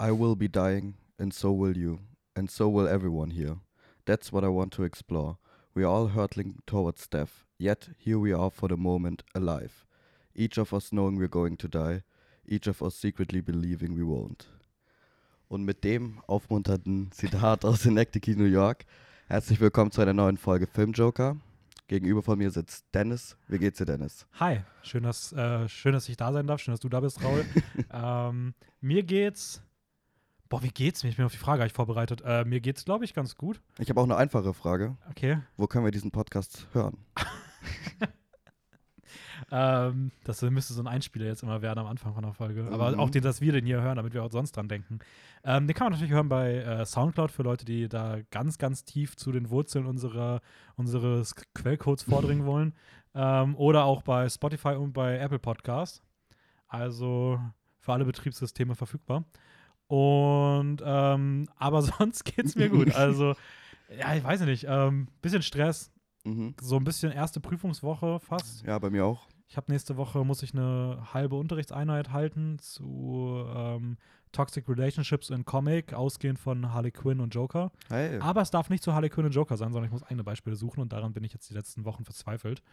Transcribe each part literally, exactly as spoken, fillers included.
I will be dying, and so will you, and so will everyone here. That's what I want to explore. We are all hurtling towards death, yet here we are for the moment, alive. Each of us knowing we're going to die, each of us secretly believing we won't. Und mit dem aufmunternden Zitat aus Synecdoche, New York, herzlich willkommen zu einer neuen Folge Filmjoker. Gegenüber von mir sitzt Dennis. Wie geht's dir, Dennis? Hi, schön, dass, äh, schön, dass ich da sein darf. Schön, dass du da bist, Raul. ähm, mir geht's. Boah, wie geht's mir? Ich bin auf die Frage eigentlich vorbereitet. Äh, mir geht's, glaube ich, ganz gut. Ich habe auch eine einfache Frage. Okay. Wo können wir diesen Podcast hören? ähm, das müsste so ein Einspieler jetzt immer werden am Anfang von der Folge. Aber Mhm. auch, den, dass wir den hier hören, damit wir auch sonst dran denken. Ähm, den kann man natürlich hören bei äh, Soundcloud für Leute, die da ganz, ganz tief zu den Wurzeln unserer, unseres Quellcodes vordringen wollen. Ähm, oder auch bei Spotify und bei Apple Podcasts. Also für alle Betriebssysteme verfügbar. Und ähm, aber sonst geht's mir gut. Also, ja, ich weiß nicht. Ähm, bisschen Stress. Mhm. So ein bisschen erste Prüfungswoche fast. Ja, bei mir auch. Ich habe nächste Woche, muss ich eine halbe Unterrichtseinheit halten zu ähm, Toxic Relationships in Comic, ausgehend von Harley Quinn und Joker. Hey. Aber es darf nicht zu Harley Quinn und Joker sein, sondern ich muss eigene Beispiele suchen und daran bin ich jetzt die letzten Wochen verzweifelt.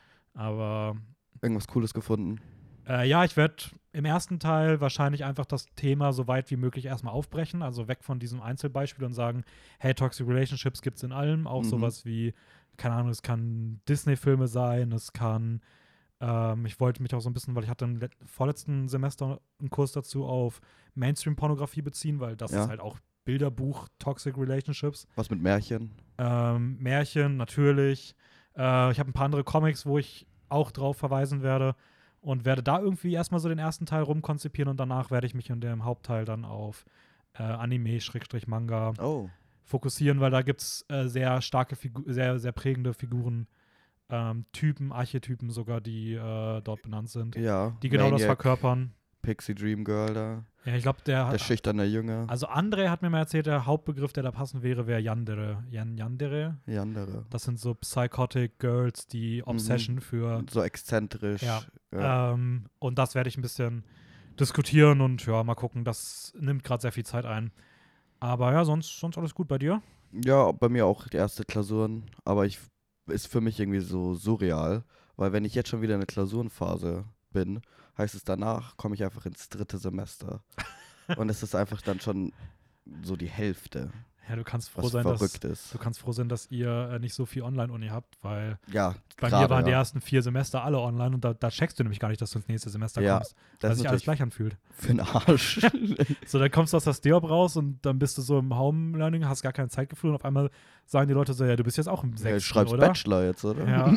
Aber Irgendwas Cooles gefunden? Äh, ja, ich werde im ersten Teil wahrscheinlich einfach das Thema so weit wie möglich erstmal aufbrechen, also weg von diesem Einzelbeispiel und sagen, hey, Toxic Relationships gibt's in allem, auch Mhm. sowas wie, keine Ahnung, es kann Disney-Filme sein, es kann, ähm, ich wollte mich auch so ein bisschen, weil ich hatte im let- vorletzten Semester einen Kurs dazu auf Mainstream-Pornografie beziehen, weil das Ja. ist halt auch Bilderbuch Toxic Relationships. Was mit Märchen? Ähm, Märchen, natürlich. Äh, ich habe ein paar andere Comics, wo ich auch drauf verweisen werde und werde da irgendwie erstmal so den ersten Teil rumkonzipieren und danach werde ich mich in dem Hauptteil dann auf äh, Anime-Manga Oh. fokussieren, weil da gibt es äh, sehr starke, Figu- sehr, sehr prägende Figuren, ähm, Typen, Archetypen sogar, die äh, dort benannt sind, Ja. die genau das Maniac, verkörpern. Pixie Dream Girl da. Ja, ich glaube, der, Der schüchterne Junge. also André hat mir mal erzählt, der Hauptbegriff, der da passen wäre, wäre Yandere. Yan, Yandere? Die andere. Das sind so Psychotic Girls, die Obsession für. So exzentrisch. Ja. Ja. Ähm, und das werde ich ein bisschen diskutieren und ja, mal gucken. Das nimmt gerade sehr viel Zeit ein. Aber ja, sonst, sonst alles gut bei dir? Ja, bei mir auch die erste Klausuren. Aber ich ist für mich irgendwie so surreal. Weil wenn ich jetzt schon wieder in der Klausurenphase bin, heißt es danach, komme ich einfach ins dritte Semester. Und es ist einfach dann schon so die Hälfte, Ja, du kannst froh was sein, dass verrückt ist. du kannst froh sein, dass ihr äh, nicht so viel Online-Uni habt, weil Ja, bei gerade, mir waren die ja. ersten vier Semester alle online und da, da checkst du nämlich gar nicht, dass du ins nächste Semester Ja, kommst, das weil ist sich alles natürlich gleich anfühlt. für den Arsch. So, dann kommst du aus der Steop raus und dann bist du so im Home-Learning, hast gar kein Zeitgefühl und auf einmal sagen die Leute so, ja, du bist jetzt auch im Ja, du sechsten, schreibst oder? Bachelor jetzt, oder? Ja.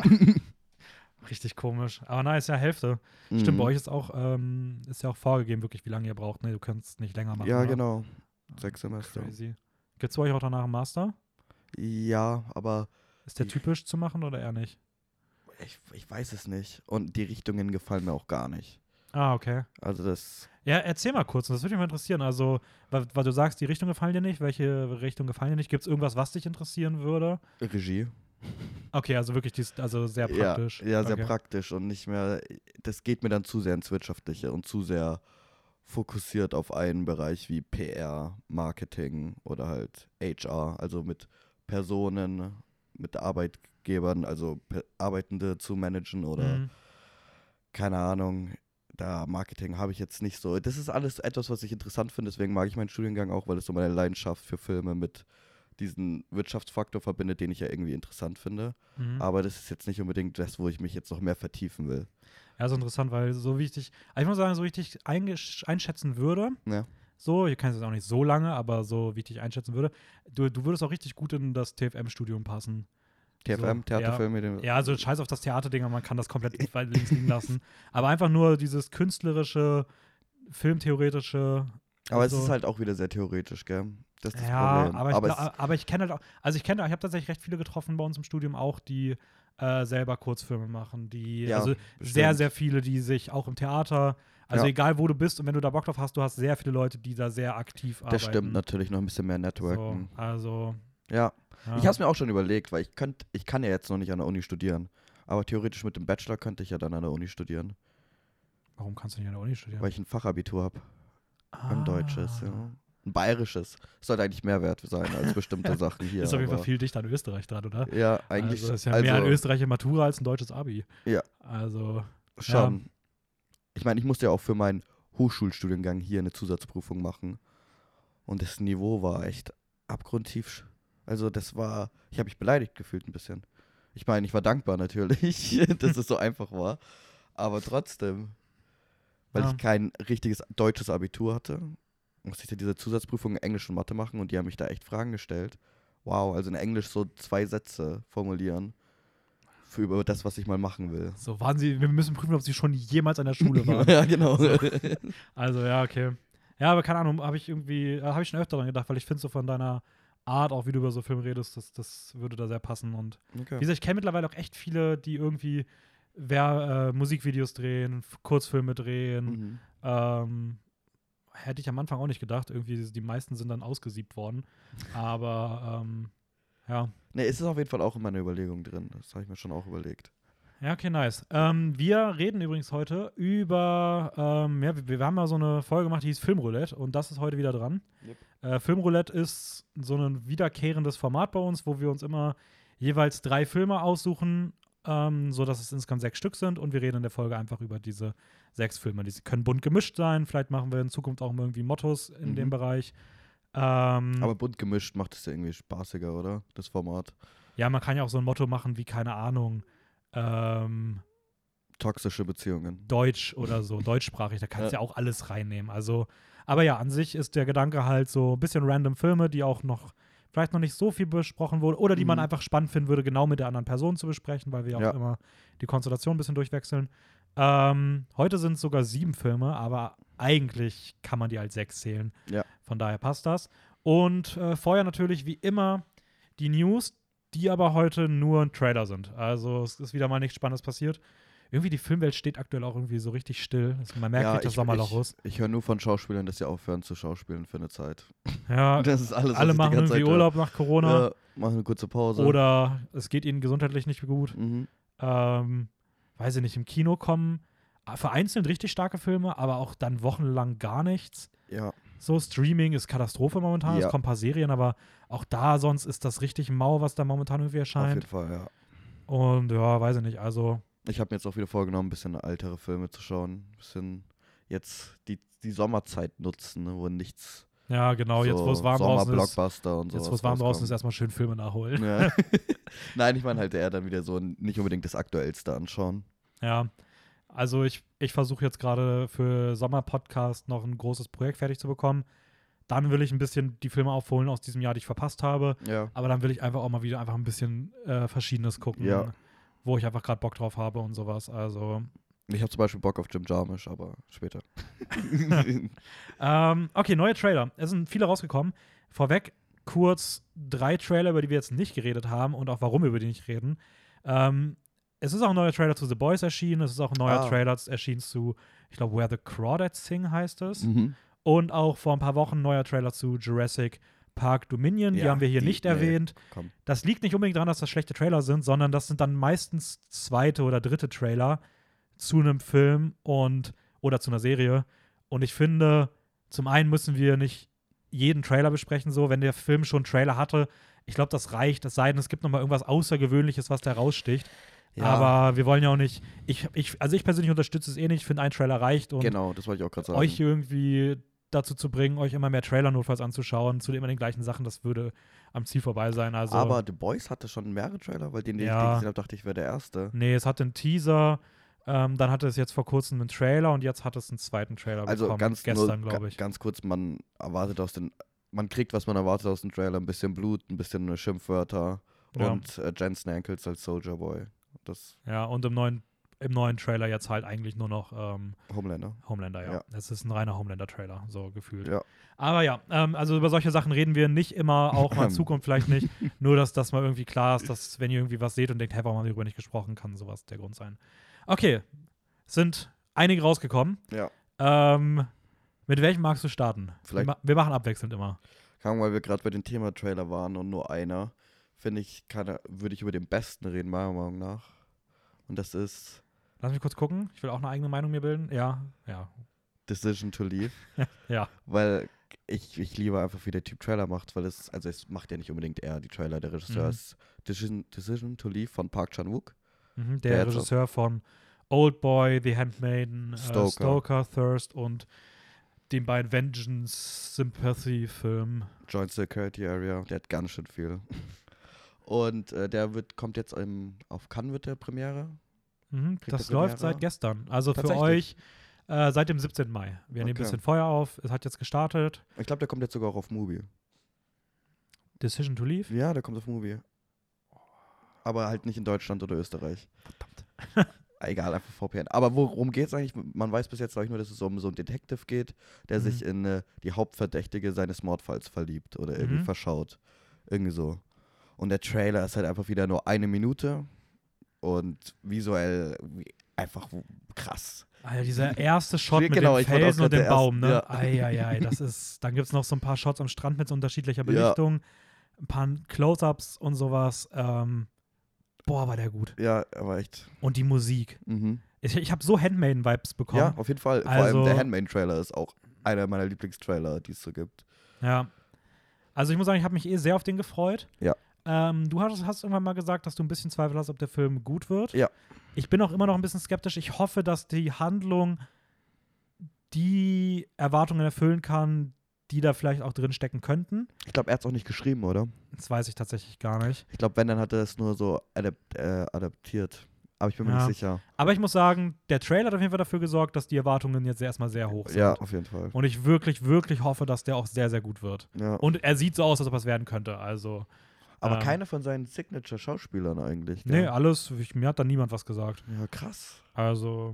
Richtig komisch. Aber nice, ja, Hälfte. Mhm. Stimmt, bei euch ist auch, ähm, ist ja auch vorgegeben, wirklich, wie lange ihr braucht. Ne? Du kannst nicht länger machen. Ja, oder? genau. Sechs Semester. Crazy. Gibt es bei euch auch danach einen Master? Ja, aber Ist der Ich- typisch zu machen oder eher nicht? ich, ich weiß es nicht. Und die Richtungen gefallen mir auch gar nicht. Ah, okay. Also das, Ja, erzähl mal kurz, das würde mich mal interessieren. Also, weil, weil du sagst, die Richtungen gefallen dir nicht. Welche Richtungen gefallen dir nicht? Gibt es irgendwas, was dich interessieren würde? Regie. Okay, also wirklich, dies, also sehr praktisch. Ja, ja sehr okay. praktisch und nicht mehr, das geht mir dann zu sehr ins Wirtschaftliche und zu sehr fokussiert auf einen Bereich wie P R, Marketing oder halt H R, also mit Personen, mit Arbeitgebern, also Pe- Arbeitende zu managen oder Mhm. keine Ahnung, da Marketing habe ich jetzt nicht so. Das ist alles etwas, was ich interessant finde, deswegen mag ich meinen Studiengang auch, weil es so meine Leidenschaft für Filme mit diesen Wirtschaftsfaktor verbindet, den ich ja irgendwie interessant finde. Mhm. Aber das ist jetzt nicht unbedingt das, wo ich mich jetzt noch mehr vertiefen will. Ja, ist interessant, weil so wichtig, ich muss sagen, so richtig eingesch- einschätzen würde, Ja. so, ich kann es jetzt auch nicht so lange, aber so wie ich dich einschätzen würde, du, du würdest auch richtig gut in das T F M-Studium passen. T F M, So, Theaterfilm mit dem. Ja, also scheiß auf das Theaterding, aber man kann das komplett weit links liegen lassen. Aber einfach nur dieses künstlerische, filmtheoretische. Aber es so- ist halt auch wieder sehr theoretisch, gell? Das ist das Ja, Problem. aber ich, aber gla- aber ich kenne halt auch, also ich kenne, ich habe tatsächlich recht viele getroffen bei uns im Studium auch, die äh, selber Kurzfilme machen, die, Ja, also bestimmt. sehr, sehr viele, die sich auch im Theater, also Ja. egal wo du bist und wenn du da Bock drauf hast, du hast sehr viele Leute, die da sehr aktiv arbeiten. das stimmt natürlich noch ein bisschen mehr So, Networken. also, Ja. ja. Ich habe es mir auch schon überlegt, weil ich könnt, ich kann ja jetzt noch nicht an der Uni studieren. Aber theoretisch mit dem Bachelor könnte ich ja dann an der Uni studieren. Warum kannst du nicht an der Uni studieren? Weil ich ein Fachabitur habe. ah, Ein deutsches, ja. ein bayerisches. Das sollte eigentlich mehr wert sein als bestimmte Sachen hier. Ist auf jeden Fall aber- viel dichter an Österreich dran, oder? Ja, eigentlich. Also, das ist ja also, mehr ein Österreicher Matura als ein deutsches Abi. Ja. Also, Schon. Ich meine, ich musste ja auch für meinen Hochschulstudiengang hier eine Zusatzprüfung machen. Und das Niveau war echt abgrundtief. sch- Also das war, ich habe mich beleidigt gefühlt ein bisschen. Ich meine, ich war dankbar natürlich, dass es so einfach war. Aber trotzdem, weil Ja. ich kein richtiges deutsches Abitur hatte, musste ich ja diese Zusatzprüfung in Englisch und Mathe machen und die haben mich da echt Fragen gestellt. Wow, also in Englisch so zwei Sätze formulieren für über das, was ich mal machen will. so waren sie, wir müssen prüfen, ob sie schon jemals an der Schule waren. Ja, genau. So. Also, ja, okay. Ja, aber keine Ahnung, habe ich irgendwie, äh, habe ich schon öfter dran gedacht, weil ich finde so von deiner Art, auch wie du über so Filme redest, das, das würde da sehr passen. Und Okay. wie gesagt, ich kenne mittlerweile auch echt viele, die irgendwie wer, äh, Musikvideos drehen, F- Kurzfilme drehen. Mhm. Ähm, hätte ich am Anfang auch nicht gedacht. Irgendwie, die meisten sind dann ausgesiebt worden. Aber, ähm, ja. Ne, es ist auf jeden Fall auch in meiner Überlegung drin. Das habe ich mir schon auch überlegt. Ja, okay, nice. Ähm, wir reden übrigens heute über, ähm, ja, wir, wir haben mal so eine Folge gemacht, die hieß Filmroulette und das ist heute wieder dran. Yep. Äh, Filmroulette ist so ein wiederkehrendes Format bei uns, wo wir uns immer jeweils drei Filme aussuchen, ähm, sodass es insgesamt sechs Stück sind und wir reden in der Folge einfach über diese sechs Filme. Die können bunt gemischt sein, vielleicht machen wir in Zukunft auch mal irgendwie Mottos in Mhm. dem Bereich. Ähm, Aber bunt gemischt macht es ja irgendwie spaßiger, oder? Das Format. ja, man kann ja auch so ein Motto machen wie, keine Ahnung, ähm, Toxische Beziehungen. Deutsch oder so, deutschsprachig, da kannst du Ja. ja auch alles reinnehmen. Also, aber ja, an sich ist der Gedanke halt so ein bisschen random Filme, die auch noch vielleicht noch nicht so viel besprochen wurden oder die man Mhm. einfach spannend finden würde, genau mit der anderen Person zu besprechen, weil wir ja auch Ja. immer die Konstellation ein bisschen durchwechseln. Ähm, heute sind es sogar sieben Filme, aber eigentlich kann man die als sechs zählen. Ja. Von daher passt das. Und äh, vorher natürlich wie immer die News, die aber heute nur ein Trailer sind. Also es ist wieder mal nichts Spannendes passiert. Irgendwie die Filmwelt steht aktuell auch irgendwie so richtig still. Also man merkt, Ja, wie das ich, Sommerloch ich, ist. ich höre nur von Schauspielern, dass sie aufhören zu schauspielen für eine Zeit. Ja, Das ist alles, was alle ich die machen ganze irgendwie Zeit Urlaub nach höre. Corona Ja, machen eine kurze Pause. oder es geht ihnen gesundheitlich nicht gut. Mhm. Ähm, weiß ich nicht, im Kino kommen vereinzelt richtig starke Filme, aber auch dann wochenlang gar nichts. Ja. So, Streaming ist Katastrophe momentan. Ja. Es kommen ein paar Serien, aber auch da sonst ist das richtig mau, was da momentan irgendwie Auf jeden erscheint. Fall, ja. Und ja, weiß ich nicht. Also, Ich habe mir jetzt auch wieder vorgenommen, ein bisschen ältere Filme zu schauen. Ein bisschen jetzt die, die Sommerzeit nutzen, ne, wo nichts. ja, genau, jetzt wo es so warm draußen ist. Sommerblockbuster und so. Jetzt, wo es warm draußen ist, erstmal schön Filme nachholen. Ja. Nein, ich meine halt eher dann wieder so nicht unbedingt das Aktuellste anschauen. Ja, also ich, ich versuche jetzt gerade für Sommerpodcast noch ein großes Projekt fertig zu bekommen. Dann will ich ein bisschen die Filme aufholen aus diesem Jahr, die ich verpasst habe. Ja. Aber dann will ich einfach auch mal wieder einfach ein bisschen äh, Verschiedenes gucken, Ja. wo ich einfach gerade Bock drauf habe und sowas. Also, Ich habe zum Beispiel Bock auf Jim Jarmusch, aber später. ähm, okay, neue Trailer. Es sind viele rausgekommen. Vorweg kurz drei Trailer, über die wir jetzt nicht geredet haben und auch warum wir über die nicht reden. Ähm, es ist auch ein neuer Trailer zu The Boys erschienen. Es ist auch ein neuer Ah. Trailer erschienen zu, ich glaube, Where the Crawdads Sing heißt es. Mhm. Und auch vor ein paar Wochen ein neuer Trailer zu Jurassic Park Dominion. Die Ja, haben wir hier die- nicht nee. erwähnt. Komm. Das liegt nicht unbedingt daran, dass das schlechte Trailer sind, sondern das sind dann meistens zweite oder dritte Trailer zu einem Film und oder zu einer Serie. Und ich finde, zum einen müssen wir nicht jeden Trailer besprechen, so, wenn der Film schon einen Trailer hatte. Ich glaube, das reicht, es sei denn, es gibt noch mal irgendwas Außergewöhnliches, was da raussticht. Ja, Aber wir wollen ja auch nicht, ich, ich, also ich persönlich unterstütze es eh nicht, ich finde, ein Trailer reicht und genau, das wollte ich auch gerade sagen. euch irgendwie dazu zu bringen, euch immer mehr Trailer notfalls anzuschauen, zu immer den gleichen Sachen, das würde am Ziel vorbei sein. Also, Aber The Boys hatte schon mehrere Trailer, weil den, den Ja. ich gesehen habe, dachte ich, wäre der erste. nee, es hatte einen Teaser, ähm, dann hatte es jetzt vor kurzem einen Trailer und jetzt hat es einen zweiten Trailer Also bekommen, ganz, gestern, nur, glaube ga- ich. ganz kurz, man erwartet aus den, man kriegt, was man erwartet aus dem Trailer, ein bisschen Blut, ein bisschen Schimpfwörter Ja. und äh, Jensen Ackles als Soldier Boy. Das Ja, und im neuen, im neuen Trailer jetzt halt eigentlich nur noch ähm, Homelander. Homelander, ja. Ja. Es ist ein reiner Homelander-Trailer, so gefühlt. Ja. Aber ja, ähm, also über solche Sachen reden wir nicht immer, auch mal in Zukunft vielleicht nicht. Nur, dass das mal irgendwie klar ist, dass wenn ihr irgendwie was seht und denkt, hey, warum haben wir darüber nicht gesprochen, kann sowas der Grund sein. Okay, sind einige rausgekommen. Ja. Ähm, mit welchem magst du starten? Vielleicht- Wir, ma wir machen abwechselnd immer. Kann, weil wir gerade bei dem Thema Trailer waren und nur einer, finde ich, kann er- würde ich über den besten reden, meiner Meinung nach. Und das ist Lass mich kurz gucken. Ich will auch eine eigene Meinung mir bilden. Ja, ja, Decision to Leave. ja. Weil ich, ich liebe einfach, wie der Typ Trailer macht, weil es, also es macht ja nicht unbedingt er die Trailer. Der Regisseur Mhm. ist Decision, Decision to Leave von Park Chan-wook. Mhm, Der der jetzt Regisseur von Old Boy, The Handmaiden, äh, Stoker. Stoker, Thirst und den beiden Vengeance-Sympathy-Filmen. Joint Security Area, der hat ganz schön viel. Und äh, der wird, kommt jetzt im, auf Cannes wird der Premiere. Mhm, Kriegt das der läuft Premiere? seit gestern. Also für Tatsächlich? euch äh, seit dem siebzehnten Mai. Wir nehmen ein Okay. bisschen Feuer auf. Es hat jetzt gestartet. Ich glaube, der kommt jetzt sogar auch auf Movie. Decision to Leave. Ja, der kommt auf Movie. Aber halt nicht in Deutschland oder Österreich. Verdammt. Egal, einfach V P N. Aber worum geht's eigentlich? Man weiß bis jetzt, glaube ich, nur, dass es um so einen Detective geht, der Mhm. sich in äh, die Hauptverdächtige seines Mordfalls verliebt oder irgendwie Mhm. verschaut. Irgendwie so. Und der Trailer ist halt einfach wieder nur eine Minute und visuell wie- einfach krass. Alter, dieser erste Shot Ja, mit genau, dem ich wollte auch Felsen und grad dem der Baum, ne? erste- Eieiei, das ist, dann gibt es noch so ein paar Shots am Strand mit so unterschiedlicher Ja. Belichtung, ein paar Close-Ups und sowas. Ähm, boah, war der gut. Ja, aber echt. Und die Musik. Mhm. Ich, ich habe so Handmaiden-Vibes bekommen. Ja, auf jeden Fall. Vor Also- allem der Handmaiden-Trailer ist auch einer meiner Lieblingstrailer, die es so gibt. Ja. Also ich muss sagen, ich habe mich eh sehr auf den gefreut. Ja. Ähm, du hast, hast irgendwann mal gesagt, dass du ein bisschen Zweifel hast, ob der Film gut wird. Ja. Ich bin auch immer noch ein bisschen skeptisch. Ich hoffe, dass die Handlung die Erwartungen erfüllen kann, die da vielleicht auch drin stecken könnten. Ich glaube, er hat es auch nicht geschrieben, oder? Das weiß ich tatsächlich gar nicht. Ich glaube, wenn, dann hat er es nur so adapt, äh, adaptiert. Aber ich bin mir Ja. nicht sicher. Aber ich muss sagen, der Trailer hat auf jeden Fall dafür gesorgt, dass die Erwartungen jetzt erstmal sehr hoch sind. Ja, auf jeden Fall. Und ich wirklich, wirklich hoffe, dass der auch sehr, sehr gut wird. Ja. Und er sieht so aus, als ob es werden könnte. Also, Aber ähm, keine von seinen Signature-Schauspielern eigentlich. nee, Gell? alles, ich, mir hat da niemand was gesagt. Ja, krass. Also,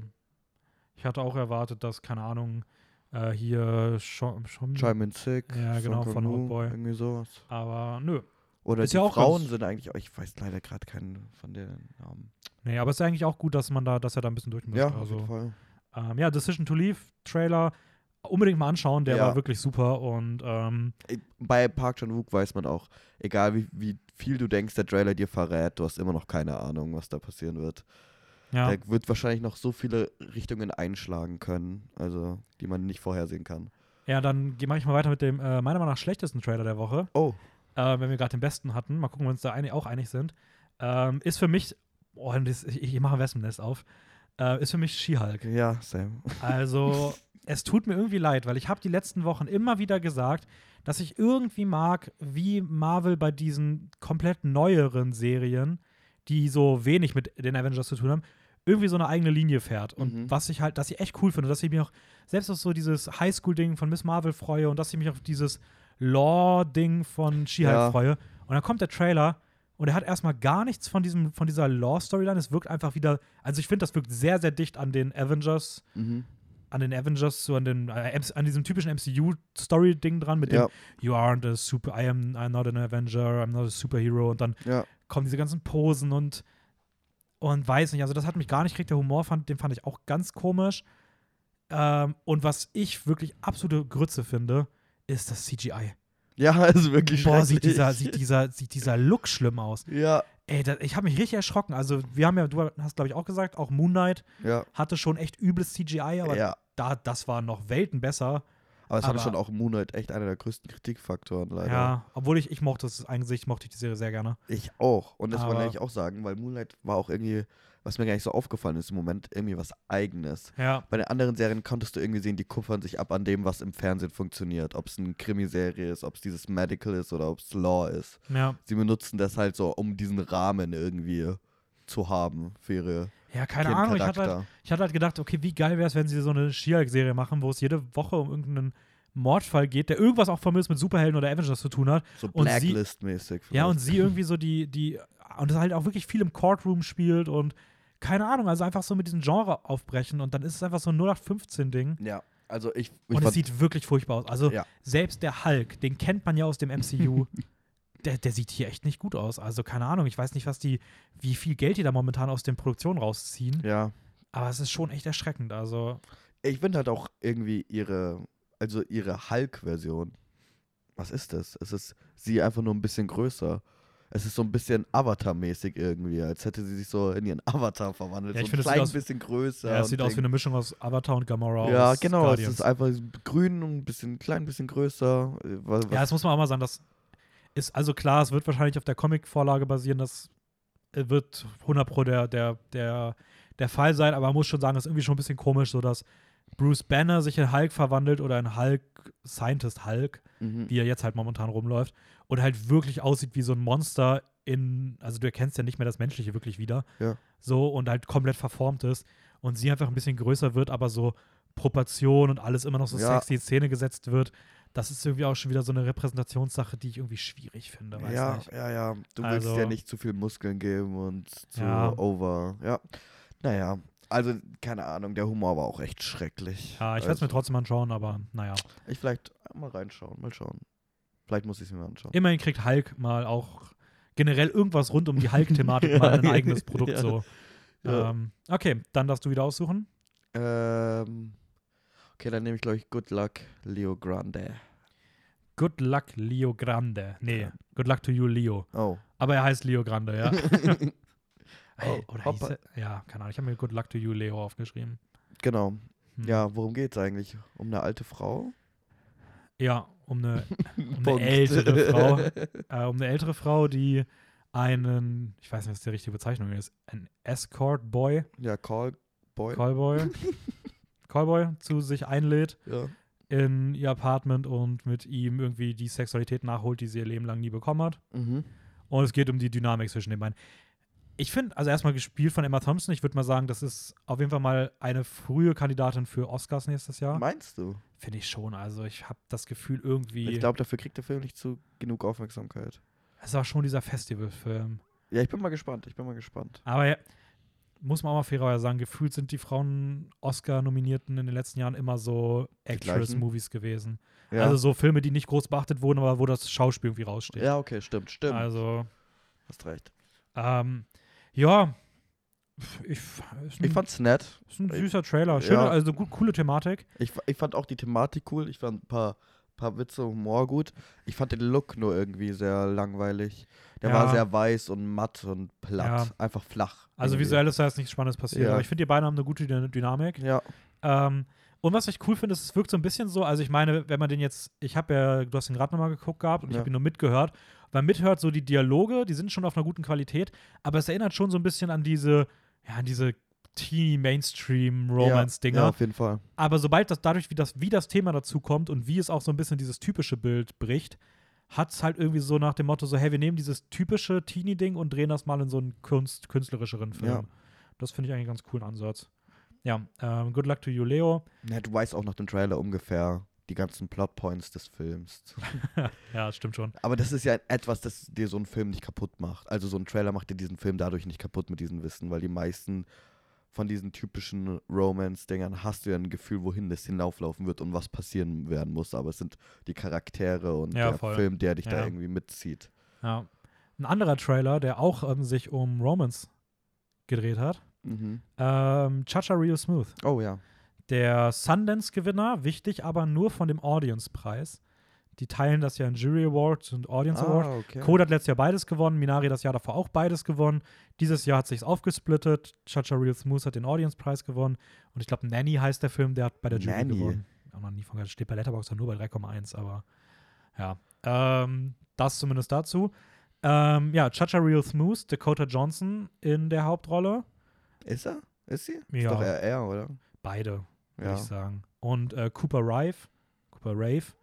ich hatte auch erwartet, dass, keine Ahnung, äh, hier schon, schon Chai Min-sik, Ja, genau, Song von Kang-woo, Oldboy. irgendwie sowas. aber nö. Oder Ist die ja auch Frauen ganz- sind eigentlich, auch- ich weiß leider gerade keinen von den Namen. Nee, aber es ist eigentlich auch gut, dass man da, dass er da ein bisschen durchmischt. Ja, auf also, jeden Fall. ähm, ja, Decision to Leave, Trailer, unbedingt mal anschauen, der Ja. war wirklich super und ähm, Ey, Bei Park Chan-wook weiß man auch, egal wie, wie viel du denkst, der Trailer dir verrät, du hast immer noch keine Ahnung, was da passieren wird. ja. Der wird wahrscheinlich noch so viele Richtungen einschlagen können, also die man nicht vorhersehen kann. Ja, dann mache ich mal weiter mit dem äh, meiner Meinung nach schlechtesten Trailer der Woche. Oh, Äh, wenn wir gerade den besten hatten. Mal gucken, ob wir uns da einig, auch einig sind. Ähm, ist für mich, oh, das, ich, ich mache ein Wespennest auf, äh, ist für mich She-Hulk. ja, Sam. Also, es tut mir irgendwie leid, weil ich habe die letzten Wochen immer wieder gesagt, dass ich irgendwie mag, wie Marvel bei diesen komplett neueren Serien, die so wenig mit den Avengers zu tun haben, irgendwie so eine eigene Linie fährt. Und Mhm. was ich halt, dass ich echt cool finde, dass ich mich auch selbst auf so dieses Highschool-Ding von Miss Marvel freue und dass ich mich auf dieses Lore-Ding von She-Hulk Ja. freue. Und dann kommt der Trailer und er hat erstmal gar nichts von diesem, von dieser Lore-Storyline. Es wirkt einfach wieder, also ich finde, das wirkt sehr, sehr dicht an den Avengers, Mhm. an den Avengers, so an den, äh, an diesem typischen M C U-Story-Ding dran, mit Ja, dem You aren't a super, I am I'm not an Avenger, I'm not a superhero und dann ja. kommen diese ganzen Posen und und weiß nicht, also das hat mich gar nicht gekriegt, der Humor, fand, den fand ich auch ganz komisch. Ähm, und was ich wirklich absolute Grütze finde, ist das C G I. Ja, ist wirklich Boah, sieht schrecklich. dieser, sieht dieser, sieht dieser Look schlimm aus. Ja, Ey, da, ich habe mich richtig erschrocken. Also, wir haben ja, du hast, glaube ich, auch gesagt, auch Moon Knight ja, hatte schon echt übles C G I, aber ja. da, das war noch Welten besser. Aber es war Aber- schon auch Moon Knight echt einer der größten Kritikfaktoren, leider. Ja, obwohl ich, ich mochte es, eigentlich mochte ich die Serie sehr gerne. Ich auch. Und das Aber- wollte ich auch sagen, weil Moonlight war auch irgendwie, was mir gar nicht so aufgefallen ist im Moment, irgendwie was Eigenes. Ja, Bei den anderen Serien konntest du irgendwie sehen, die kuppern sich ab an dem, was im Fernsehen funktioniert. Ob es eine Krimiserie ist, ob es dieses Medical ist oder ob es Law ist. ja. Sie benutzen das halt so, um diesen Rahmen irgendwie zu haben für ihre Ja, keine ihren Ahnung. Ich hatte, halt, Charakter. ich hatte halt gedacht, okay, wie geil wäre es, wenn sie so eine She-Hulk-Serie machen, wo es jede Woche um irgendeinen Mordfall geht, der irgendwas auch von mir mit Superhelden oder Avengers zu tun hat. So und sie- Blacklist-mäßig. Ja, und vielleicht. sie irgendwie so die, die, und das halt auch wirklich viel im Courtroom spielt und keine Ahnung, also einfach so mit diesem Genre aufbrechen und dann ist es einfach so ein null acht fünfzehn-Ding. Ja, also ich, ich Und es fand, sieht wirklich furchtbar aus. Also Ja. selbst der Hulk, den kennt man ja aus dem M C U, der, der sieht hier echt nicht gut aus. Also keine Ahnung, ich weiß nicht, was die, wie viel Geld die da momentan aus den Produktionen rausziehen, ja. aber es ist schon echt erschreckend. Also Ich finde halt auch irgendwie ihre, also ihre Hulk-Version. Was ist das? Es ist sie einfach nur ein bisschen größer. Es ist so ein bisschen Avatar-mäßig irgendwie, als hätte sie sich so in ihren Avatar verwandelt. Ja, ich so find, ein es sieht klein aus- bisschen größer. Ja, es und sieht aus wie Ding. eine Mischung aus Avatar und Gamora Ja, aus genau. Guardians. Es ist einfach grün und ein bisschen klein, ein bisschen größer. äh, Was, Ja, das muss man auch mal sagen, das ist, also klar, es wird wahrscheinlich auf der Comic-Vorlage basieren, das äh, wird hundert Pro der, der, der, der Fall sein, aber man muss schon sagen, das ist irgendwie schon ein bisschen komisch, so dass Bruce Banner sich in Hulk verwandelt oder in Hulk, Scientist Hulk, mhm. wie er jetzt halt momentan rumläuft und halt wirklich aussieht wie so ein Monster in, also du erkennst ja nicht mehr das Menschliche wirklich wieder, Ja. so und halt komplett verformt ist und sie einfach ein bisschen größer wird, aber so Proportion und alles immer noch so Ja. sexy in Szene gesetzt wird. Das ist irgendwie auch schon wieder so eine Repräsentationssache, die ich irgendwie schwierig finde, weiß Ja, nicht. ja, ja. Du Also- willst ja nicht zu viel Muskeln geben und zu Ja. over. Ja. Naja, also keine Ahnung, der Humor war auch echt schrecklich. Ja, ich werde es mir also, trotzdem anschauen, aber naja. Ich vielleicht mal reinschauen, mal schauen. Vielleicht muss ich es mir anschauen. Immerhin kriegt Hulk mal auch generell irgendwas rund um die Hulk-Thematik mal ein Ja. eigenes Produkt Ja. so. Ja. Ähm, okay, dann darfst du wieder aussuchen. Ähm, okay, dann nehme ich, glaube ich, Good Luck, Leo Grande. Good Luck Leo Grande. Nee, Ja. Good Luck to you, Leo. Oh. Aber er heißt Leo Grande, ja. Oh, Oder hieß hoppa. er? Ja, keine Ahnung. Ich habe mir Good Luck to you, Leo aufgeschrieben. Genau. Hm. Ja, worum geht's eigentlich? Um eine alte Frau? Ja, um eine, um eine Punkt. ältere Frau. Äh, um eine ältere Frau, die einen, ich weiß nicht, was die richtige Bezeichnung ist, ein Escort-Boy, Ja, Call Boy. Callboy, Callboy zu sich einlädt Ja. in ihr Apartment und mit ihm irgendwie die Sexualität nachholt, die sie ihr Leben lang nie bekommen hat. Mhm. Und es geht um die Dynamik zwischen den beiden. Ich finde, also erstmal gespielt von Emma Thompson, ich würde mal sagen, das ist auf jeden Fall mal eine frühe Kandidatin für Oscars nächstes Jahr. Meinst du? Finde ich schon. Also ich habe das Gefühl irgendwie, Ich glaube, dafür kriegt der Film nicht zu genug Aufmerksamkeit. es war schon dieser Festivalfilm. Ja, ich bin mal gespannt. Ich bin mal gespannt. Aber ja, muss man auch mal fairerweise sagen, gefühlt sind die Frauen-Oscar-Nominierten in den letzten Jahren immer so gleichen? Actress-Movies gewesen. Ja, Also so Filme, die nicht groß beachtet wurden, aber wo das Schauspiel irgendwie raussteht. ja okay, stimmt, stimmt. Also, Hast recht. ähm, ja, ich, ist ein, Ich fand's nett. ist ein süßer Trailer. Schöne, Ja. also gut, coole Thematik. Ich, fa- ich fand auch die Thematik cool. Ich fand ein paar, paar Witze, Humor gut. Ich fand den Look nur irgendwie sehr langweilig. Der Ja. war sehr weiß und matt und platt. Ja. Einfach flach. Also irgendwie. visuell ist da jetzt nichts Spannendes passiert. Ja. Aber ich finde, die beiden haben eine gute Dyn- Dynamik. Ja. Ähm, und was ich cool finde, ist, es wirkt so ein bisschen so, also ich meine, wenn man den jetzt, ich habe ja, du hast den gerade nochmal geguckt gehabt und ich Ja. habe ihn nur mitgehört. Man mithört so die Dialoge, die sind schon auf einer guten Qualität, aber es erinnert schon so ein bisschen an diese, ja, an diese Teenie-Mainstream-Romance-Dinger. Ja, auf jeden Fall. Aber sobald das dadurch, wie das, wie das Thema dazu kommt und wie es auch so ein bisschen dieses typische Bild bricht, hat es halt irgendwie so nach dem Motto so, hey, wir nehmen dieses typische Teenie-Ding und drehen das mal in so einen Kunst, künstlerischeren Film. Ja. Das finde ich eigentlich einen ganz coolen Ansatz. Ja, ähm, good luck to you, Leo. Ja, du weißt auch nach dem Trailer ungefähr die ganzen Plotpoints des Films. Ja, stimmt schon. Aber das ist ja etwas, das dir so einen Film nicht kaputt macht. Also so ein Trailer macht dir diesen Film dadurch nicht kaputt mit diesem Wissen, weil die meisten von diesen typischen Romance-Dingern hast du ja ein Gefühl, wohin das hinauflaufen wird und was passieren werden muss. Aber es sind die Charaktere und Ja, der voll. Film, der dich da Ja. irgendwie mitzieht. Ja. Ein anderer Trailer, der auch ähm, sich um Romance gedreht hat, Mhm. ähm, Chacha Real Smooth. Oh ja. Der Sundance-Gewinner, wichtig, aber nur von dem Audience-Preis. Die teilen das ja in Jury Awards und Audience Award. Ah, okay. Code hat letztes Jahr beides gewonnen, Minari das Jahr davor auch beides gewonnen. Dieses Jahr hat sich's aufgesplittet. Chacha Real Smooth hat den Audience-Preis gewonnen. Und ich glaube, Nanny heißt der Film, der hat bei der Jury Nanny. gewonnen. Auch noch nie von gehört. Steht bei Letterboxd nur bei drei Komma eins, aber ja. Ähm, das zumindest dazu. Ähm, ja, Chacha Real Smooth, Dakota Johnson in der Hauptrolle. Ist er? Ist sie? Ja. Ist doch eher er, oder? Beide, würde Ja. ich sagen. Und äh, Cooper Rife, Cooper Rave,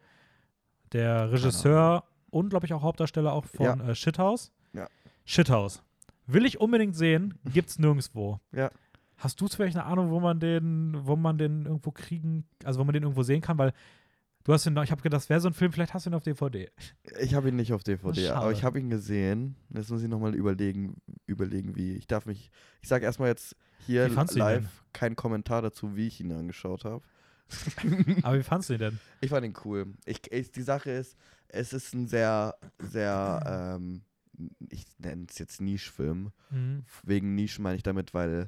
der Regisseur und, glaube ich, auch Hauptdarsteller auch von Ja. äh, Shithouse. Ja. Shithouse. Will ich unbedingt sehen, gibt's nirgendwo. Ja. Hast du vielleicht eine Ahnung, wo man den, wo man den irgendwo kriegen, also wo man den irgendwo sehen kann? Weil du hast ihn, noch- ich habe gedacht, das wäre so ein Film, vielleicht hast du ihn auf D V D. Ich habe ihn nicht auf D V D, Schade. aber ich habe ihn gesehen. Jetzt muss ich nochmal überlegen, überlegen, wie. Ich darf mich. Ich sage erstmal jetzt hier Wie fandst du ihn live denn? keinen Kommentar dazu, wie ich ihn angeschaut habe. Aber wie fandst du ihn denn? Ich fand ihn cool. Ich, ich, die Sache ist, es ist ein sehr, sehr, ähm, ich nenne es jetzt Nischfilm. Mhm. Wegen Nische meine ich damit, weil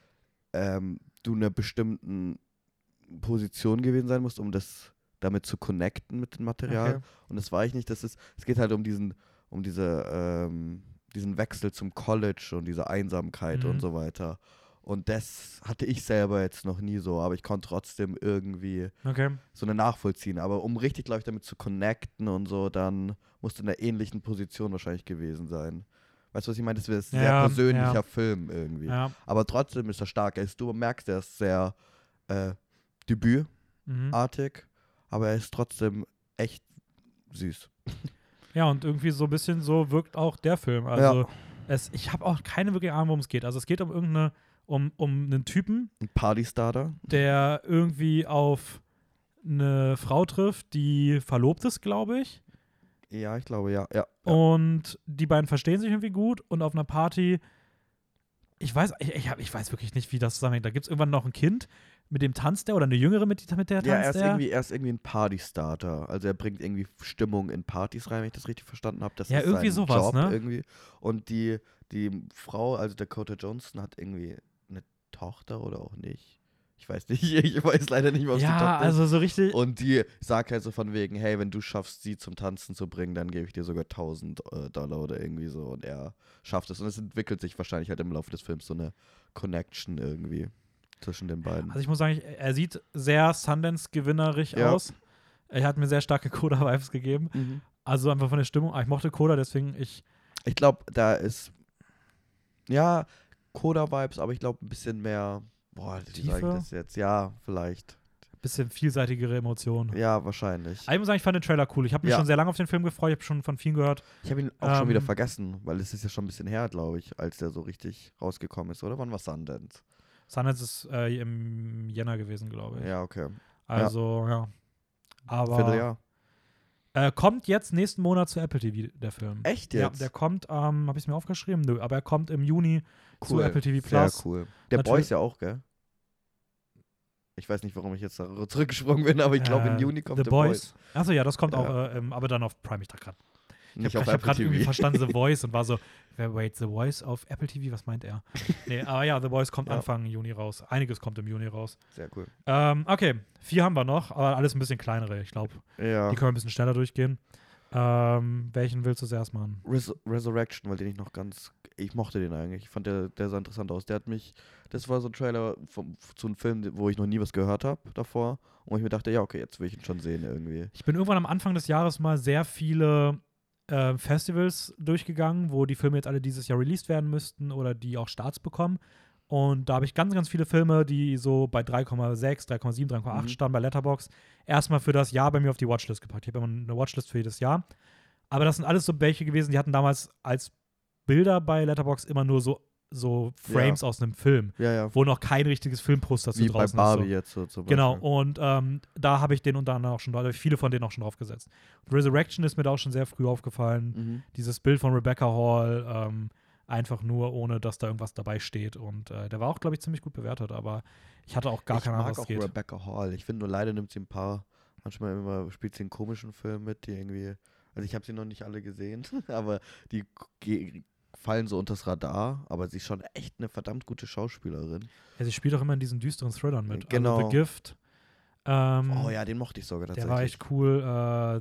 ähm, du in einer bestimmten Position gewesen sein musst, um das damit zu connecten mit dem Material. Okay. Und das war ich nicht. Das ist, es geht halt um diesen, um diese, ähm, diesen Wechsel zum College und diese Einsamkeit Mhm. und so weiter. Und das hatte ich selber jetzt noch nie so, aber ich konnte trotzdem irgendwie Okay. so eine nachvollziehen. Aber um richtig, glaube ich, damit zu connecten und so, dann musste in einer ähnlichen Position wahrscheinlich gewesen sein. Weißt du, was ich meine? Das wäre ein sehr Ja, persönlicher ja. Film irgendwie. Ja. Aber trotzdem ist er stark. Er ist, du merkst, er ist sehr äh, debütartig, Mhm. aber er ist trotzdem echt süß. Ja, und irgendwie so ein bisschen so wirkt auch der Film. Also, es, ich habe auch keine wirkliche Ahnung, worum es geht. Also, es geht um irgendeine, um, um einen Typen, Ein Partystarter. der irgendwie auf eine Frau trifft, die verlobt ist, glaube ich. Ja, ich glaube, ja. ja, ja. Und die beiden verstehen sich irgendwie gut und auf einer Party, ich weiß, ich, ich, hab, ich weiß wirklich nicht, wie das zusammenhängt. Da gibt es irgendwann noch ein Kind, mit dem tanzt der oder eine Jüngere, mit, mit der tanzt Ja, er ist, der. irgendwie, er ist irgendwie ein Partystarter. Also er bringt irgendwie Stimmung in Partys rein, wenn ich das richtig verstanden habe. Das Ja, ist irgendwie sein sowas, Job ne? irgendwie. Und die, die Frau, also Dakota Johnson, hat irgendwie eine Tochter oder auch nicht. Ich weiß nicht, ich weiß leider nicht, was die Ja, Tochter ist. also so richtig. Und die sagt halt so von wegen, hey, wenn du schaffst, sie zum Tanzen zu bringen, dann gebe ich dir sogar tausend äh, Dollar oder irgendwie so. Und er schafft es. Und es entwickelt sich wahrscheinlich halt im Laufe des Films so eine Connection irgendwie zwischen den beiden. Also ich muss sagen, ich, er sieht sehr Sundance-gewinnerig Ja. aus. Er hat mir sehr starke Coda-Vibes gegeben. Mhm. Also einfach von der Stimmung. Ah, ich mochte Coda, deswegen ich. Ich glaube, da ist, ja, Coda-Vibes, aber ich glaube ein bisschen mehr, boah, wie sage ich Tiefe? das jetzt? Ja, vielleicht. Bisschen vielseitigere Emotionen. Ja, wahrscheinlich. Aber ich muss sagen, ich fand den Trailer cool. Ich habe mich Ja. schon sehr lange auf den Film gefreut. Ich habe schon von vielen gehört. Ich habe ihn auch schon wieder Ähm, vergessen, weil es ist ja schon ein bisschen her, glaube ich, als der so richtig rausgekommen ist, oder? Wann war Sundance? Sundance ist äh, im Jänner gewesen, glaube ich. Ja, okay. Also, ja. Aber Vierteljahr. äh, kommt jetzt nächsten Monat zu Apple T V, der Film. Echt Ja, jetzt? der kommt, ähm, habe ich es mir aufgeschrieben? Nö, aber er kommt im Juni zu Cool. Apple T V Plus. Sehr cool. Der Natürlich- Boys ja auch, gell? Ich weiß nicht, warum ich jetzt da zurückgesprungen bin, aber ich glaube, im Äh, Juni kommt The The Boys. Achso, ja, das kommt Ja. auch, äh, ähm, aber dann auf Prime. Ich dachte gerade. Ich Nicht habe auf hab Apple gerade irgendwie T V. verstanden The Voice und war so, wait, The Voice auf Apple T V, was meint er? Nee, aber ja, The Voice kommt Ja. Anfang Juni raus. Einiges kommt im Juni raus. Sehr cool. Ähm, okay, vier haben wir noch, aber alles ein bisschen kleinere, ich glaube. Ja. Die können wir ein bisschen schneller durchgehen. Ähm, welchen willst du zuerst machen? Res Resurrection, weil den ich noch ganz. Ich mochte den eigentlich. Ich fand, der, der sah interessant aus. Der hat mich. Das war so ein Trailer vom, zu einem Film, wo ich noch nie was gehört habe davor. Und wo ich mir dachte, ja, okay, jetzt will ich ihn schon sehen irgendwie. Ich bin irgendwann am Anfang des Jahres mal sehr viele äh, Festivals durchgegangen, wo die Filme jetzt alle dieses Jahr released werden müssten oder die auch Starts bekommen. Und da habe ich ganz, ganz viele Filme, die so bei drei Komma sechs, drei Komma sieben, drei Komma acht Mhm. standen bei Letterboxd, erstmal für das Jahr bei mir auf die Watchlist gepackt. Ich habe immer eine Watchlist für jedes Jahr. Aber das sind alles so welche gewesen, die hatten damals als Bilder bei Letterboxd immer nur so, so Frames aus einem Film, Ja, ja. wo noch kein richtiges Filmposter zu Wie bei draußen Barbie ist. So. jetzt so zum Genau, Beispiel. und ähm, da habe ich den unter anderem auch schon, da habe ich viele von denen auch schon drauf gesetzt. Resurrection ist mir da auch schon sehr früh aufgefallen. Mhm. Dieses Bild von Rebecca Hall, ähm, einfach nur, ohne dass da irgendwas dabei steht. Und äh, der war auch, glaube ich, ziemlich gut bewertet, aber ich hatte auch gar ich keine Ahnung, mag was auch geht. Rebecca Hall. Ich finde nur leider nimmt sie ein paar, manchmal immer spielt sie einen komischen Film mit, die irgendwie, also ich habe sie noch nicht alle gesehen, aber die ge- fallen so unters Radar, aber sie ist schon echt eine verdammt gute Schauspielerin. Ja, sie spielt auch immer in diesen düsteren Thrillern mit. Genau. Also The Gift. Ähm, Oh ja, den mochte ich sogar der tatsächlich. war echt cool. Äh,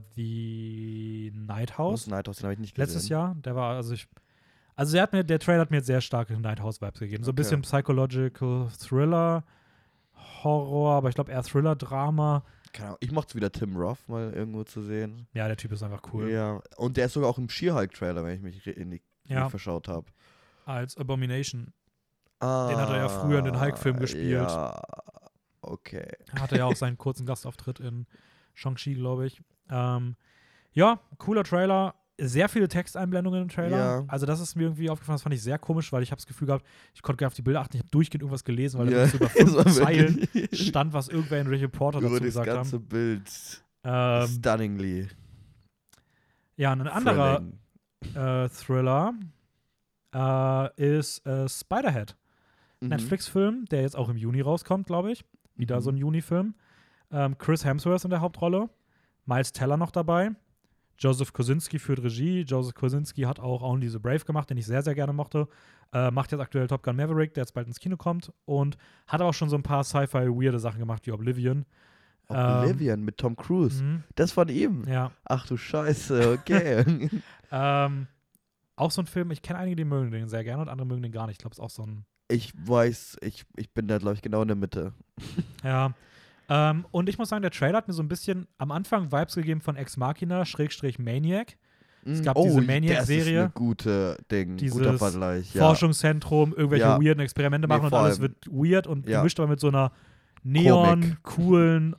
The Night House. Das Night House, den habe ich nicht gesehen. Letztes Jahr. Der war, also ich. Also der, hat mir, der Trailer hat mir sehr starke Night House-Vibes gegeben. So ein Okay. bisschen Psychological Thriller, Horror, aber ich glaube eher Thriller-Drama. Keine Ahnung, ich mochte es wieder Tim Roth mal irgendwo zu sehen. Ja, der Typ ist einfach cool. Ja, und der ist sogar auch im She-Hulk-Trailer, wenn ich mich re- in die Ja. nicht verschaut habe. Als Abomination. Ah, Den hat er ja früher in den Hulk-Filmen gespielt. Ja, okay. Hatte ja auch seinen kurzen Gastauftritt in Shang-Chi, glaube ich. Ähm, ja, cooler Trailer. Sehr viele Texteinblendungen im Trailer. Ja. Also das ist mir irgendwie aufgefallen, das fand ich sehr komisch, weil ich habe das Gefühl gehabt, ich konnte gar nicht auf die Bilder achten, ich habe durchgehend irgendwas gelesen, weil da Ja, wirklich so über es fünf war Zeilen wirklich- stand, was irgendwer in Reporter dazu Über das gesagt ganze haben. Bild. Ähm, Stunningly. ja, ein anderer thrilling. äh, Thriller äh, ist äh, Spiderhead. Mhm. Netflix-Film, der jetzt auch im Juni rauskommt, glaube ich. Wieder Mhm. so ein Juni-Film. Ähm, Chris Hemsworth in der Hauptrolle. Miles Teller noch dabei. Joseph Kosinski führt Regie. Joseph Kosinski hat auch Only the Brave gemacht, den ich sehr, sehr gerne mochte. Äh, macht jetzt aktuell Top Gun Maverick, der jetzt bald ins Kino kommt. Und hat aber auch schon so ein paar Sci-Fi-weirde Sachen gemacht, wie Oblivion. Oblivion mit Tom Cruise. Mhm. Das von ihm. Ja. Ach du Scheiße, okay. Ähm, auch so ein Film, ich kenne einige, die mögen den sehr gerne und andere mögen den gar nicht. Ich glaube, es ist auch so ein, Ich weiß, ich, ich bin da, glaube ich, genau in der Mitte. ja. Ähm, und ich muss sagen, der Trailer hat mir so ein bisschen am Anfang Vibes gegeben von Ex Machina, Schrägstrich Maniac. Es gab oh, diese das ist Maniac-Serie. eine gute Ding, Dieses guter Vergleich. Ja. Forschungszentrum, irgendwelche Ja. weirden Experimente Nee, machen und vor alles allem- wird weird und Ja. gemischt aber mit so einer Komik. neon, coolen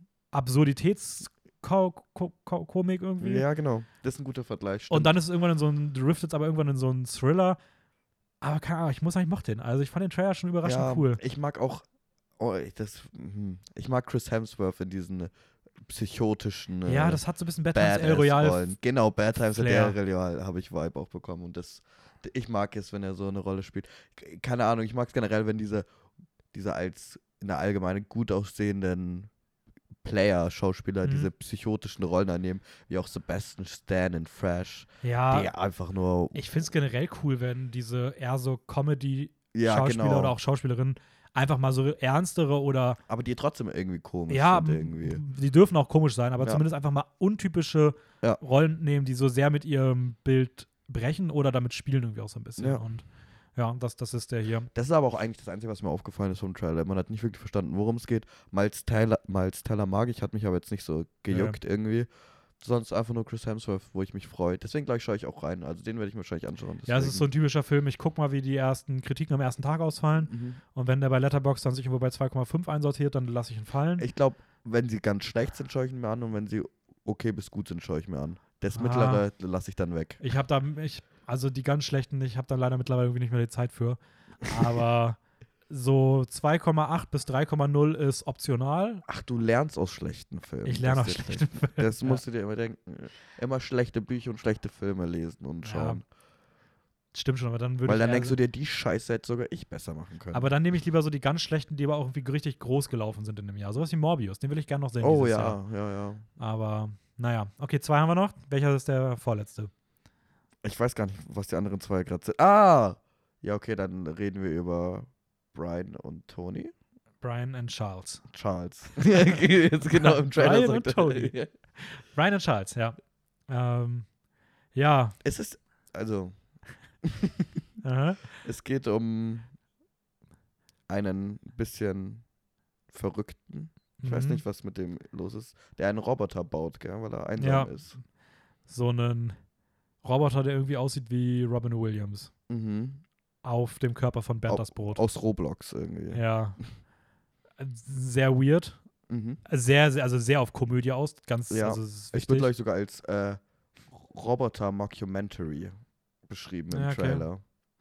Absurditätskomik irgendwie. Ja, genau. Das ist ein guter Vergleich. Und stimmt. dann ist es irgendwann in so ein, driftet es aber irgendwann in so einen Thriller. Aber keine Ahnung, ich muss sagen, ich mochte den. Also ich fand den Trailer schon überraschend ja, cool. Ich mag auch, oh, ich, das, mhm. ich mag Chris Hemsworth in diesen psychotischen äh, Ja, das hat so ein bisschen Bad Times El Badass Royale. Rollen. Genau, Bad Times at Flair. El Royale habe ich Vibe auch bekommen. Und das, ich mag es, wenn er so eine Rolle spielt. Keine Ahnung, ich mag es generell, wenn diese, diese als in der Allgemeinen gut aussehenden Player, Schauspieler, Mhm. diese psychotischen Rollen annehmen, wie auch Sebastian Stan in Fresh, Ja, die einfach nur, ich finde es generell cool, wenn diese eher so Comedy-Schauspieler ja, genau, oder auch Schauspielerinnen einfach mal so ernstere oder aber die trotzdem irgendwie komisch ja, sind irgendwie. m- die dürfen auch komisch sein, aber Ja. zumindest einfach mal untypische Ja. Rollen nehmen, die so sehr mit ihrem Bild brechen oder damit spielen irgendwie auch so ein bisschen. Ja. Und ja, das, das ist der hier. Das ist aber auch eigentlich das Einzige, was mir aufgefallen ist vom Trailer. Man hat nicht wirklich verstanden, worum es geht. Miles Teller, Miles Teller mag ich, hat mich aber jetzt nicht so gejuckt irgendwie. Sonst einfach nur Chris Hemsworth, wo ich mich freue. Deswegen gleich schaue ich auch rein. Also den werde ich mir wahrscheinlich anschauen. Ja, es ist so ein typischer Film. Ich guck mal, wie die ersten Kritiken am ersten Tag ausfallen. Mhm. Und wenn der bei Letterboxd dann sich irgendwo bei zwei Komma fünf einsortiert, dann lasse ich ihn fallen. Ich glaube, wenn sie ganz schlecht sind, schaue ich ihn mir an. Und wenn sie okay bis gut sind, schaue ich mir an. Das Ah. mittlere lasse ich dann weg. Ich habe da, ich, also die ganz schlechten, ich habe da leider mittlerweile irgendwie nicht mehr die Zeit für. Aber so zwei Komma acht bis drei Komma null ist optional. Ach, du lernst aus schlechten Filmen. Ich lerne aus Das ist schlechten Filmen. Das Ja. musst du dir immer denken. Immer schlechte Bücher und schlechte Filme lesen und Ja, schauen. Stimmt schon, aber dann würde Weil ich dann eher- denkst du dir, die Scheiße hätte sogar ich besser machen können. Aber dann nehme ich lieber so die ganz schlechten, die aber auch irgendwie richtig groß gelaufen sind in dem Jahr. Sowas wie Morbius, den will ich gerne noch sehen oh dieses ja, Jahr. ja, ja. Aber naja, okay, zwei haben wir noch. Welcher ist der vorletzte? Ich weiß gar nicht, was die anderen zwei gerade sind. Ah! Ja, okay, dann reden wir über Brian und Tony. Brian and Charles. Charles. Jetzt genau im Trailer Brian und sagt er- Tony. Brian and Charles, ja. Ähm, ja. Es ist, also, Aha. es geht um einen bisschen Verrückten. Ich weiß Mhm. nicht, was mit dem los ist. Der einen Roboter baut, gell, weil er einsam Ja. ist. So einen Roboter, der irgendwie aussieht wie Robin Williams. Mhm. Auf dem Körper von Bernd das Brot. Aus Roblox irgendwie. Ja. Sehr weird. Mhm. Sehr, sehr, also sehr auf Komödie aus. Ganz, Ja. also es ist Ich wird wichtig. gleich sogar als äh, Roboter-Mockumentary beschrieben im Ja, okay. Trailer.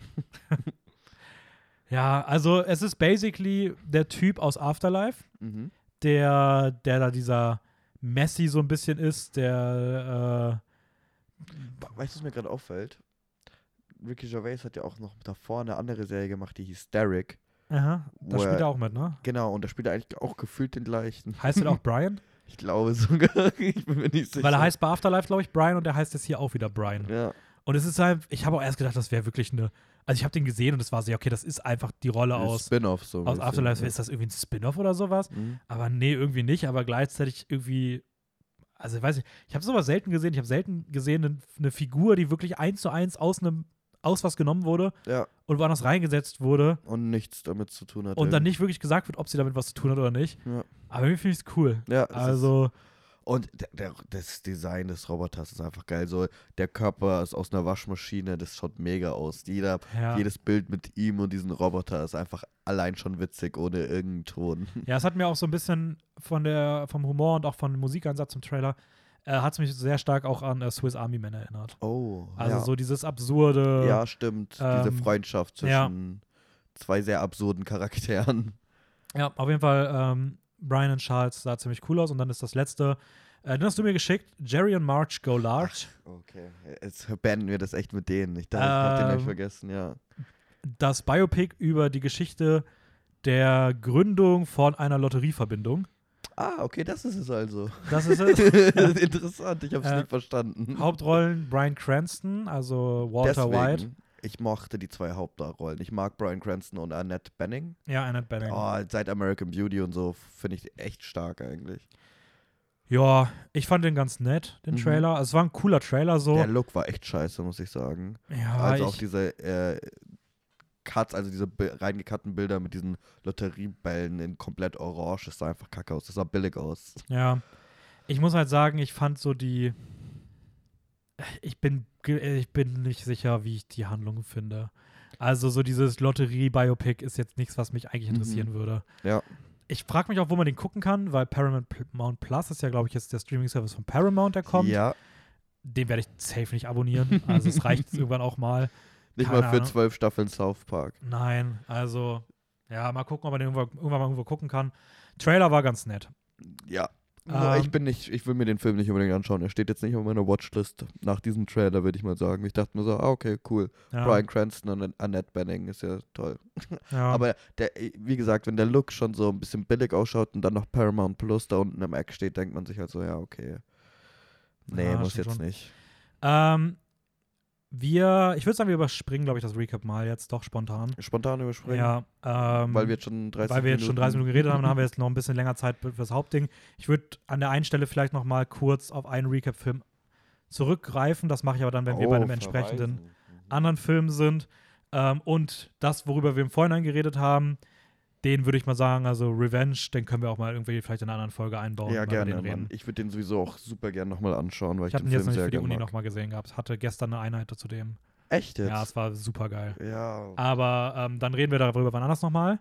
Ja, also es ist basically der Typ aus Afterlife, Mhm. der, der da dieser Messi so ein bisschen ist, der Weißt du, was mir gerade auffällt? Ricky Gervais hat ja auch noch davor eine andere Serie gemacht, die hieß Derek. äh, aha, da Wo spielt er- er auch mit, ne? Genau, und da spielt er eigentlich auch gefühlt den gleichen. Heißt er auch Brian? Ich glaube sogar. Ich bin mir nicht sicher. Weil er heißt bei Afterlife, glaube ich, Brian und er heißt jetzt hier auch wieder Brian. Ja. Und es ist halt, ich habe auch erst gedacht, das wäre wirklich eine, also ich habe den gesehen und es war so, ja, okay, das ist einfach die Rolle Ein aus, Spin-off so. ein aus bisschen, Afterlife. ja. Ist das irgendwie ein Spin-off oder sowas? Mhm. Aber nee, irgendwie nicht, aber gleichzeitig irgendwie, also ich weiß nicht, ich habe sowas selten gesehen. Ich habe selten gesehen, eine, eine Figur, die wirklich eins zu eins aus einem, aus was genommen wurde Ja, und woanders reingesetzt wurde und nichts damit zu tun hat. und dann irgendwie. nicht wirklich gesagt wird, ob sie damit was zu tun hat oder nicht. Ja. Aber irgendwie finde ich es cool. Ja, es ist- Also, Und der, der, das Design des Roboters ist einfach geil. So, der Körper ist aus einer Waschmaschine, das schaut mega aus. Jeder, ja. Jedes Bild mit ihm und diesem Roboter ist einfach allein schon witzig, ohne irgendeinen Ton. Ja, es hat mir auch so ein bisschen von der, vom Humor und auch von dem Musikeinsatz im Trailer, äh, hat es mich sehr stark auch an äh, Swiss Army Men erinnert. Oh, Also ja. so dieses absurde. Ja, stimmt. Diese ähm, Freundschaft ja. zwischen zwei sehr absurden Charakteren. Ja, auf jeden Fall, ähm, Brian und Charles sah ziemlich cool aus. Und dann ist das letzte, äh, den hast du mir geschickt, Jerry und Marge Go Large. Okay, jetzt beenden wir das echt mit denen. Ich dachte, ich hab den Ähm, gleich vergessen, ja. Das Biopic über die Geschichte der Gründung von einer Lotterieverbindung. Ah, okay, das ist es also. Das ist es. Interessant, ich hab's Äh, nicht verstanden. Hauptrollen Bryan Cranston, also Walter Deswegen, White. ich mochte die zwei Hauptrollen. Ich mag Bryan Cranston und Annette Bening. Ja, Annette Bening. Oh, seit American Beauty und so finde ich die echt stark eigentlich. Ja, ich fand den ganz nett, den Mhm. Trailer. Also, es war ein cooler Trailer so. Der Look war echt scheiße, muss ich sagen. Ja, also ich, auch diese äh, Cuts, also diese bi- reingekatten Bilder mit diesen Lotteriebällen in komplett orange, das sah einfach kacke aus. Das sah billig aus. ja. Ich muss halt sagen, ich fand so die. Ich bin, ge- ich bin nicht sicher, wie ich die Handlung finde. Also, so dieses Lotterie-Biopic ist jetzt nichts, was mich eigentlich interessieren Mhm. würde. Ja. Ich frage mich auch, wo man den gucken kann, weil Paramount Plus ist ja, glaube ich, jetzt der Streaming-Service von Paramount, der kommt. Ja, Den werde ich safe nicht abonnieren. Also, es reicht irgendwann auch mal. nicht Keine mal für Ahnung. zwölf Staffeln South Park. Nein, also, ja, mal gucken, ob man den irgendwann, irgendwann mal irgendwo gucken kann. Trailer war ganz nett. Ja. Ähm, Nur ich bin nicht, ich will mir den Film nicht unbedingt anschauen. Er steht jetzt nicht auf meiner Watchlist nach diesem Trailer, würde ich mal sagen. Ich dachte mir so, ah, okay, cool. Ja, Bryan Cranston und Annette Bening ist ja toll. ja. Aber der, wie gesagt, wenn der Look schon so ein bisschen billig ausschaut und dann noch Paramount Plus da unten im Eck steht, denkt man sich halt so, ja, okay. Nee, Ja, muss stimmt jetzt schon. nicht. Ähm, wir, ich würde sagen, wir überspringen, glaube ich, das Recap mal jetzt doch spontan. Spontan überspringen. Ja, ähm, Weil wir jetzt schon dreißig weil wir jetzt schon dreißig Minuten geredet haben, dann haben wir jetzt noch ein bisschen länger Zeit für das Hauptding. Ich würde an der einen Stelle vielleicht noch mal kurz auf einen Recap-Film zurückgreifen. Das mache ich aber dann, wenn wir bei einem entsprechenden anderen Film sind. Ähm, und das, worüber wir im Vorhinein geredet haben, den würde ich mal sagen, also Revenge, den können wir auch mal irgendwie vielleicht in einer anderen Folge einbauen. Ja, wenn wir gerne, den reden. Mann. Ich würde den sowieso auch super gerne nochmal anschauen, weil ich, Ich habe den ihn jetzt Film noch nicht sehr für die gerne Uni mag. nochmal gesehen gehabt. Hatte gestern eine Einheit zu dem. Echt jetzt? Ja, es war super geil. Ja. Aber ähm, dann reden wir darüber wann anders nochmal.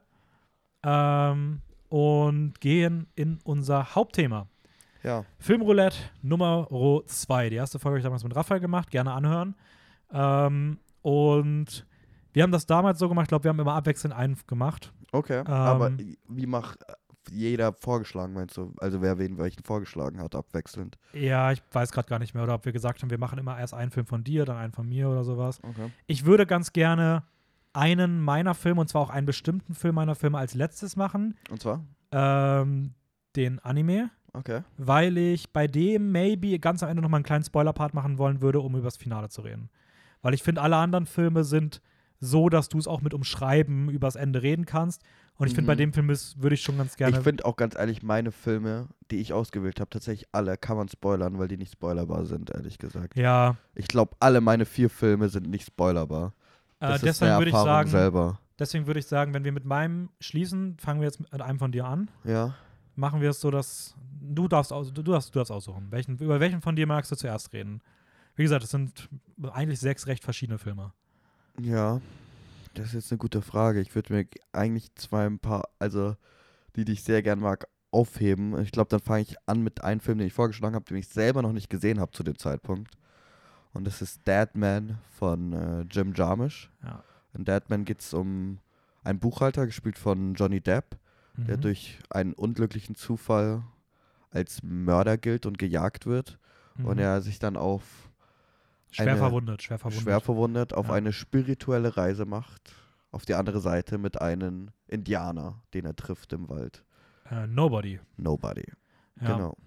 Ähm, und gehen in unser Hauptthema. Ja. Filmroulette Nummer zwei. Die erste Folge habe ich damals mit Raphael gemacht. Gerne anhören. Ähm, und wir haben das damals so gemacht. Ich glaube, wir haben immer abwechselnd einen gemacht. Okay. Ähm, Aber wie macht jeder vorgeschlagen, meinst du? Also wer wen welchen vorgeschlagen hat, abwechselnd. Ja, ich weiß gerade gar nicht mehr. Oder ob wir gesagt haben, wir machen immer erst einen Film von dir, dann einen von mir oder sowas. Okay. Ich würde ganz gerne einen meiner Filme, und zwar auch einen bestimmten Film meiner Filme als letztes machen. Und zwar? Ähm, den Anime. Okay. Weil ich bei dem maybe ganz am Ende noch mal einen kleinen Spoiler-Part machen wollen würde, um über das Finale zu reden. Weil ich finde, alle anderen Filme sind so, dass du es auch mit Umschreiben übers Ende reden kannst. Und ich finde, Mhm. bei dem Film ist- würde ich schon ganz gerne. Ich finde auch ganz ehrlich, meine Filme, die ich ausgewählt habe, tatsächlich alle kann man spoilern, weil die nicht spoilerbar sind, ehrlich gesagt. ja, Ich glaube, alle meine vier Filme sind nicht spoilerbar. äh, Das ist deswegen eine würde ich Erfahrung sagen, selber. deswegen würde ich sagen, wenn wir mit meinem schließen, fangen wir jetzt mit einem von dir an. Ja. Machen wir es so, dass du darfst, aus, du darfst, du darfst aussuchen. Welchen, über welchen von dir magst du zuerst reden? Wie gesagt, es sind eigentlich sechs recht verschiedene Filme. Ja. Das ist jetzt eine gute Frage. Ich würde mir eigentlich zwei ein paar, also die, die ich sehr gern mag, aufheben. Ich glaube, dann fange ich an mit einem Film, den ich vorgeschlagen habe, den ich selber noch nicht gesehen habe zu dem Zeitpunkt. Und das ist Dead Man von äh, Jim Jarmusch. Ja. In Dead Man geht es um einen Buchhalter, gespielt von Johnny Depp, der Mhm. durch einen unglücklichen Zufall als Mörder gilt und gejagt wird. Mhm. Und er sich dann auf schwer eine- verwundet, schwer verwundet. schwer verwundet auf Ja. eine spirituelle Reise macht, auf die andere Seite mit einem Indianer, den er trifft im Wald. Äh, Nobody. Nobody. Ja. Genau.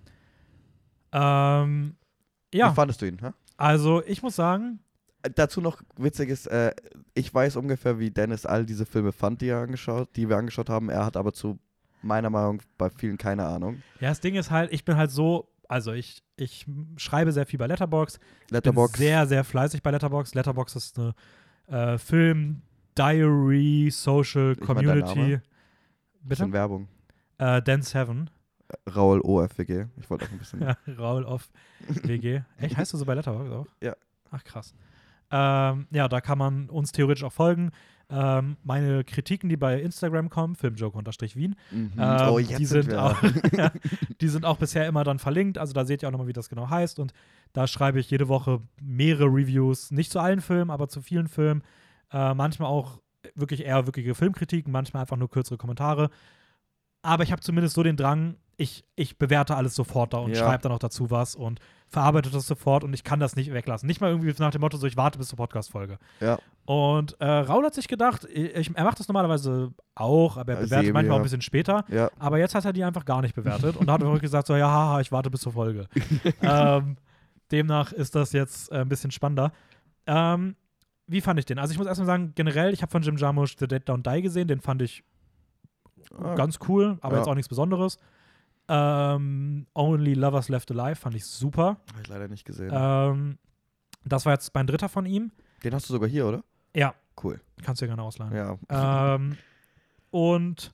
Ähm, ja, Wie fandest du ihn? Hä? also ich muss sagen, Äh, Dazu noch witziges, äh, ich weiß ungefähr, wie Dennis all diese Filme fand, die, er angeschaut, die wir angeschaut haben. Er hat aber zu meiner Meinung bei vielen keine Ahnung. ja, das Ding ist halt, ich bin halt so, also ich, ich schreibe sehr viel bei Letterboxd. Bin Letterboxd. sehr, sehr fleißig bei Letterboxd. Letterboxd ist eine äh, Film, Diary, Social, Ich mein, der Community. Name. Bitte? Bisschen Werbung. Äh, Dan Seven. Raul O F W G. Ich wollte auch ein bisschen. Ja, Raul auf W G. Echt, heißt du so bei Letterboxd auch? Ja. Ach, krass. Ähm, ja, da kann man uns theoretisch auch folgen. Ähm, meine Kritiken, die bei Instagram kommen, filmjoke-wien, Mhm. ähm, oh, jetzt die, sind wir- auch, ja, die sind auch bisher immer dann verlinkt. Also da seht ihr auch nochmal, wie das genau heißt. Und da schreibe ich jede Woche mehrere Reviews. Nicht zu allen Filmen, aber zu vielen Filmen. Äh, manchmal auch wirklich eher wirkliche Filmkritiken, manchmal einfach nur kürzere Kommentare. Aber ich habe zumindest so den Drang, ich, ich bewerte alles sofort da und Ja. schreibe dann auch dazu was und verarbeite das sofort und ich kann das nicht weglassen. Nicht mal irgendwie nach dem Motto, so ich warte bis zur Podcast-Folge. Ja. Und äh, Raul hat sich gedacht, ich, er macht das normalerweise auch, aber er Äh, bewertet semi, manchmal auch ja. ein bisschen später. Ja. Aber jetzt hat er die einfach gar nicht bewertet und hat wirklich gesagt, so ja, haha, ich warte bis zur Folge. ähm, demnach ist das jetzt äh, ein bisschen spannender. Ähm, wie fand ich den? Also ich muss erstmal sagen, generell, ich habe von Jim Jarmusch The Dead Don't Die gesehen, den fand ich Ah, ganz cool, aber Ja. jetzt auch nichts Besonderes. Ähm, Only Lovers Left Alive fand ich super. Habe ich leider nicht gesehen. Ähm, das war jetzt mein dritter von ihm. Den hast du sogar hier, oder? Ja. Cool. Kannst du ja gerne ausleihen. Ja. Ähm, und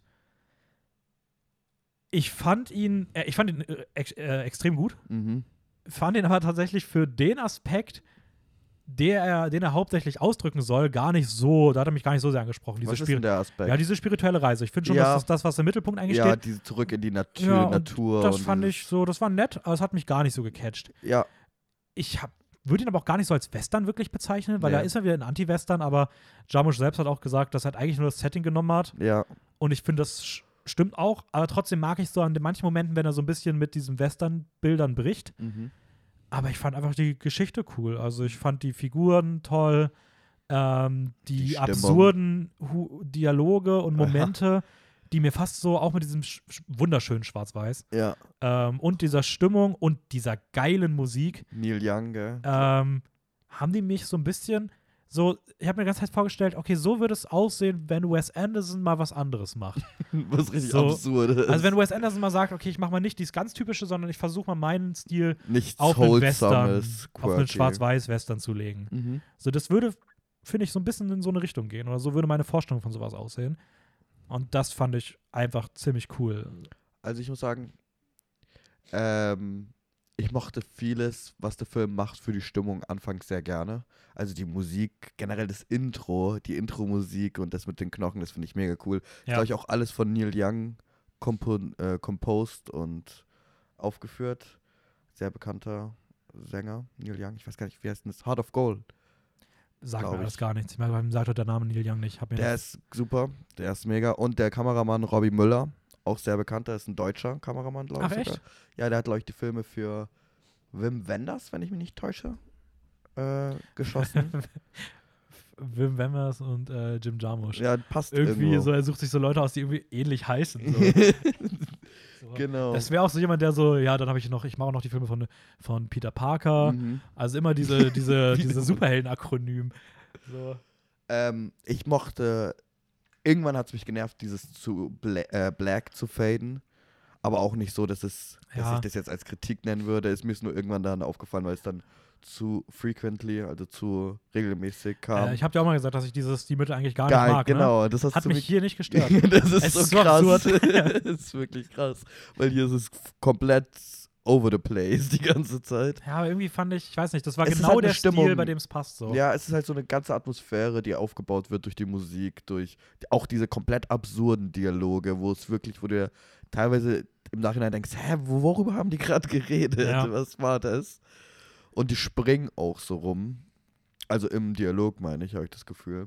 ich fand ihn, äh, ich fand ihn äh, ex äh, extrem gut. Mhm. Fand ihn aber tatsächlich für den Aspekt, der er, den er hauptsächlich ausdrücken soll, gar nicht so, da hat er mich gar nicht so sehr angesprochen. Diese Was ist Spiri- denn der Aspekt? Ja, diese spirituelle Reise. Ich finde schon, Ja. dass das das, was im Mittelpunkt eigentlich ja, steht. diese zurück in die Natur. Ja, und Natur das und fand dieses, ich so, das war nett, aber es hat mich gar nicht so gecatcht. Ja, Ich würde ihn aber auch gar nicht so als Western wirklich bezeichnen, weil Nee. da ist er wieder ein Anti-Western, aber Jarmusch selbst hat auch gesagt, dass er eigentlich nur das Setting genommen hat. ja. Und ich finde, das sch- stimmt auch, aber trotzdem mag ich es so an den manchen Momenten, wenn er so ein bisschen mit diesen Western-Bildern bricht. Mhm. Aber ich fand einfach die Geschichte cool. Also ich fand die Figuren toll, ähm, die, Die Stimmung. absurden Hu Dialoge und Momente, die mir fast so, auch mit diesem sch sch wunderschönen Schwarz-Weiß Ja. ähm, und dieser Stimmung und dieser geilen Musik, Neil Young, gell? ähm, haben die mich so ein bisschen so, ich habe mir die ganze Zeit vorgestellt, okay, so würde es aussehen, wenn Wes Anderson mal was anderes macht. Was richtig so, absurd ist. Also wenn Wes Anderson mal sagt, okay, ich mache mal nicht dieses ganz typische, sondern ich versuche mal meinen Stil Nichts auf einen Western, Wholesomes, auf einen quirky. Schwarz-Weiß-Western zu legen. Mhm. So, das würde, finde ich, so ein bisschen in so eine Richtung gehen. Oder so würde meine Vorstellung von sowas aussehen. Und das fand ich einfach ziemlich cool. Also ich muss sagen, ähm, ich mochte vieles, was der Film macht für die Stimmung anfangs sehr gerne. Also die Musik, generell das Intro, die Intro-Musik und das mit den Knochen, das finde ich mega cool. Ja. Glaube ich auch alles von Neil Young compon äh, composed und aufgeführt. Sehr bekannter Sänger, Neil Young. Ich weiß gar nicht, wie heißt denn das? Heart of Gold. Sagt Glaub mir alles ich. gar nichts. Ich meine, beim sagt der Name Neil Young nicht. Hab mir Der nicht- ist super, der ist mega. Und der Kameramann Robbie Müller, auch sehr bekannter, ist ein deutscher Kameramann, glaube ich. Ach, echt? sogar. Ja, der hat, glaube ich, die Filme für Wim Wenders, wenn ich mich nicht täusche, äh, geschossen. Wim Wenders und äh, Jim Jarmusch. Ja, passt irgendwie irgendwo. so, er sucht sich so Leute aus, die irgendwie ähnlich heißen. So. So. Genau. Das wäre auch so jemand, der so, ja, dann habe ich noch, ich mache auch noch die Filme von, von Peter Parker. Mhm. Also immer diese, diese, Wieder diese so. Superhelden-Akronym. So. Ähm, ich mochte, irgendwann hat es mich genervt, dieses zu Bla äh, Black zu faden. Aber auch nicht so, dass, es, dass Ja. ich das jetzt als Kritik nennen würde. Ist mir ist nur irgendwann dann aufgefallen, weil es dann zu frequently, also zu regelmäßig kam. Äh, ich habe dir auch mal gesagt, dass ich dieses Stilmittel eigentlich gar, Geil, nicht mag. Ne? genau. Das hast Hat du mich mich hier nicht gestört. das ist Es so ist so krass. absurd. Das ist wirklich krass. Weil hier ist es komplett over the place die ganze Zeit. Ja, aber irgendwie fand ich, ich weiß nicht, das war Es ist genau halt eine der Stimmung. Stil, bei dem es passt. So. Ja, es ist halt so eine ganze Atmosphäre, die aufgebaut wird durch die Musik, durch auch diese komplett absurden Dialoge, wo es wirklich, wo du teilweise im Nachhinein denkst, hä, wo- worüber haben die gerade geredet? Ja. Was war das? Und die springen auch so rum. Also im Dialog, meine ich, habe ich das Gefühl.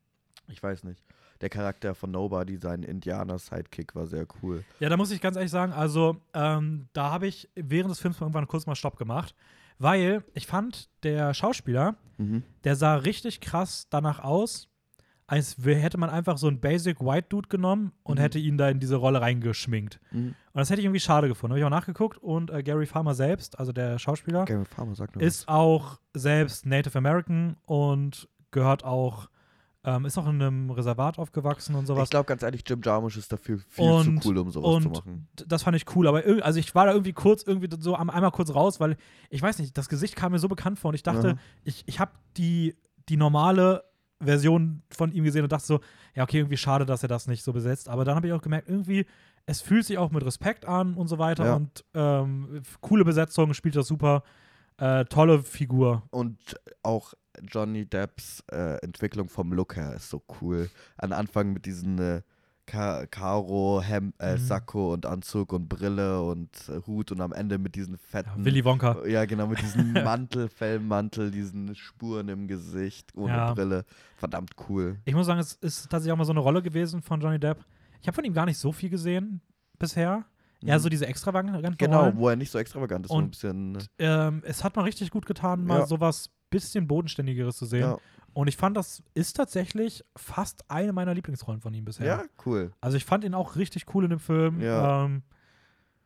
Ich weiß nicht. Der Charakter von Nobody, sein Indianer-Sidekick, war sehr cool. Ja, da muss ich ganz ehrlich sagen, also ähm, da habe ich während des Films irgendwann kurz mal Stopp gemacht, weil ich fand, der Schauspieler, Mhm. der sah richtig krass danach aus, als wär- hätte man einfach so einen Basic White Dude genommen und Mhm. hätte ihn da in diese Rolle reingeschminkt. Mhm. Und das hätte ich irgendwie schade gefunden. Habe ich auch nachgeguckt und äh, Gary Farmer selbst, also der Schauspieler, Gary Farmer sagt nur ist auch selbst Native American und gehört auch, ähm, ist auch in einem Reservat aufgewachsen und was. sowas. Ich glaube ganz ehrlich, Jim Jarmusch ist dafür viel Und- zu cool, um sowas und zu machen. D- Das fand ich cool, aber irg- also ich war da irgendwie kurz, irgendwie so am- einmal kurz raus, weil ich weiß nicht, das Gesicht kam mir so bekannt vor und ich dachte, Aha. ich, ich habe die, die normale Version von ihm gesehen und dachte so, ja, okay, irgendwie schade, dass er das nicht so besetzt. Aber dann habe ich auch gemerkt, irgendwie, es fühlt sich auch mit Respekt an und so weiter Ja. und ähm, f- coole Besetzung, spielt das super. Äh, tolle Figur. Und auch Johnny Depps äh, Entwicklung vom Look her ist so cool. Am Anfang mit diesen äh, Ka Karo, Hem äh, Mhm. Sakko und Anzug und Brille und äh, Hut und am Ende mit diesen Ja, fetten Willy Wonka. Ja, genau, mit diesem Mantel, Fellmantel, diesen Spuren im Gesicht, ohne Ja. Brille. Verdammt cool. Ich muss sagen, es ist tatsächlich auch mal so eine Rolle gewesen von Johnny Depp. Ich habe von ihm gar nicht so viel gesehen bisher. Eher Mhm. so diese extravaganten Genau, Rollen. wo er nicht so extravagant ist, so ein Und- bisschen. äh, Ähm, es hat mal richtig gut getan, mal Ja. sowas bisschen Bodenständigeres zu sehen. Ja. Und ich fand, das ist tatsächlich fast eine meiner Lieblingsrollen von ihm bisher. ja, cool. Also ich fand ihn auch richtig cool in dem Film. Ja. Ähm,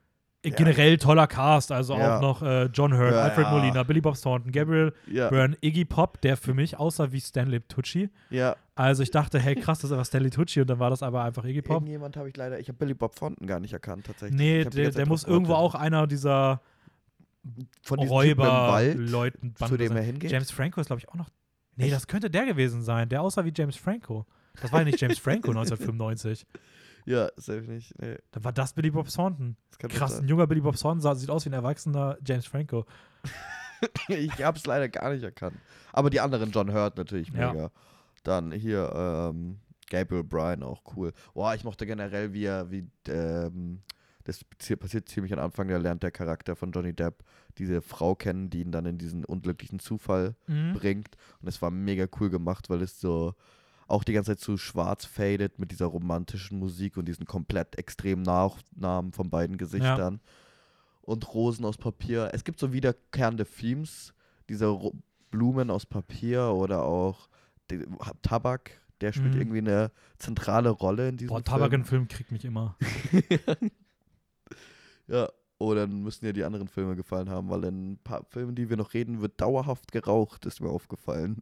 generell toller Cast, also Ja. auch noch äh, John Hurt, Ja, Alfred ja. Molina, Billy Bob Thornton, Gabriel Ja, Byrne, Iggy Pop, der für mich aussah wie Stanley Tucci. ja. Also ich dachte, hey krass, das ist aber Stanley Tucci und dann war das aber einfach Iggy Pop. Irgendjemand habe ich leider, ich habe Billy Bob Thornton gar nicht erkannt, tatsächlich. Nee, Ich hab die der, ganze der Zeit muss drauf irgendwo gewartet. auch einer dieser Von diesem Typen im Wald, Räuber-Leuten zu dem er hingeht. James Franco ist, glaube ich, auch noch. Nee, Echt? das könnte der gewesen sein. Der aussah wie James Franco. Das war ja nicht James Franco neunzehnhundertfünfundneunzig. Ja, safe nicht. Nee, Dann war das Billy Bob Thornton. das kann Krass, nicht ein junger Billy Bob Thornton sah, sieht aus wie ein erwachsener James Franco. sein. Ich habe es leider gar nicht erkannt. Aber die anderen, John Hurt natürlich Ja. mega. Dann hier, ähm, Gabriel Byrne auch cool. Boah, ich mochte generell, wie er, wie, ähm, das passiert, passiert ziemlich am Anfang, da lernt der Charakter von Johnny Depp diese Frau kennen, die ihn dann in diesen unglücklichen Zufall Mhm. bringt. Und es war mega cool gemacht, weil es so auch die ganze Zeit so schwarz fadet mit dieser romantischen Musik und diesen komplett extremen Nachnamen von beiden Gesichtern. Und Rosen aus Papier. Es gibt so wiederkehrende Themes, diese Ro- Blumen aus Papier oder auch die, Tabak, der spielt Mhm. irgendwie eine zentrale Rolle in diesem Boah, Film. Tabak in Film kriegt mich immer. Ja, oh, dann müssen ja die anderen Filme gefallen haben, weil in ein paar Filmen, die wir noch reden, wird dauerhaft geraucht, ist mir aufgefallen.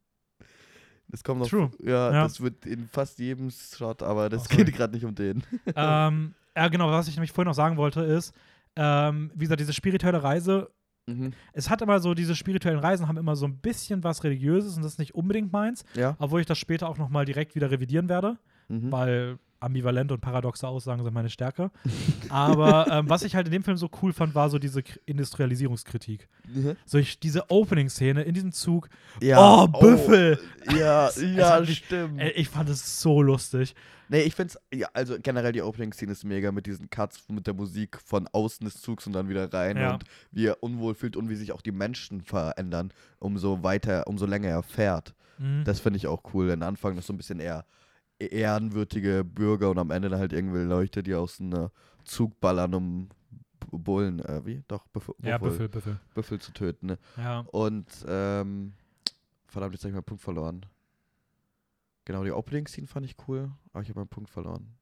Das kommt noch. True. Ja, Ja. das wird in fast jedem Shot, aber das Oh, sorry. geht gerade nicht um den. ähm, ja, genau, was ich nämlich vorhin noch sagen wollte, ist, ähm, wie gesagt, diese spirituelle Reise, Mhm. es hat immer so, diese spirituellen Reisen haben immer so ein bisschen was Religiöses und das ist nicht unbedingt meins, Ja. obwohl ich das später auch nochmal direkt wieder revidieren werde, Mhm. weil ambivalente und paradoxe Aussagen sind meine Stärke. Aber ähm, was ich halt in dem Film so cool fand, war so diese K- Industrialisierungskritik. Mhm. So ich, diese Opening-Szene in diesem Zug, Ja. oh, Büffel! Oh, ja, Es ja, hat mich- stimmt. Ey, ich fand es so lustig. Nee, ich find's, ja, also generell die Opening-Szene ist mega mit diesen Cuts, mit der Musik von außen des Zugs und dann wieder rein Ja. und wie er unwohl fühlt und wie sich auch die Menschen verändern, umso weiter, umso länger er fährt. Mhm. Das finde ich auch cool. Am Anfang ist so ein bisschen eher ehrenwürdige Bürger und am Ende dann halt irgendwelche Leute, die aus einem Zug ballern, um B- Bullen, äh, wie? Doch, Büffel, ja, Büffel, Büffel, Büffel. Büffel zu töten, ne? Ja. Und, ähm, verdammt, jetzt habe ich meinen Punkt verloren. Genau, die Opening-Scene fand ich cool, aber ich habe meinen Punkt verloren.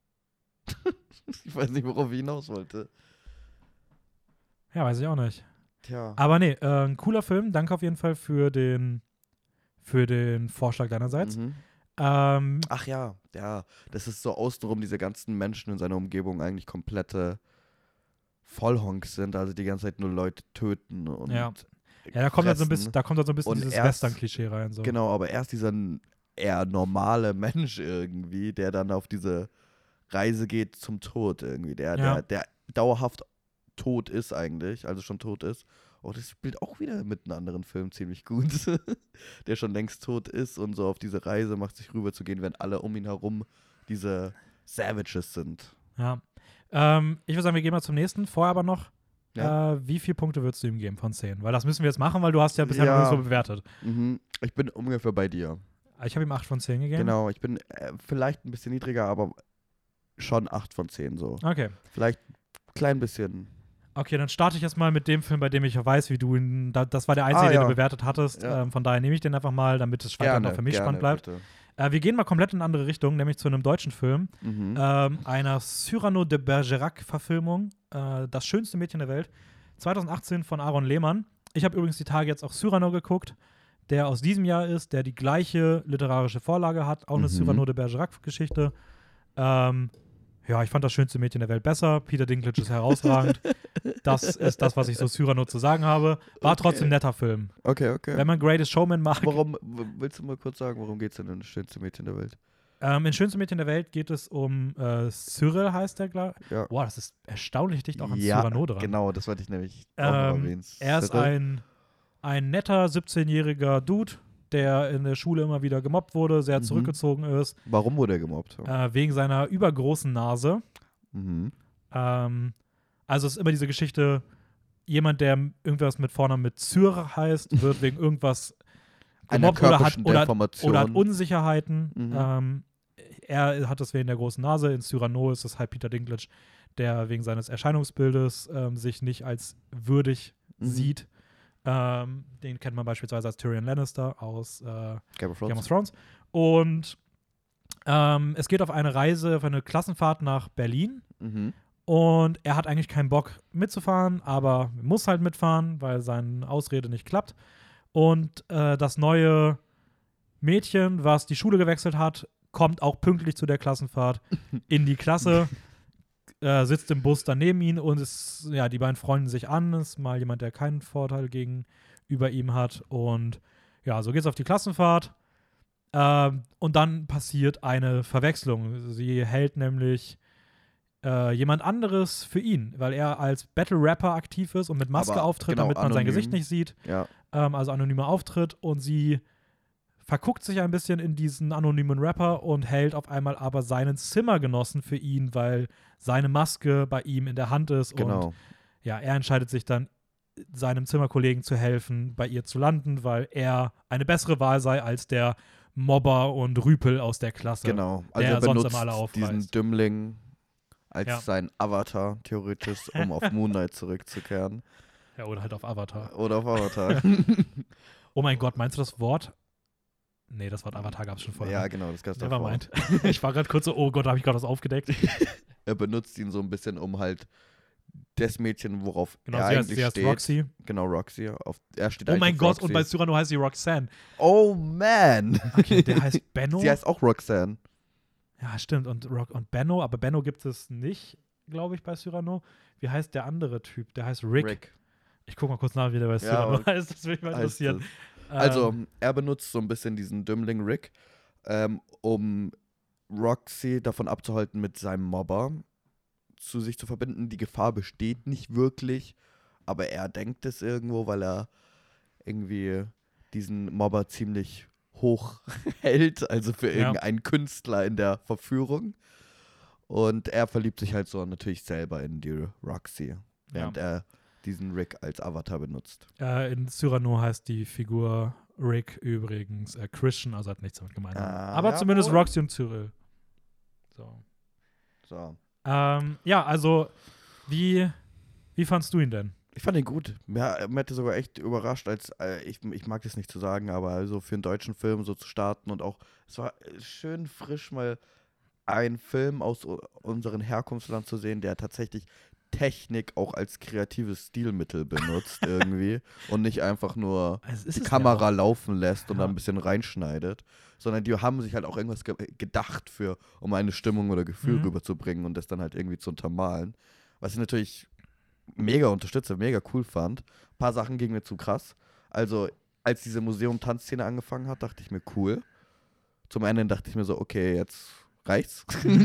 Ich weiß nicht, worauf ich hinaus wollte. Ja, weiß ich auch nicht. Tja. Aber nee, äh, ein cooler Film. Danke auf jeden Fall für den, für den Vorschlag deinerseits. Mhm. Ähm, Ach ja, ja. Das ist so außenrum, diese ganzen Menschen in seiner Umgebung eigentlich komplette Vollhonks sind, also die ganze Zeit nur Leute töten und Ja. ja, da kommt halt so ein fressen. bisschen, da kommt halt so ein bisschen Und dieses erst- Western-Klischee rein. So. Genau, aber erst dieser n- eher normale Mensch irgendwie, der dann auf diese Reise geht zum Tod irgendwie, der, Ja. der, der dauerhaft tot ist eigentlich, also schon tot ist. Oh, das spielt auch wieder mit einem anderen Film ziemlich gut, der schon längst tot ist und so auf diese Reise macht, sich rüber zu gehen, wenn alle um ihn herum diese Savages sind. Ja. Ähm, ich würde sagen, wir gehen mal zum nächsten. Vorher aber noch, Ja. äh, wie viele Punkte würdest du ihm geben von zehn? Weil das müssen wir jetzt machen, weil du hast ja bisher Ja. noch nicht so bewertet. Mhm. Ich bin ungefähr bei dir. Ich habe ihm acht von zehn gegeben. Genau, ich bin äh, vielleicht ein bisschen niedriger, aber schon acht von zehn so. Okay. Vielleicht ein klein bisschen. Okay, dann starte ich jetzt mal mit dem Film, bei dem ich auch weiß, wie du ihn, da, das war der einzige, Ah, den ja. du bewertet hattest. Ja. Ähm, von daher nehme ich den einfach mal, damit es weiter noch für mich spannend bleibt. Bitte. Äh, wir gehen mal komplett in eine andere Richtung, nämlich zu einem deutschen Film, Mhm. ähm, einer Cyrano de Bergerac-Verfilmung, äh, Das schönste Mädchen der Welt, zwanzig achtzehn von Aaron Lehmann. Ich habe übrigens die Tage jetzt auch Cyrano geguckt, der aus diesem Jahr ist, der die gleiche literarische Vorlage hat, auch eine Mhm. Cyrano de Bergerac-Geschichte. Ähm, ja, ich fand Das schönste Mädchen der Welt besser. Peter Dinklage ist herausragend. Das ist das, was ich so Cyrano zu sagen habe. War Okay. trotzdem ein netter Film. Okay, okay. Wenn man Greatest Showman mag. Warum, w- willst du mal kurz sagen, worum geht es denn in das schönste Mädchen der Welt? Ähm, in Schönste Mädchen der Welt geht es um äh, Cyril, heißt der, glaube ich. Ja. Boah, das ist erstaunlich dicht auch an ja, Cyrano dran. genau, das wollte ich nämlich auch noch Ähm, erwähnen. er ist Cyril? ein, ein netter siebzehnjähriger Dude, der in der Schule immer wieder gemobbt wurde, sehr Mhm. zurückgezogen ist, Warum wurde er gemobbt? äh, wegen seiner übergroßen Nase. Mhm. Ähm, also es ist immer diese Geschichte, jemand, der irgendwas mit Vornamen mit Cyr heißt, wird wegen irgendwas Einer gemobbt oder hat, körperlichen oder, Deformation. oder hat Unsicherheiten. Mhm. Ähm, er hat das wegen der großen Nase. In Cyrano ist es halt Peter Dinklage, der wegen seines Erscheinungsbildes ähm, sich nicht als würdig Mhm. sieht. Ähm, den kennt man beispielsweise als Tyrion Lannister aus äh, Game of Game Thrones. of Thrones. Und ähm, es geht auf eine Reise, auf eine Klassenfahrt nach Berlin. Mhm. Und er hat eigentlich keinen Bock mitzufahren, aber muss halt mitfahren, weil seine Ausrede nicht klappt. Und äh, das neue Mädchen, was die Schule gewechselt hat, kommt auch pünktlich zu der Klassenfahrt in die Klasse, äh, sitzt im Bus daneben ihn und ist, ja, die beiden freunden sich an. Ist mal jemand, der keinen Vorteil gegenüber ihm hat. Und ja, so geht's auf die Klassenfahrt. Ähm, und dann passiert eine Verwechslung. Sie hält nämlich äh, jemand anderes für ihn, weil er als Battle-Rapper aktiv ist und mit Maske Aber auftritt, genau, damit man anonym. sein Gesicht nicht sieht. Ja. Ähm, also anonymer Auftritt. Und sie verguckt sich ein bisschen in diesen anonymen Rapper und hält auf einmal aber seinen Zimmergenossen für ihn, weil seine Maske bei ihm in der Hand ist. Genau. Und ja, er entscheidet sich dann, seinem Zimmerkollegen zu helfen, bei ihr zu landen, weil er eine bessere Wahl sei als der Mobber und Rüpel aus der Klasse. Genau. Also der er sonst benutzt immer alle aufreißt. diesen Dümmling als Ja. sein Avatar, theoretisch, um auf Moon Knight zurückzukehren. Ja, oder halt auf Avatar. Oder auf Avatar. Oh mein Gott, meinst du das Wort? Nee, das Wort Avatar gab es schon vorher. Ja, genau, das gab's Never davor. mind. Ich war gerade kurz so, oh Gott, habe ich gerade was aufgedeckt. Er benutzt ihn so ein bisschen, um halt das Mädchen, worauf Genau, er sie heißt, eigentlich sie heißt steht. Roxy. Genau, Roxy. Auf, er steht Oh eigentlich mein auf Gott, Roxy. und bei Cyrano heißt sie Roxanne. Oh man! Okay, der heißt Benno. Sie heißt auch Roxanne. Ja, stimmt. Und, Rock und Benno, aber Benno gibt es nicht, glaube ich, bei Cyrano. Wie heißt der andere Typ? Der heißt Rick. Rick. Ich gucke mal kurz nach, wie der bei Ja, Cyrano aber- heißt. Das will mich mal heißt interessieren. es. Also, Ähm, er benutzt so ein bisschen diesen Dümmling Rick, ähm, um Roxy davon abzuhalten, mit seinem Mobber zu sich zu verbinden. Die Gefahr besteht nicht wirklich, aber er denkt es irgendwo, weil er irgendwie diesen Mobber ziemlich hoch hält, also für Ja. irgendeinen Künstler in der Verführung. Und er verliebt sich halt so natürlich selber in die Roxy, während er diesen Rick als Avatar benutzt. äh, in Cyrano heißt die Figur Rick übrigens äh, Christian, also hat nichts damit gemeinsam. Ah, aber ja, zumindest wohl. Roxy und Cyril. So. So. Ähm, ja, also, wie, wie fandst du ihn denn? Ich fand ihn gut. Mir, mir hätte sogar echt überrascht, als äh, ich, ich mag das nicht zu sagen, aber also für einen deutschen Film so zu starten und auch, es war schön frisch mal einen Film aus u- unserem Herkunftsland zu sehen, der tatsächlich Technik auch als kreatives Stilmittel benutzt irgendwie und nicht einfach nur Es ist die es ja Kamera auch. laufen lässt und Ja. dann ein bisschen reinschneidet, sondern die haben sich halt auch irgendwas ge gedacht für, um eine Stimmung oder Gefühl Mhm. rüberzubringen und das dann halt irgendwie zu untermalen. Was ich natürlich mega unterstütze, mega cool fand. Ein paar Sachen gingen mir zu krass. Also, als diese Museum-Tanzszene angefangen hat, dachte ich mir, cool. Zum Ende dachte ich mir so, okay, jetzt reicht's.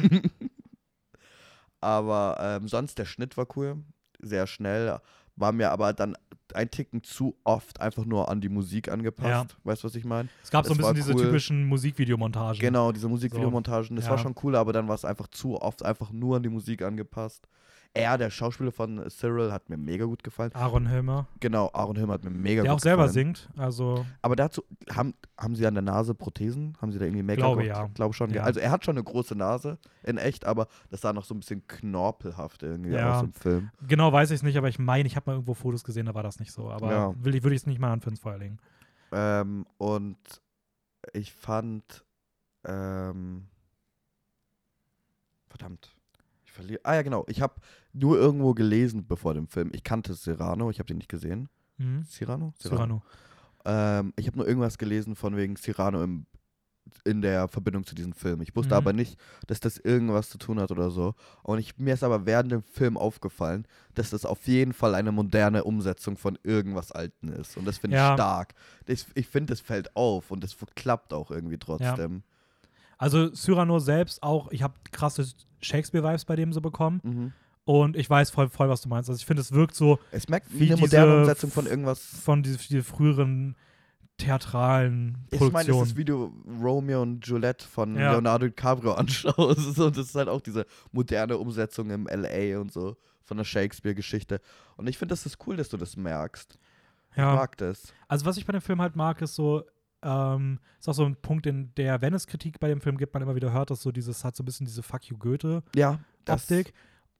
Aber ähm, sonst, der Schnitt war cool. Sehr schnell. War mir aber dann ein Ticken zu oft einfach nur an die Musik angepasst. Weißt du, was ich meine? Es gab so ein Es war bisschen diese cool. typischen Musikvideomontagen. Genau, diese Musikvideomontagen, das ja. war schon cool, aber dann war es einfach zu oft einfach nur an die Musik angepasst. Er, der Schauspieler von Cyril, hat mir mega gut gefallen. Aaron Hilmer, Genau, Aaron Hilmer hat mir mega der gut auch selber gefallen. singt. Also, Aber dazu, haben, haben sie an der Nase Prothesen? Haben sie da irgendwie Make-up Glaube, gemacht? ja. Glaube schon, ja. Ja. Also er hat schon eine große Nase, in echt, aber das sah noch so ein bisschen knorpelhaft irgendwie Ja. aus im Film. genau weiß ich es nicht, aber ich meine, ich habe mal irgendwo Fotos gesehen, da war das nicht so. Aber Ja. will ich, würde ich es nicht mal Hand für ins Feuer legen. Ähm, und ich fand, ähm, verdammt, ich verliere, ah ja genau, ich habe nur irgendwo gelesen bevor dem Film, ich kannte Cyrano, ich habe den nicht gesehen. Mhm. Cyrano? Cyrano. Ähm, ich habe nur irgendwas gelesen von wegen Cyrano im, in der Verbindung zu diesem Film. Ich wusste Mhm. aber nicht, dass das irgendwas zu tun hat oder so. Und ich, mir ist aber während dem Film aufgefallen, dass das auf jeden Fall eine moderne Umsetzung von irgendwas Alten ist. Und das finde Ja. ich stark. Das, ich finde, das fällt auf und das klappt auch irgendwie trotzdem. Also Cyrano selbst auch, ich habe krasse Shakespeare-Vibes bei dem so bekommen. Mhm. Und ich weiß voll, voll was du meinst. Also ich finde, es wirkt so Es merkt Wie wie eine diese moderne Umsetzung von f- irgendwas. von diese, diese früheren theatralen Ich meine, das Produktionen. ist, wie du Romeo und Juliette von Ja. Leonardo DiCaprio anschaust. Und das ist halt auch diese moderne Umsetzung im L A und so von der Shakespeare-Geschichte. Und ich finde, das ist cool, dass du das merkst. Ich ja. mag das. Also was ich bei dem Film halt mag, ist so, ähm, ist auch so ein Punkt, in der, wenn es Kritik bei dem Film gibt, man immer wieder hört, dass so dieses, hat so ein bisschen diese Fuck you Goethe-Optik. Ja, das,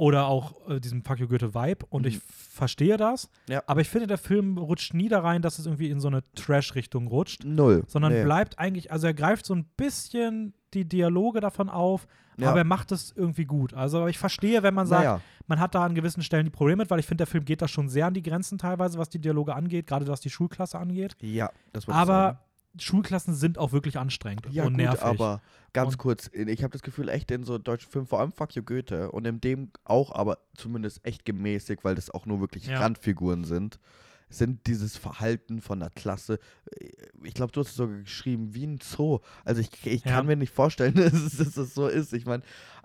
oder auch äh, diesem Fuck you Goethe-Vibe und Mhm. ich verstehe das, Ja. aber ich finde, der Film rutscht nie da rein, dass es irgendwie in so eine Trash-Richtung rutscht, Null. sondern Nee. bleibt eigentlich, also er greift so ein bisschen die Dialoge davon auf, Ja. aber er macht es irgendwie gut. Also ich verstehe, wenn man sagt, Naja. man hat da an gewissen Stellen die Probleme mit, weil ich finde, der Film geht da schon sehr an die Grenzen teilweise, was die Dialoge angeht, gerade was die Schulklasse angeht. Ja, das wollte ich sagen. Aber Schulklassen sind auch wirklich anstrengend Ja, und gut, nervig. aber ganz Und- kurz, ich habe das Gefühl, echt in so deutschen Filmen, vor allem Fuck You Goethe und in dem auch, aber zumindest echt gemäßigt, weil das auch nur wirklich Ja. Randfiguren sind, sind dieses Verhalten von der Klasse, ich glaube, du hast es sogar geschrieben, wie ein Zoo. Also ich, ich Ja. kann mir nicht vorstellen, dass es, dass es so ist. Ich meine,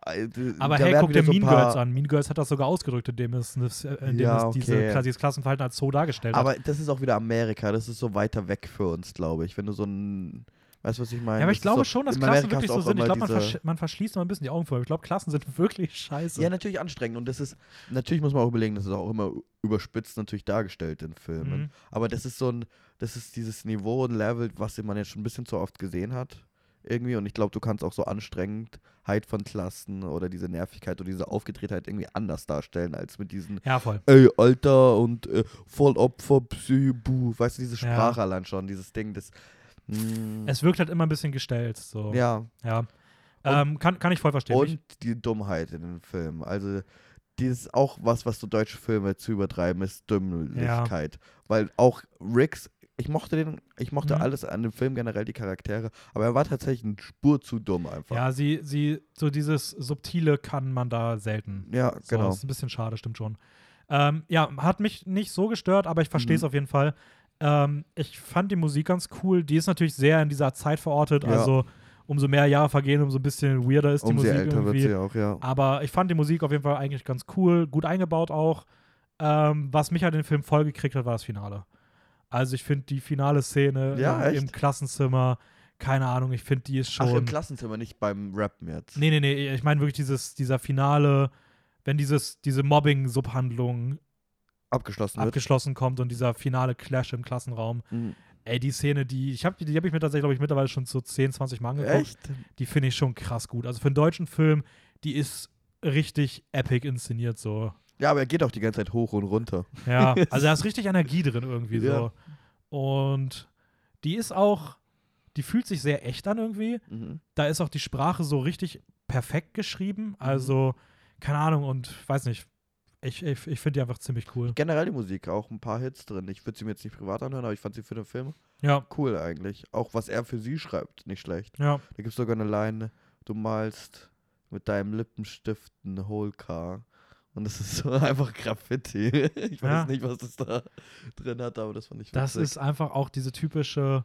Aber hey, guck dir Mean Girls an. Mean Girls hat das sogar ausgedrückt, indem es, indem Ja, es diese, okay. dieses Klassenverhalten als Zoo dargestellt Aber hat. das ist auch wieder Amerika, das ist so weiter weg für uns, glaube ich. Wenn du so ein, weißt du, was ich meine? Ja, aber Das ich ist glaube so, schon, dass in Klassen Amerika wirklich hast so du auch sind. Ich immer glaube, man, diese- versch man verschließt immer ein bisschen die Augen vor. Ich glaube, Klassen sind wirklich scheiße. Ja, natürlich anstrengend und das ist, natürlich muss man auch überlegen, das ist auch immer überspitzt natürlich dargestellt in Filmen. Mhm. Aber das ist so ein, das ist dieses Niveau und Level, was man jetzt schon ein bisschen zu oft gesehen hat. Irgendwie und ich glaube, du kannst auch so Anstrengendheit von Klassen oder diese Nervigkeit oder diese Aufgedrehtheit irgendwie anders darstellen, als mit diesen Ja, voll. ey, Alter und äh, voll Opfer, Psy, buh, weißt du, diese Ja. Sprache allein schon, dieses Ding, das, mh, Es wirkt halt immer ein bisschen gestellt. So. ja, Ja. Ähm, kann, kann ich voll verstehen. Ich, und die Dummheit in den Filmen. Also, die ist auch was, was so deutsche Filme zu übertreiben, ist Dümmlichkeit. Weil auch Riggs, ich mochte den, ich mochte Mhm. alles an dem Film generell, die Charaktere, aber er war tatsächlich eine Spur zu dumm einfach. ja, sie, sie, so dieses Subtile kann man da selten. Ja, So, genau. Das ist ein bisschen schade, stimmt schon. Ähm, ja, hat mich nicht so gestört, aber ich verstehe es Mhm. auf jeden Fall. Ähm, ich fand die Musik ganz cool. Die ist natürlich sehr in dieser Zeit verortet. Ja. Also umso mehr Jahre vergehen, umso ein bisschen weirder ist die Umso Musik älter wird irgendwie. sie auch, ja. Aber ich fand die Musik auf jeden Fall eigentlich ganz cool, gut eingebaut auch. Ähm, was mich halt in den Film voll gekriegt hat, war das Finale. Also ich finde die finale Szene Ja, äh, im echt? Klassenzimmer, keine Ahnung, ich finde, die ist schon. Ach, im Klassenzimmer, nicht beim Rappen jetzt. Nee, nee, nee, ich meine wirklich dieses, dieser Finale, wenn dieses, diese Mobbing-Subhandlung Abgeschlossen wird. abgeschlossen kommt und dieser finale Clash im Klassenraum. Mhm. Ey, die Szene, die, ich habe die habe ich mir tatsächlich, glaube ich, mittlerweile schon so zehn, zwanzig Mal angeguckt. Echt? Die finde ich schon krass gut. Also für einen deutschen Film, die ist richtig epic inszeniert so. Ja, aber er geht auch die ganze Zeit hoch und runter. Ja, also da ist richtig Energie drin irgendwie Ja. so. Und die ist auch, die fühlt sich sehr echt an irgendwie. Mhm. Da ist auch die Sprache so richtig perfekt geschrieben. Also, keine Ahnung, und weiß nicht, ich, ich, ich finde die einfach ziemlich cool. Generell die Musik, auch ein paar Hits drin. Ich würde sie mir jetzt nicht privat anhören, aber ich fand sie für den Film Ja, cool eigentlich. Auch was er für sie schreibt, nicht schlecht. ja. Da gibt es sogar eine Line, du malst mit deinem Lippenstift ein Whole Car. Und das ist so einfach Graffiti. Ich weiß Ja. nicht, was das da drin hat, aber das fand ich Das witzig. ist einfach auch diese typische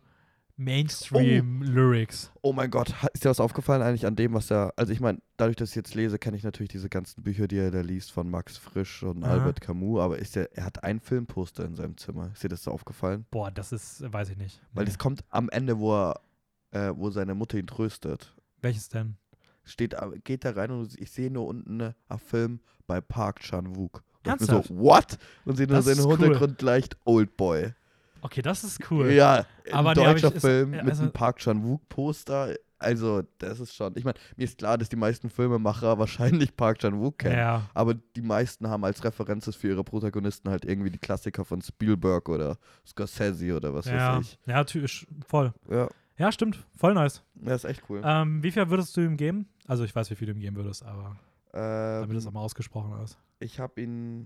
Mainstream-Lyrics. Oh mein Gott, ha- ist dir was aufgefallen eigentlich an dem, was er, also ich meine, dadurch, dass ich jetzt lese, kenne ich natürlich diese ganzen Bücher, die er da liest von Max Frisch und Aha. Albert Camus, aber ist der, er hat ein Filmposter in seinem Zimmer. Ist dir das so aufgefallen? Boah, das ist, weiß ich nicht. Weil Nee. das kommt am Ende, wo er, äh, wo seine Mutter ihn tröstet. Welches denn? Steht, äh, geht da rein und ich sehe nur unten äh, ein Film bei Park Chan-wook. Und ich bin Ernsthaft? so, what? Und sehe nur Das seinen ist cool. Hintergrund leicht Oldboy. Okay, das ist cool. Ja, ein Aber nee, hab deutscher ich- ist- Film ja, mit also- einem Park Chan-wook-Poster. Also, das ist schon. Ich meine, mir ist klar, dass die meisten Filmemacher wahrscheinlich Park Chan-wook kennen. Ja, Aber die meisten haben als Referenzen für ihre Protagonisten halt irgendwie die Klassiker von Spielberg oder Scorsese oder was ja, weiß ich. ja, natürlich, voll. Ja, Ja, stimmt, voll nice. das ist echt cool. Ähm, wie viel würdest du ihm geben? Also ich weiß, wie viel du ihm geben würdest, aber damit es auch Ähm, mal ausgesprochen ist. ich habe ihm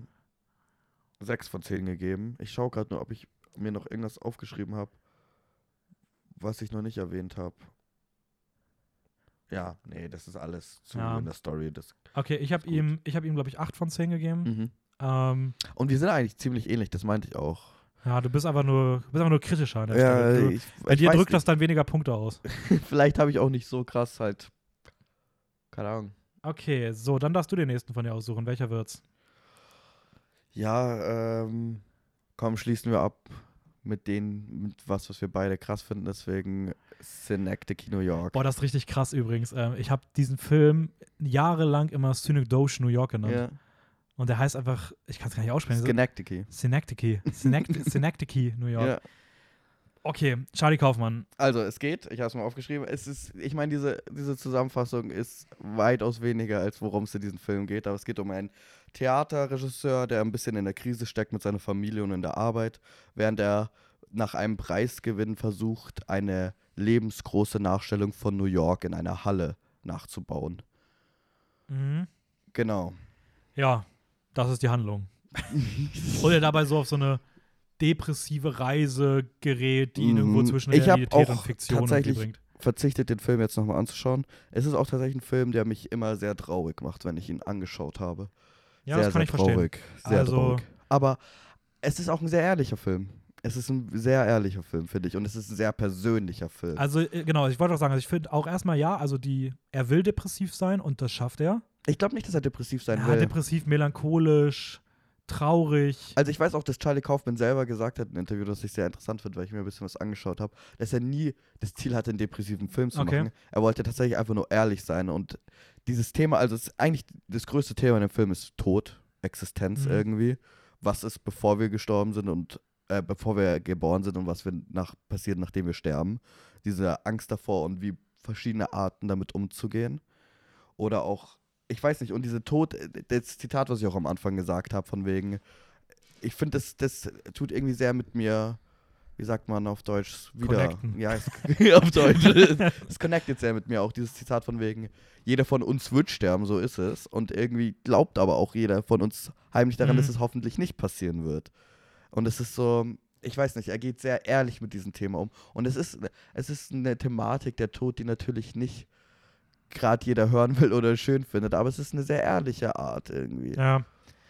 sechs von zehn gegeben. Ich schaue gerade nur, ob ich mir noch irgendwas aufgeschrieben habe, was ich noch nicht erwähnt habe. Ja, nee, das ist alles zu Ja. in der Story. Das, Okay, ich habe gut. ihm, ich habe ihm, glaube ich, acht von zehn gegeben. mhm. Ähm, Und wir sind eigentlich ziemlich ähnlich, das meinte ich auch. ja, du bist aber nur, du bist aber nur kritischer an der Ja, Stelle. Du, ich, bei ich dir weiß drückt das nicht. dann weniger Punkte aus. Vielleicht habe ich auch nicht so krass halt, keine Ahnung. Okay, so, dann darfst du den nächsten von dir aussuchen. Welcher wird's? Ja, ähm, komm, schließen wir ab mit denen, mit was, was wir beide krass finden, deswegen Synecdoche, New York. Boah, das ist richtig krass übrigens. Ähm, ich habe diesen Film jahrelang immer Synecdoche, New York genannt. Ja, Und der heißt einfach, ich kann es gar nicht aussprechen. Synecdoche. Synecdoche. Synect- Synecdoche, New York. Ja. Okay, Charlie Kaufman. Also, es geht, ich habe es mal aufgeschrieben, es ist, ich meine, diese, diese Zusammenfassung ist weitaus weniger, als worum es in diesem Film geht, aber es geht um einen Theaterregisseur, der ein bisschen in der Krise steckt mit seiner Familie und in der Arbeit, während er nach einem Preisgewinn versucht, eine lebensgroße Nachstellung von New York in einer Halle nachzubauen. Mhm. Genau. Ja, das ist die Handlung. Und er dabei so auf so eine depressive Reise gerät, die ihn Mhm. irgendwo zwischen Ich hab Realität und auch Fiktion irgendwie tatsächlich bringt. verzichtet, den Film jetzt nochmal anzuschauen. Es ist auch tatsächlich ein Film, der mich immer sehr traurig macht, wenn ich ihn angeschaut habe. Ja, sehr, das kann sehr ich verstehen. traurig. Sehr Also- traurig. Aber es ist auch ein sehr ehrlicher Film. Es ist ein sehr ehrlicher Film, finde ich. Und es ist ein sehr persönlicher Film. Also, äh, genau, ich wollte auch sagen, also ich finde auch erstmal ja, also die, er will depressiv sein und das schafft er. Ich glaube nicht, dass er depressiv sein Ja, will. depressiv, melancholisch, traurig. Also ich weiß auch, dass Charlie Kaufman selber gesagt hat in einem Interview, das ich sehr interessant finde, weil ich mir ein bisschen was angeschaut habe, dass er nie das Ziel hatte, einen depressiven Film zu Okay. machen. Er wollte tatsächlich einfach nur ehrlich sein. Und dieses Thema, also es ist eigentlich das größte Thema in dem Film ist Tod, Existenz Mhm. irgendwie. Was ist, bevor wir gestorben sind und äh, bevor wir geboren sind und was wir nach, passiert, nachdem wir sterben. Diese Angst davor und wie verschiedene Arten damit umzugehen. Oder auch, ich weiß nicht, und diese Tod, das Zitat, was ich auch am Anfang gesagt habe, von wegen, ich finde, das, das tut irgendwie sehr mit mir, wie sagt man auf Deutsch, wieder. Connecten. Ja, es, auf Deutsch. Es connectet sehr mit mir auch, dieses Zitat von wegen, jeder von uns wird sterben, so ist es. Und irgendwie glaubt aber auch jeder von uns heimlich daran, Mhm. dass es hoffentlich nicht passieren wird. Und es ist so, ich weiß nicht, er geht sehr ehrlich mit diesem Thema um. Und es ist, es ist eine Thematik, der Tod, die natürlich nicht gerade jeder hören will oder schön findet, aber es ist eine sehr ehrliche Art irgendwie. Ja.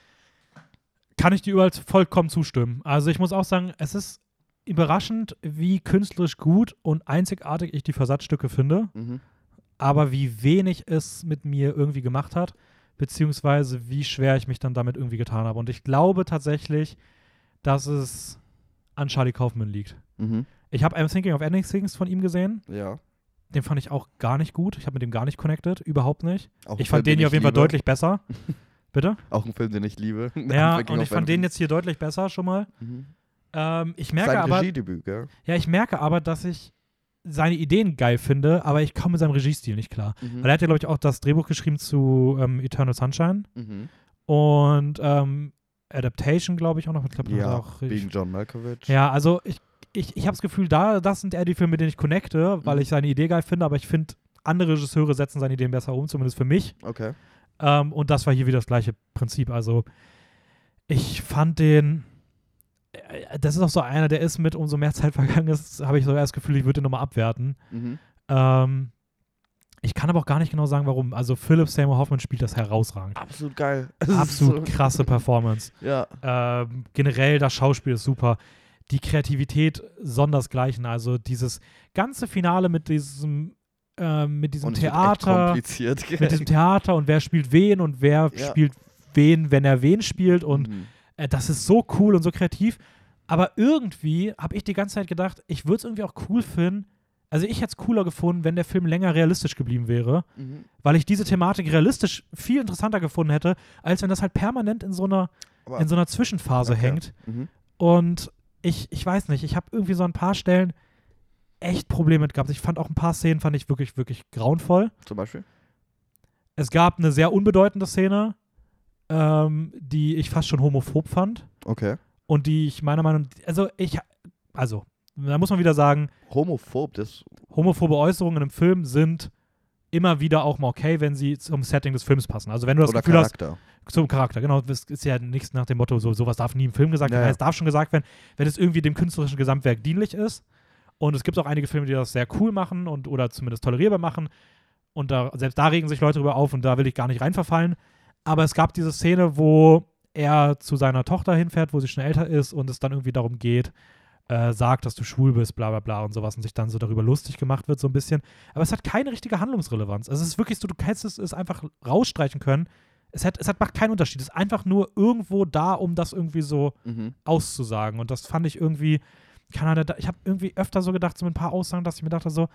Kann ich dir überall vollkommen zustimmen. Also ich muss auch sagen, es ist überraschend, wie künstlerisch gut und einzigartig ich die Versatzstücke finde, Mhm. aber wie wenig es mit mir irgendwie gemacht hat, beziehungsweise wie schwer ich mich dann damit irgendwie getan habe. Und ich glaube tatsächlich, dass es an Charlie Kaufman liegt. Mhm. Ich habe I'm Thinking of Ending Things von ihm gesehen. Ja. Den fand ich auch gar nicht gut. Ich habe mit dem gar nicht connected, überhaupt nicht. Auch ein Ich fand Film, den hier auf jeden Fall liebe. deutlich besser. Bitte? Auch ein Film, den ich liebe. Ja, Thinking und of ich fand den Ending. jetzt hier deutlich besser schon mal. Mhm. Ähm, ich merke Sein aber, Regiedebüt, gell? ja, ich merke aber, dass ich seine Ideen geil finde, aber ich komme mit seinem Regiestil nicht klar. Mhm. Weil er hat ja, glaube ich, auch das Drehbuch geschrieben zu ähm, Eternal Sunshine Mhm. und ähm, Adaptation, glaube ich, auch noch. Ich glaub, Ja, auch, wegen John Malkovich. ja, also ich, ich, ich habe das Gefühl, da, das sind eher die Filme, mit denen ich connecte, weil Mhm. ich seine Idee geil finde, aber ich finde, andere Regisseure setzen seine Ideen besser um, zumindest für mich. Okay. Ähm, und das war hier wieder das gleiche Prinzip. Also ich fand den, äh, das ist auch so einer, der ist mit, umso mehr Zeit vergangen ist, habe ich so das Gefühl, ich würde ihn nochmal abwerten. Mhm. Ähm, ich kann aber auch gar nicht genau sagen, warum. Also Philip Seymour Hoffman spielt das herausragend. Absolut geil. Es ist Absolut so- krasse Performance. Ja. Ähm, generell das Schauspiel ist super. Die Kreativität sondersgleichen. Also dieses ganze Finale mit diesem, ähm, mit diesem Und es wird echt Theater, kompliziert. mit diesem Theater und wer spielt wen und wer Ja. spielt wen, wenn er wen spielt und Mhm. äh, das ist so cool und so kreativ. Aber irgendwie habe ich die ganze Zeit gedacht, ich würde es irgendwie auch cool finden. Also ich hätte es cooler gefunden, wenn der Film länger realistisch geblieben wäre, Mhm. weil ich diese Thematik realistisch viel interessanter gefunden hätte, als wenn das halt permanent in so einer, Aber, in so einer Zwischenphase okay. hängt. Mhm. Und ich, ich weiß nicht, ich habe irgendwie so ein paar Stellen echt Probleme mit gehabt. Ich fand auch ein paar Szenen, fand ich wirklich, wirklich grauenvoll. Zum Beispiel? Es gab eine sehr unbedeutende Szene, ähm, die ich fast schon homophob fand Okay. und die ich meiner Meinung nach, also ich, also, da muss man wieder sagen, Homophob, das. homophobe Äußerungen im Film sind immer wieder auch mal okay, wenn sie zum Setting des Films passen. Also wenn du das Oder Gefühl Charakter. hast, zum Charakter, genau, das ist ja nichts nach dem Motto, so, sowas darf nie im Film gesagt Ja, werden, ja. es darf schon gesagt werden, wenn es irgendwie dem künstlerischen Gesamtwerk dienlich ist. Und es gibt auch einige Filme, die das sehr cool machen und oder zumindest tolerierbar machen. Und da, selbst da regen sich Leute drüber auf und da will ich gar nicht reinverfallen. Aber es gab diese Szene, wo er zu seiner Tochter hinfährt, wo sie schon älter ist und es dann irgendwie darum geht, äh, sagt, dass du schwul bist, bla bla bla und sowas und sich dann so darüber lustig gemacht wird, so ein bisschen. Aber es hat keine richtige Handlungsrelevanz. Also es ist wirklich so, du hättest es einfach rausstreichen können. Es, hat, es hat, macht keinen Unterschied. Es ist einfach nur irgendwo da, um das irgendwie so Mhm. auszusagen. Und das fand ich irgendwie, keine Ahnung, da- ich habe irgendwie öfter so gedacht, so mit ein paar Aussagen, dass ich mir dachte so,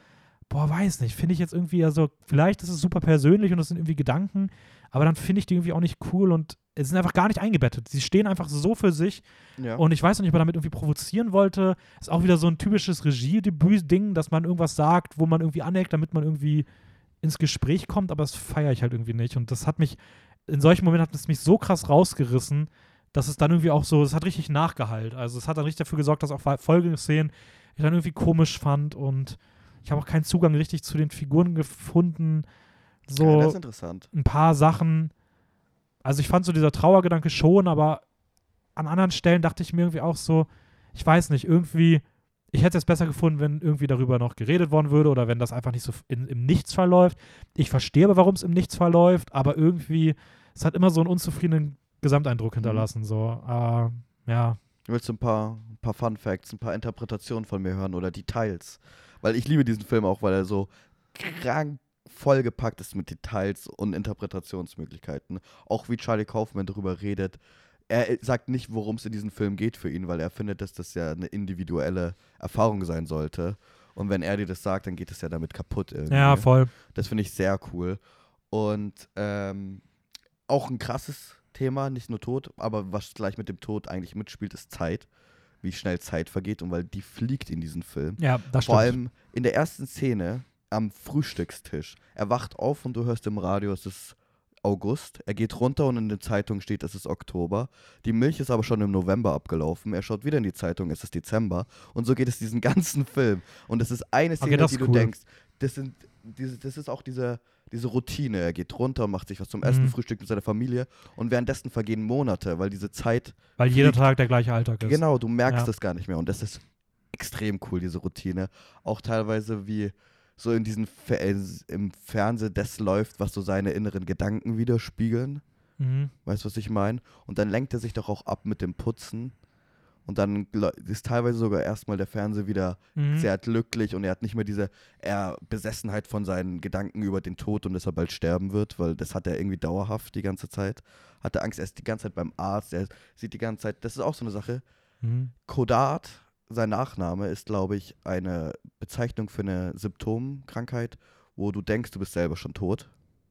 boah, weiß nicht, finde ich jetzt irgendwie, also vielleicht ist es super persönlich und das sind irgendwie Gedanken, aber dann finde ich die irgendwie auch nicht cool und es sind einfach gar nicht eingebettet. Sie stehen einfach so für sich Ja. und ich weiß noch nicht, ob man damit irgendwie provozieren wollte. Ist auch wieder so ein typisches Regiedebüt-Ding, dass man irgendwas sagt, wo man irgendwie aneckt, damit man irgendwie ins Gespräch kommt, aber das feiere ich halt irgendwie nicht und das hat mich, in solchen Momenten hat es mich so krass rausgerissen, dass es dann irgendwie auch so, es hat richtig nachgeheilt. Also es hat dann richtig dafür gesorgt, dass auch folgende Szenen ich dann irgendwie komisch fand und ich habe auch keinen Zugang richtig zu den Figuren gefunden. So Ja, das ist interessant. ein paar Sachen. Also ich fand so dieser Trauergedanke schon, aber an anderen Stellen dachte ich mir irgendwie auch so, ich weiß nicht, irgendwie, ich hätte es besser gefunden, wenn irgendwie darüber noch geredet worden würde oder wenn das einfach nicht so in, im Nichts verläuft. Ich verstehe aber, warum es im Nichts verläuft, aber irgendwie, es hat immer so einen unzufriedenen Gesamteindruck hinterlassen. So, äh, ja. Willst du ein paar, ein paar Fun Facts, ein paar Interpretationen von mir hören oder Details? Weil ich liebe diesen Film auch, weil er so krank vollgepackt ist mit Details und Interpretationsmöglichkeiten. Auch wie Charlie Kaufman darüber redet. Er sagt nicht, worum es in diesem Film geht für ihn, weil er findet, dass das ja eine individuelle Erfahrung sein sollte. Und wenn er dir das sagt, dann geht es ja damit kaputt irgendwie. Ja, voll. Das finde ich sehr cool. Und ähm, auch ein krasses Thema, nicht nur Tod, aber was gleich mit dem Tod eigentlich mitspielt, ist Zeit. Wie schnell Zeit vergeht und weil die fliegt in diesem Film. Ja, das Vor stimmt. allem in der ersten Szene am Frühstückstisch. Er wacht auf und du hörst im Radio, es ist August. Er geht runter und in der Zeitung steht, es ist Oktober. Die Milch ist aber schon im November abgelaufen. Er schaut wieder in die Zeitung, es ist Dezember. Und so geht es diesen ganzen Film. Und es ist eine Szene, Okay, das die ist du cool. denkst, das, sind, diese, das ist auch diese, diese Routine. Er geht runter und macht sich was zum Essen, Mhm. Frühstück mit seiner Familie. Und währenddessen vergehen Monate, weil diese Zeit Weil jeder fliegt. Tag der gleiche Alltag ist. Genau, du merkst Ja. das gar nicht mehr. Und das ist extrem cool, diese Routine. Auch teilweise wie so in diesem Fe- äh, im Fernsehen das läuft, was so seine inneren Gedanken widerspiegeln. Mhm. Weißt du, was ich meine? Und dann lenkt er sich doch auch ab mit dem Putzen. Und dann gl- ist teilweise sogar erstmal der Fernseher wieder Mhm. sehr glücklich und er hat nicht mehr diese er Besessenheit von seinen Gedanken über den Tod und dass er bald sterben wird, weil das hat er irgendwie dauerhaft die ganze Zeit. Hat er Angst, er ist die ganze Zeit beim Arzt, er sieht die ganze Zeit, das ist auch so eine Sache. Mhm. Kodart, sein Nachname, ist, glaube ich, eine Bezeichnung für eine Symptomkrankheit, wo du denkst, du bist selber schon tot.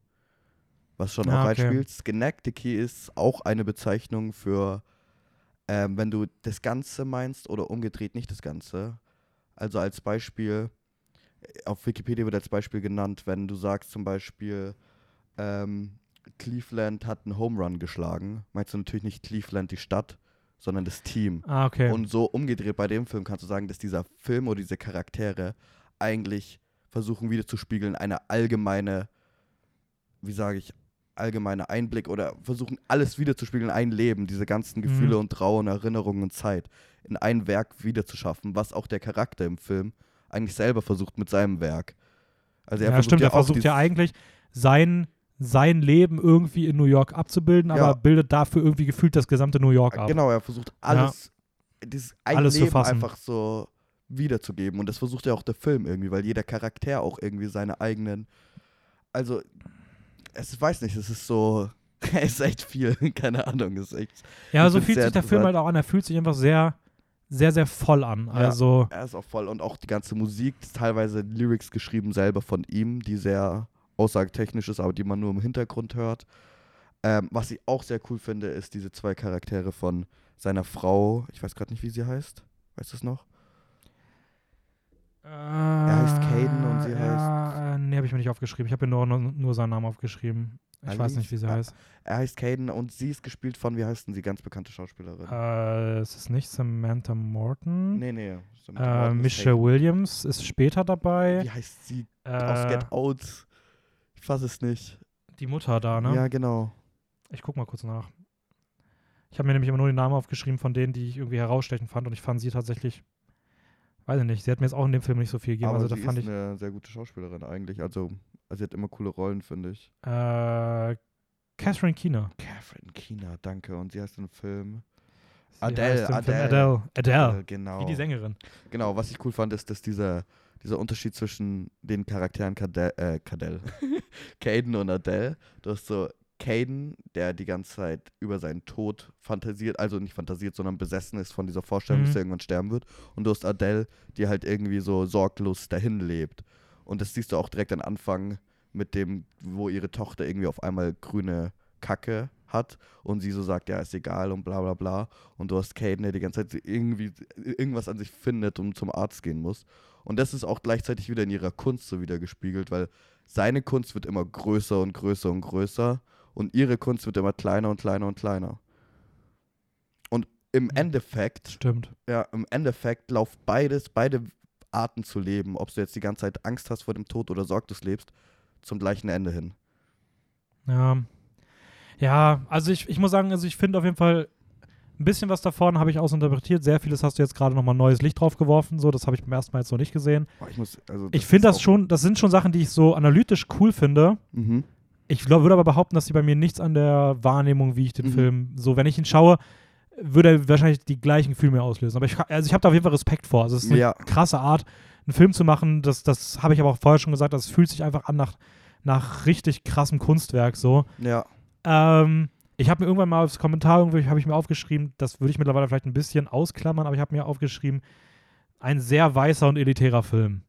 Was schon Ah, auch okay. reinspielt. Schenectady ist auch eine Bezeichnung für, ähm, wenn du das Ganze meinst oder umgedreht nicht das Ganze. Also als Beispiel, äh, auf Wikipedia wird als Beispiel genannt, wenn du sagst zum Beispiel, ähm, Cleveland hat einen Home Run geschlagen, meinst du natürlich nicht Cleveland die Stadt, sondern das Team. Ah, okay. Und so umgedreht bei dem Film kannst du sagen, dass dieser Film oder diese Charaktere eigentlich versuchen wiederzuspiegeln, eine allgemeine, wie sage ich, allgemeine Einblick oder versuchen alles wiederzuspiegeln, ein Leben, diese ganzen Gefühle Mhm. und Trauern, Erinnerungen und Zeit in ein Werk wiederzuschaffen, was auch der Charakter im Film eigentlich selber versucht mit seinem Werk. Also er ja, versucht stimmt, ja er auch versucht dies- ja eigentlich sein, sein Leben irgendwie in New York abzubilden, Ja. aber bildet dafür irgendwie gefühlt das gesamte New York ab. Genau, er versucht alles, dieses ein Alles zu Leben fassen. einfach so wiederzugeben. Und das versucht ja auch der Film irgendwie, weil jeder Charakter auch irgendwie seine eigenen, also, es weiß nicht, es ist so, es ist echt viel, keine Ahnung, es ist echt, Ja, ich so find's fühlt sehr sich der Film interessant. halt auch an. Er fühlt sich einfach sehr, sehr, sehr voll an. Also, er ist auch voll und auch die ganze Musik, ist teilweise Lyrics geschrieben selber von ihm, die sehr aussagentechnisch ist, aber die man nur im Hintergrund hört. Ähm, was ich auch sehr cool finde, ist diese zwei Charaktere von seiner Frau, ich weiß gerade nicht, wie sie heißt, weißt du es noch? er heißt Caden und sie ja, Äh, nee, habe ich mir nicht aufgeschrieben. Ich habe mir nur, nur, nur seinen Namen aufgeschrieben. Ich weiß Alice? nicht, wie sie Ah, heißt. Er heißt Caden und sie ist gespielt von, wie heißt denn sie, ganz bekannte Schauspielerin? Äh, es ist nicht Samantha Morton. nee, nee. Äh, Michelle Williams ist später dabei. Wie heißt sie Äh, aus Get Out? Ich fasse es nicht. die Mutter da, ne? Ja, genau. Ich guck mal kurz nach. Ich habe mir nämlich immer nur die Namen aufgeschrieben von denen, die ich irgendwie herausstechend fand und ich fand sie tatsächlich, weiß ich nicht, sie hat mir jetzt auch in dem Film nicht so viel gegeben. Aber Also da sie fand ist ich eine sehr gute Schauspielerin eigentlich. Also, also sie hat immer coole Rollen, finde ich. äh, Catherine Keener. Catherine Keener, danke. Und sie heißt im Film Sie Adele, heißt im Film Adele. Adele. Adele. Äh, genau. Wie die Sängerin. Genau, was ich cool fand, ist, dass dieser, dieser Unterschied zwischen den Charakteren Cadell, äh, Cadell, Caden und Adele, du hast so Caden, der die ganze Zeit über seinen Tod fantasiert, also nicht fantasiert, sondern besessen ist von dieser Vorstellung, Mhm. dass er irgendwann sterben wird. Und du hast Adele, die halt irgendwie so sorglos dahin lebt. Und das siehst du auch direkt am Anfang mit dem, wo ihre Tochter irgendwie auf einmal grüne Kacke hat und sie so sagt, ja, ist egal und bla bla bla. Und du hast Caden, der die ganze Zeit irgendwie irgendwas an sich findet und zum Arzt gehen muss. Und das ist auch gleichzeitig wieder in ihrer Kunst so wieder gespiegelt, weil seine Kunst wird immer größer und größer und größer und ihre Kunst wird immer kleiner und kleiner und kleiner. Und im Endeffekt, Stimmt. ja, im Endeffekt läuft beides, beide Arten zu leben, ob du jetzt die ganze Zeit Angst hast vor dem Tod oder sorglos lebst, zum gleichen Ende hin. Ja. Ja, also ich, ich muss sagen, also ich finde auf jeden Fall ein bisschen was davon habe ich ausinterpretiert. Sehr vieles hast du jetzt gerade nochmal neues Licht drauf geworfen. So, das habe ich beim ersten Mal jetzt noch nicht gesehen. Boah, ich muss, also ich finde das schon, das sind schon Sachen, die ich so analytisch cool finde. Mhm. Ich glaub, würde aber behaupten, dass sie bei mir nichts an der Wahrnehmung, wie ich den Mhm. Film, so wenn ich ihn schaue, würde er wahrscheinlich die gleichen Gefühle mehr auslösen. Aber ich, also ich habe da auf jeden Fall Respekt vor. Also es ist eine Ja. krasse Art, einen Film zu machen. Das, das habe ich aber auch vorher schon gesagt. Das fühlt sich einfach an nach, nach richtig krassem Kunstwerk so. Ja. Ähm, ich habe mir irgendwann mal als Kommentar irgendwie habe ich mir aufgeschrieben, das würde ich mittlerweile vielleicht ein bisschen ausklammern, aber ich habe mir aufgeschrieben, ein sehr weißer und elitärer Film.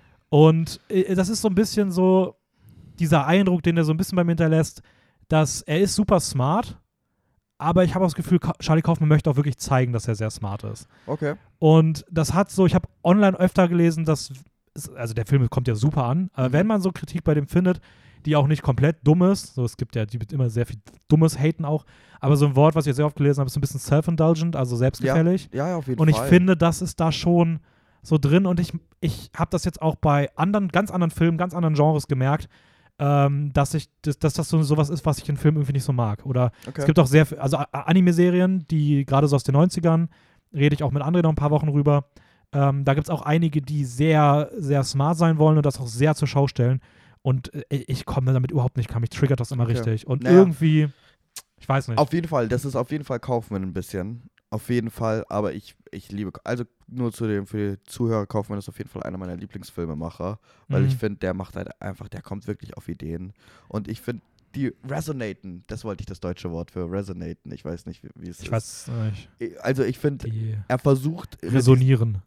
Und äh, das ist so ein bisschen so dieser Eindruck, den er so ein bisschen bei mir hinterlässt, dass er ist super smart, aber ich habe auch das Gefühl, Ka- Charlie Kaufman möchte auch wirklich zeigen, dass er sehr smart ist. Okay. Und das hat so, ich habe online öfter gelesen, dass, es- also der Film kommt ja super an, aber Mhm. wenn man so Kritik bei dem findet, die auch nicht komplett dumm ist, so es gibt ja, die wird immer sehr viel Dummes haten auch, aber so ein Wort, was ich sehr oft gelesen habe, ist so ein bisschen self-indulgent, also selbstgefällig. Ja, ja, auf jeden Und ich Fall. finde, das ist da schon so drin und ich, ich habe das jetzt auch bei anderen, ganz anderen Filmen, ganz anderen Genres gemerkt, ähm, dass ich, dass, dass das so sowas ist, was ich in Filmen irgendwie nicht so mag. Oder Okay. es gibt auch sehr, viel- also A- Anime-Serien, die gerade so aus den neunzigern, rede ich auch mit André noch ein paar Wochen rüber, ähm, da gibt es auch einige, die sehr, sehr smart sein wollen und das auch sehr zur Schau stellen. Und äh, ich komme damit überhaupt nicht klar. Mich triggert das immer Okay. richtig. Und Naja. irgendwie, ich weiß nicht. Auf jeden Fall, das ist auf jeden Fall Kaufman ein bisschen. Auf jeden Fall, aber ich, ich liebe, also nur zu dem, für die Zuhörer, Kaufman ist auf jeden Fall einer meiner Lieblingsfilmemacher, weil Mhm. ich finde, der macht halt einfach, der kommt wirklich auf Ideen. Und ich finde, die resonaten, das wollte ich das deutsche Wort für resonaten, ich weiß nicht, wie, wie es Ich ist. weiß nicht. Also ich finde, Die er versucht, mit resonieren.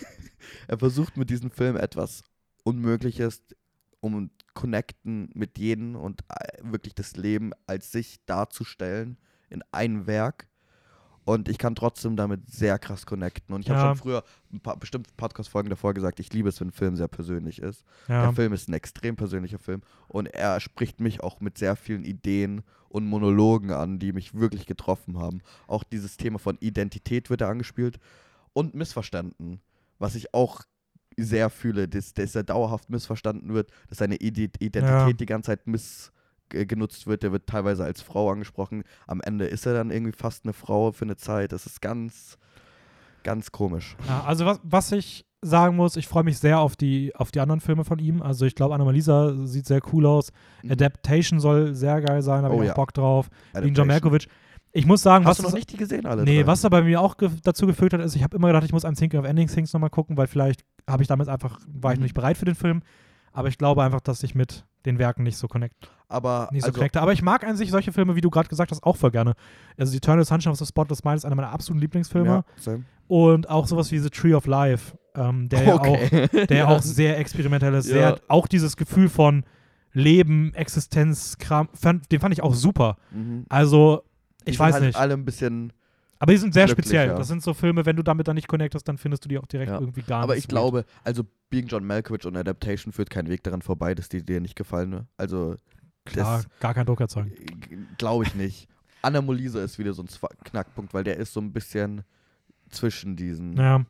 er versucht mit diesem Film etwas Unmögliches, um connecten mit jedem und äh, wirklich das Leben als sich darzustellen in einem Werk. Und ich kann trotzdem damit sehr krass connecten. Und ich habe Ja. schon früher ein paar bestimmte Podcast-Folgen davor gesagt, ich liebe es, wenn ein Film sehr persönlich ist. Ja. Der Film ist ein extrem persönlicher Film und er spricht mich auch mit sehr vielen Ideen und Monologen an, die mich wirklich getroffen haben. Auch dieses Thema von Identität wird da angespielt und Missverstanden, was ich auch sehr fühle, dass, dass er dauerhaft missverstanden wird, dass seine Ide- Identität Ja. die ganze Zeit miss ge- genutzt wird. Der wird teilweise als Frau angesprochen. Am Ende ist er dann irgendwie fast eine Frau für eine Zeit. Das ist ganz, ganz komisch. Ja, also was, was ich sagen muss, ich freue mich sehr auf die, auf die anderen Filme von ihm. Also ich glaube, Anomalisa sieht sehr cool aus. Mhm. Adaptation soll sehr geil sein, da habe Oh ich ja. auch Bock drauf. Wegen Adaptation. John Malkovich. Ich muss sagen, Hast du was noch nicht die gesehen, alle Nee, drei? was da bei mir auch ge- dazu geführt hat, ist, ich habe immer gedacht, ich muss an Thinking of Ending Things nochmal gucken, weil vielleicht habe ich damals einfach, war ich Mhm. nicht bereit für den Film. Aber ich glaube einfach, dass ich mit den Werken nicht so connect, Aber nicht so also, connecte. Aber ich mag an sich solche Filme, wie du gerade gesagt hast, auch voll gerne. Also Eternal Sunshine of the Spotless Mind ist einer meiner absoluten Lieblingsfilme. ja, same. Und auch sowas wie The Tree of Life, ähm, der ja auch, Okay. der Ja. auch sehr experimentell ist. Ja. Sehr, auch dieses Gefühl von Leben, Existenz, Kram, fand, den fand ich auch super. Mhm. Also, Die ich sind weiß halt nicht. alle ein bisschen. Aber die sind sehr glücklich, speziell. ja. Das sind so Filme, wenn du damit dann nicht connectest, dann findest du die auch direkt Ja. irgendwie gar Aber nicht. ich glaube, also Being John Malkovich und Adaptation führt kein Weg daran vorbei, dass die dir nicht gefallen. Ne? Also Klar, das gar kein Druck erzeugen. glaube ich nicht. Anna Molisa ist wieder so ein Zwa- Knackpunkt, weil der ist so ein bisschen zwischen diesen. Ja.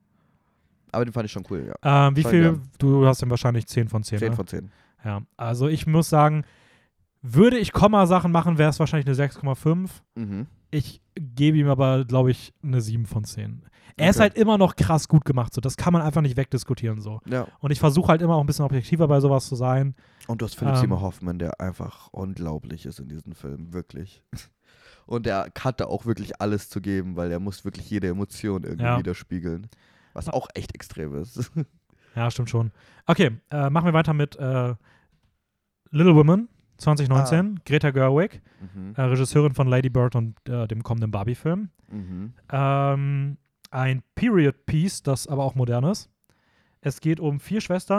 Aber den fand ich schon cool, ja. Ähm, wie Voll viel? gern. Du hast ihm wahrscheinlich zehn von zehn. zehn ne? von zehn. Ja. Also ich muss sagen, würde ich Komma-Sachen machen, wäre es wahrscheinlich eine sechs Komma fünf. Mhm. Ich gebe ihm aber, glaube ich, eine sieben von zehn. Er ist Okay. halt immer noch krass gut gemacht. So. Das kann man einfach nicht wegdiskutieren. So. Ja. Und ich versuche halt immer auch ein bisschen objektiver bei sowas zu sein. Und du hast Philip Ähm. Seymour Hoffman, der einfach unglaublich ist in diesem Film, wirklich. Und der hat da auch wirklich alles zu geben, weil er muss wirklich jede Emotion irgendwie Ja. widerspiegeln. Was auch echt extrem ist. Ja, stimmt schon. Okay, äh, machen wir weiter mit äh, Little Women zwanzig neunzehn. Greta Gerwig, mhm. äh, Regisseurin von Lady Bird und äh, dem kommenden Barbie-Film. Mhm. Ähm, ein Period-Piece, das aber auch modern ist. Es geht um vier Schwestern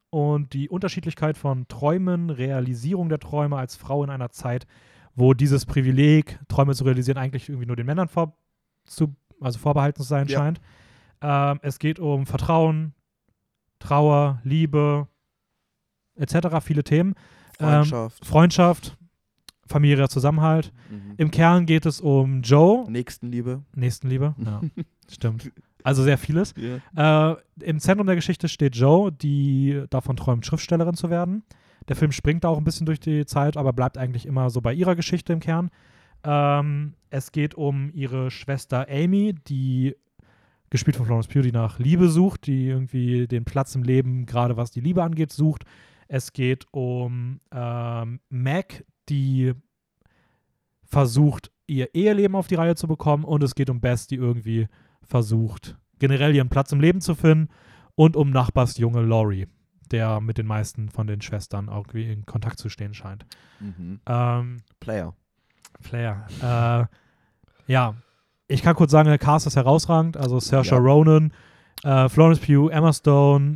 und die Unterschiedlichkeit von Träumen, Realisierung der Träume als Frau in einer Zeit, wo dieses Privileg, Träume zu realisieren, eigentlich irgendwie nur den Männern vor, zu, also vorbehalten zu sein Ja. scheint. Ähm, es geht um Vertrauen, Trauer, Liebe, et cetera, viele Themen. Freundschaft. Ähm, Freundschaft, familiärer Zusammenhalt. Mhm. Im Kern geht es um Joe, Nächstenliebe. Nächstenliebe, ja, stimmt. Also sehr vieles. Ja. Äh, Im Zentrum der Geschichte steht Joe, die davon träumt, Schriftstellerin zu werden. Der Film springt da auch ein bisschen durch die Zeit, aber bleibt eigentlich immer so bei ihrer Geschichte im Kern. Ähm, es geht um ihre Schwester Amy, die, gespielt von Florence Pugh, die nach Liebe sucht, die irgendwie den Platz im Leben, gerade was die Liebe angeht, sucht. Es geht um ähm, Mac, die versucht, ihr Eheleben auf die Reihe zu bekommen. Und es geht um Bess, die irgendwie versucht, generell ihren Platz im Leben zu finden. Und um Nachbarsjunge Laurie, der mit den meisten von den Schwestern irgendwie in Kontakt zu stehen scheint. Mhm. Ähm, Player. Flair. Äh, ja, ich kann kurz sagen, der Cast ist herausragend. Also Saoirse Ja. Ronan, äh, Florence Pugh, Emma Stone,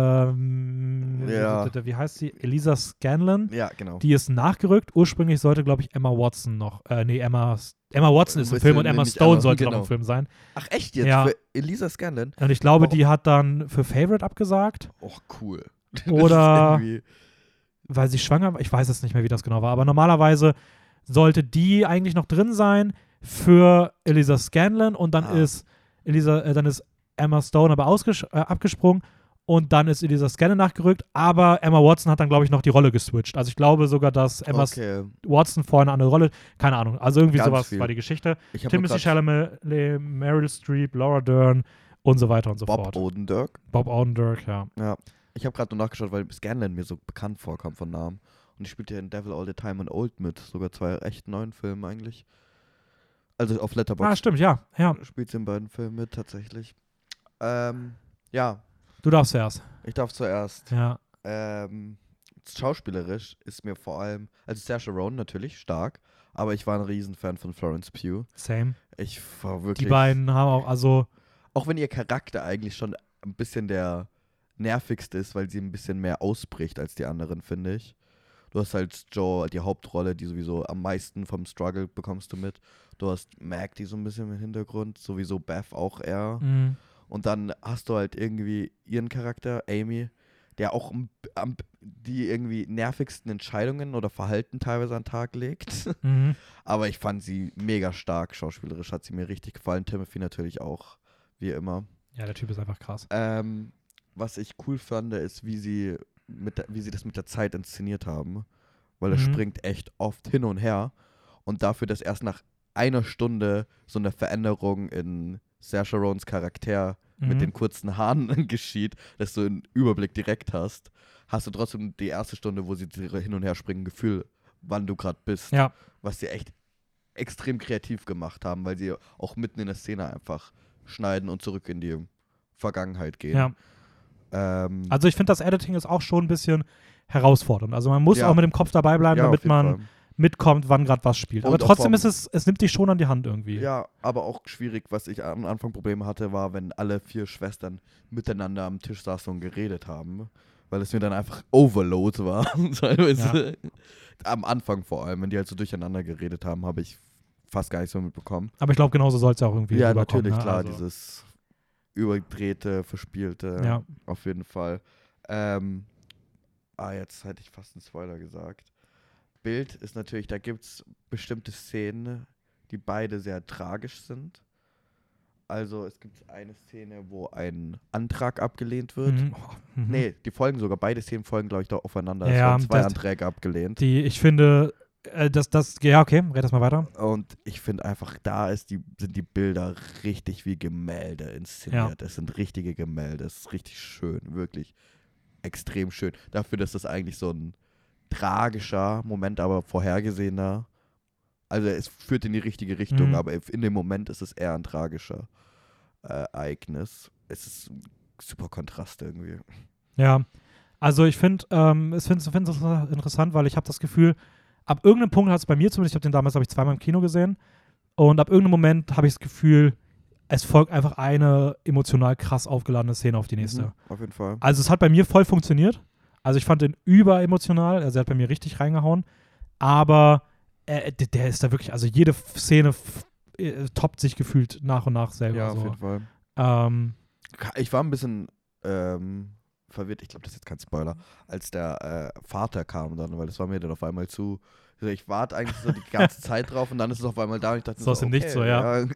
ähm, Ja. wie heißt sie? Elisa Scanlon. Ja, genau. Die ist nachgerückt. Ursprünglich sollte, glaube ich, Emma Watson noch, äh, nee, Emma, Emma Watson ist im Müsste Film und Emma nicht Stone Emma- sollte noch genau. im Film sein. Ach, echt jetzt? Ja. Für Elisa Scanlon? Und ich glaube, Warum? die hat dann für Favorite abgesagt, Och, cool. Oder- Das ist irgendwie- weil sie schwanger war. Ich weiß jetzt nicht mehr, wie das genau war. Aber normalerweise sollte die eigentlich noch drin sein für Elisa Scanlon und dann Ah. ist Elisa, äh, dann ist Emma Stone aber ausges- äh, abgesprungen und dann ist Elisa Scanlon nachgerückt, aber Emma Watson hat dann, glaube ich, noch die Rolle geswitcht. Also ich glaube sogar, dass Emma okay. Watson vorher eine andere Rolle, keine Ahnung, also irgendwie Ganz sowas viel. war die Geschichte. Ich hab nur Timothy grad Chalamet, Le- Meryl Streep, Laura Dern und so weiter und so Bob fort. Odenkirk. Bob Odenkirk, ja. Ja. Ich habe gerade nur nachgeschaut, weil Scanlon mir so bekannt vorkam von Namen. Und ich spielte ja in Devil All the Time and Old mit. Sogar zwei echt neuen Filmen eigentlich. Also auf Ah, Letterboxd stimmt, ja, ja. spielt sie in beiden Filmen mit, tatsächlich. Ähm, ja, Du darfst zuerst. ich darf zuerst. Ja. Ähm, schauspielerisch ist mir vor allem, also Saoirse Ronan natürlich, stark. Aber ich war ein Riesenfan von Florence Pugh. Same. Ich war wirklich... Die beiden haben auch, also, Auch wenn ihr Charakter eigentlich schon ein bisschen der nervigste ist, weil sie ein bisschen mehr ausbricht als die anderen, finde ich. Du hast halt Joe, die Hauptrolle, die sowieso am meisten vom Struggle bekommst du mit. Du hast Mac, die so ein bisschen im Hintergrund, sowieso Beth auch eher. mh, Und dann hast du halt irgendwie ihren Charakter, Amy, der auch am, am, die irgendwie nervigsten Entscheidungen oder Verhalten teilweise an den Tag legt. mh. Aber ich fand sie mega stark, schauspielerisch hat sie mir richtig gefallen. Timothy natürlich auch, wie immer. Ja, der Typ ist einfach krass. Ähm, was ich cool fand, ist, wie sie, mit der, wie sie das mit der Zeit inszeniert haben. Weil er Mhm. springt echt oft hin und her. Und dafür, dass erst nach einer Stunde so eine Veränderung in Saoirse Ronans Charakter mit Mhm. den kurzen Haaren geschieht, dass du einen Überblick direkt hast, hast du trotzdem die erste Stunde, wo sie hin und her springen, ein Gefühl, wann du gerade bist. Ja. Was sie echt extrem kreativ gemacht haben, weil sie auch mitten in der Szene einfach schneiden und zurück in die Vergangenheit gehen. Ja. Ähm, Also ich finde, das Editing ist auch schon ein bisschen herausfordernd. Also man muss Ja. auch mit dem Kopf dabei bleiben, ja, auf damit jeden man Fall. mitkommt, wann gerade was spielt. Aber Und auch trotzdem vom- ist es, es nimmt dich schon an die Hand irgendwie. Ja, aber auch schwierig, was ich am Anfang Probleme hatte, war, wenn alle vier Schwestern miteinander am Tisch saßen und geredet haben, weil es mir dann einfach Overload war. Teilweise. Am Anfang vor allem, wenn die halt so durcheinander geredet haben, habe ich fast gar nichts mehr mitbekommen. Aber ich glaube, genauso soll es ja auch irgendwie Ja, rüberkommen, natürlich, ne? klar, Also, dieses überdrehte, verspielte, Ja. auf jeden Fall. Ähm, ah, jetzt hätte ich fast einen Spoiler gesagt. Bild ist natürlich, da gibt es bestimmte Szenen, die beide sehr tragisch sind. Also es gibt eine Szene, wo ein Antrag abgelehnt wird. Mhm. Oh, mhm. Nee, die folgen sogar, beide Szenen folgen, glaube ich, da aufeinander. Es Ja, werden zwei das- Anträge abgelehnt. Die, ich finde, äh, dass das, ja, okay, red das mal weiter. Und ich finde einfach, da ist die, sind die Bilder richtig wie Gemälde inszeniert. Es sind richtige Gemälde. Es ist richtig schön, wirklich extrem schön. Dafür, dass das eigentlich so ein tragischer Moment, aber vorhergesehener. Also es führt in die richtige Richtung, Mhm. aber in dem Moment ist es eher ein tragischer äh, Ereignis. Es ist ein super Kontrast irgendwie. Ja, also ich finde ähm, ich finde es interessant, weil ich habe das Gefühl, ab irgendeinem Punkt hat es bei mir zumindest, ich habe den damals, habe ich zweimal im Kino gesehen und ab irgendeinem Moment habe ich das Gefühl, es folgt einfach eine emotional krass aufgeladene Szene auf die nächste. Mhm, auf jeden Fall. Also es hat bei mir voll funktioniert, Also ich fand den überemotional, also er hat bei mir richtig reingehauen, aber äh, der, der ist da wirklich, also jede F- Szene f- äh, toppt sich gefühlt nach und nach selber. Ja, so. auf jeden Fall. Ähm, Ich war ein bisschen ähm, verwirrt, ich glaube, das ist jetzt kein Spoiler, als der äh, Vater kam dann, weil das war mir dann auf einmal zu. Also ich warte eigentlich so die ganze Zeit drauf und dann ist es auf einmal da und ich dachte So aus so, dem okay, Nichts so, ja. ja.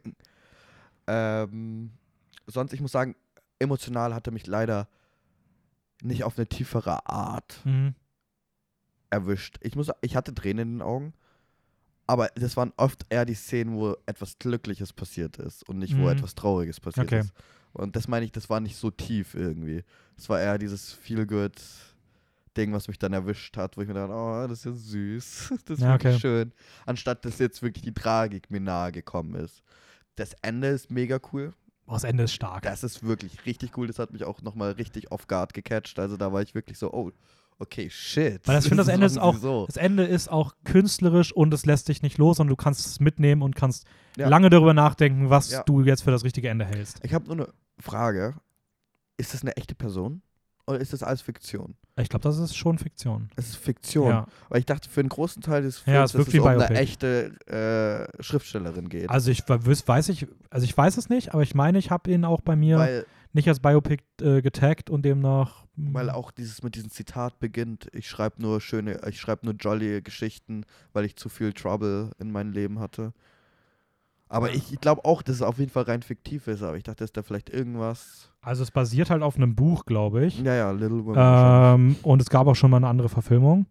ähm, sonst, ich muss sagen, emotional hat er mich leider nicht auf eine tiefere Art mhm. erwischt. Ich muss, ich hatte Tränen in den Augen, aber das waren oft eher die Szenen, wo etwas Glückliches passiert ist und nicht, wo Mhm. etwas Trauriges passiert Okay. ist. Und das meine ich, das war nicht so tief irgendwie. Es war eher dieses Feel-Good-Ding, was mich dann erwischt hat, wo ich mir dachte, oh, das ist ja süß, das ist Ja, wirklich okay. schön. Anstatt, dass jetzt wirklich die Tragik mir nahe gekommen ist. Das Ende ist mega cool. Boah, das Ende ist stark. Das ist wirklich richtig cool. Das hat mich auch nochmal richtig off guard gecatcht. Also da war ich wirklich so, oh, okay, shit. Weil ich finde, das Ende ist machen auch, sie so. das Ende ist auch künstlerisch und es lässt dich nicht los und du kannst es mitnehmen und kannst Ja. lange darüber nachdenken, was Ja. du jetzt für das richtige Ende hältst. Ich habe nur eine Frage. Ist das eine echte Person? Oder ist das alles Fiktion? Ich glaube, das ist schon Fiktion. Es ist Fiktion. Ja. Weil ich dachte, für einen großen Teil des Ja, Films, es wirkt dass wie es um eine Biopic. echte äh, Schriftstellerin geht. Also ich weiß, weiß ich, also ich weiß es nicht, aber ich meine, ich habe ihn auch bei mir weil, nicht als Biopic äh, getaggt und demnach. mh, weil auch dieses mit diesem Zitat beginnt, ich schreibe nur schöne, ich schreibe nur jolly Geschichten, weil ich zu viel Trouble in meinem Leben hatte. Aber ich, ich glaube auch, dass es auf jeden Fall rein fiktiv ist, aber ich dachte, dass da vielleicht irgendwas. Also es basiert halt auf einem Buch, glaube ich. Ja, ja, Little Women. wahrscheinlich. Ähm, und es gab auch schon mal eine andere Verfilmung.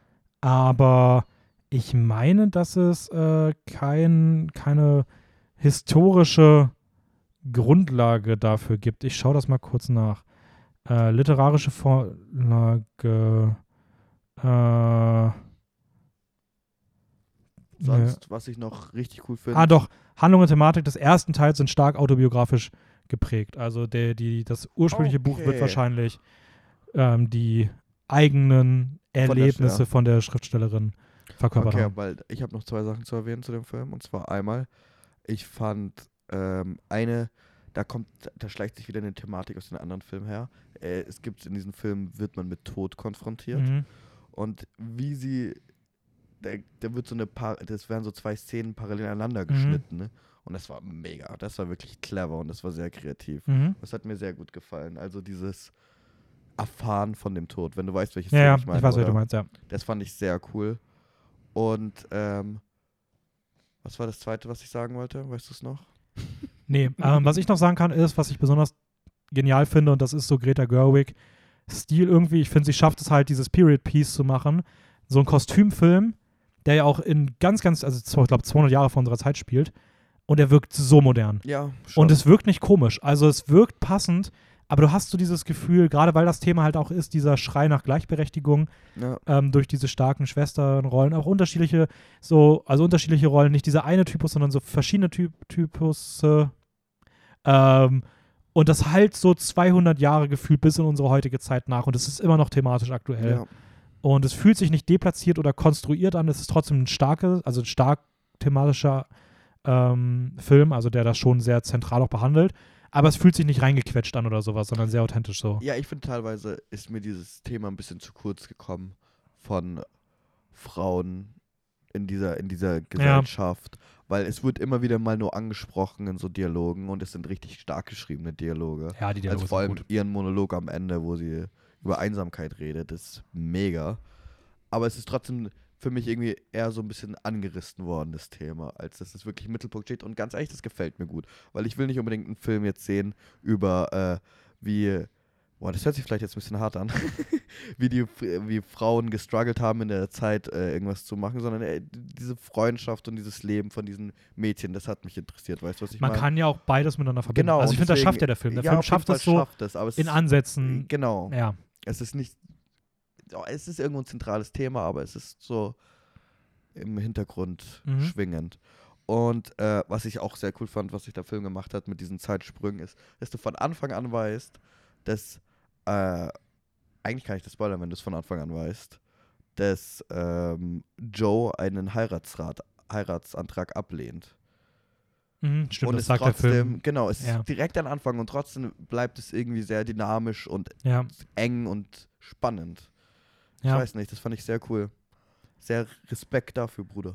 Aber ich meine, dass es äh, kein, keine historische Grundlage dafür gibt. Ich schaue das mal kurz nach. Äh, literarische Vorlage. Äh, Sonst, was ich noch richtig cool finde. Ah, doch. Handlung und Thematik des ersten Teils sind stark autobiografisch geprägt. Also der, die, das ursprüngliche Buch wird Okay. wahrscheinlich ähm, die eigenen der- Erlebnisse ja. von der Schriftstellerin verkörpert Okay, haben. weil ich habe noch zwei Sachen zu erwähnen zu dem Film. Und zwar einmal, ich fand ähm, eine, da kommt, da schleicht sich wieder eine Thematik aus den anderen Filmen her. Äh, es gibt in diesem Film, wird man mit Tod konfrontiert. Mhm. Und wie sie, da, da wird so eine, Par das werden so zwei Szenen parallel Mhm. aneinander geschnitten. Ne? Und das war mega, das war wirklich clever und das war sehr kreativ. Mhm. Das hat mir sehr gut gefallen. Also dieses Erfahren von dem Tod, wenn du weißt, welches Ja, Film ja, ich meine. ich weiß, was oder? du meinst, ja. Das fand ich sehr cool. Und ähm, was war das zweite, was ich sagen wollte? Weißt du es noch? Nee, ähm, was ich noch sagen kann, ist, was ich besonders genial finde, und das ist so Greta Gerwig Stil irgendwie. Ich finde, sie schafft es halt, dieses Period-Piece zu machen. So ein Kostümfilm, der ja auch in ganz, ganz, also ich glaube zweihundert Jahre vor unserer Zeit spielt. Und er wirkt so modern. Ja, schon. Und es wirkt nicht komisch. Also es wirkt passend, aber du hast so dieses Gefühl, gerade weil das Thema halt auch ist, dieser Schrei nach Gleichberechtigung ja. ähm, durch diese starken Schwesternrollen, auch unterschiedliche, so, also unterschiedliche Rollen, nicht dieser eine Typus, sondern so verschiedene Typ, Typus. Äh, ähm, und das halt so zweihundert Jahre gefühlt bis in unsere heutige Zeit nach. Und es ist immer noch thematisch aktuell. ja. Und es fühlt sich nicht deplatziert oder konstruiert an. Es ist trotzdem ein starke, also ein stark thematischer ähm, Film, also der das schon sehr zentral auch behandelt. Aber es fühlt sich nicht reingequetscht an oder sowas, sondern sehr authentisch so. Ja, ich finde teilweise ist mir dieses Thema ein bisschen zu kurz gekommen von Frauen in dieser, in dieser Gesellschaft. Weil es wird immer wieder mal nur angesprochen in so Dialogen und es sind richtig stark geschriebene Dialoge. Ja, die Dialoge Also vor allem sind gut. ihren Monolog am Ende, wo sie über Einsamkeit redet, ist mega. Aber es ist trotzdem für mich irgendwie eher so ein bisschen angerissen worden, das Thema, als dass es wirklich im Mittelpunkt steht. Und ganz ehrlich, das gefällt mir gut. Weil ich will nicht unbedingt einen Film jetzt sehen über äh, wie, boah, das hört sich vielleicht jetzt ein bisschen hart an, wie die wie Frauen gestruggelt haben in der Zeit, äh, irgendwas zu machen, sondern äh, diese Freundschaft und dieses Leben von diesen Mädchen, das hat mich interessiert. Weißt du, was ich Man meine? kann ja auch beides miteinander verbinden. Genau, also ich und finde, das deswegen- schafft ja der Film. Der ja, Film auf jeden schafft Fall das so schafft es, aber es in ist- Ansätzen. Genau. Ja. Es ist nicht, oh, es ist irgendwo ein zentrales Thema, aber es ist so im Hintergrund Mhm. schwingend. Und äh, was ich auch sehr cool fand, was sich der Film gemacht hat mit diesen Zeitsprüngen, ist, dass du von Anfang an weißt, dass, äh, eigentlich kann ich das spoilern, wenn du es von Anfang an weißt, dass ähm, Joe einen Heiratsrat, Heiratsantrag ablehnt. Mhm, stimmt, und das es sagt der trotzdem, Film. genau, es Ja. ist direkt am Anfang und trotzdem bleibt es irgendwie sehr dynamisch und Ja. eng und spannend. Ja. Ich weiß nicht, das fand ich sehr cool. Sehr Respekt dafür, Bruder.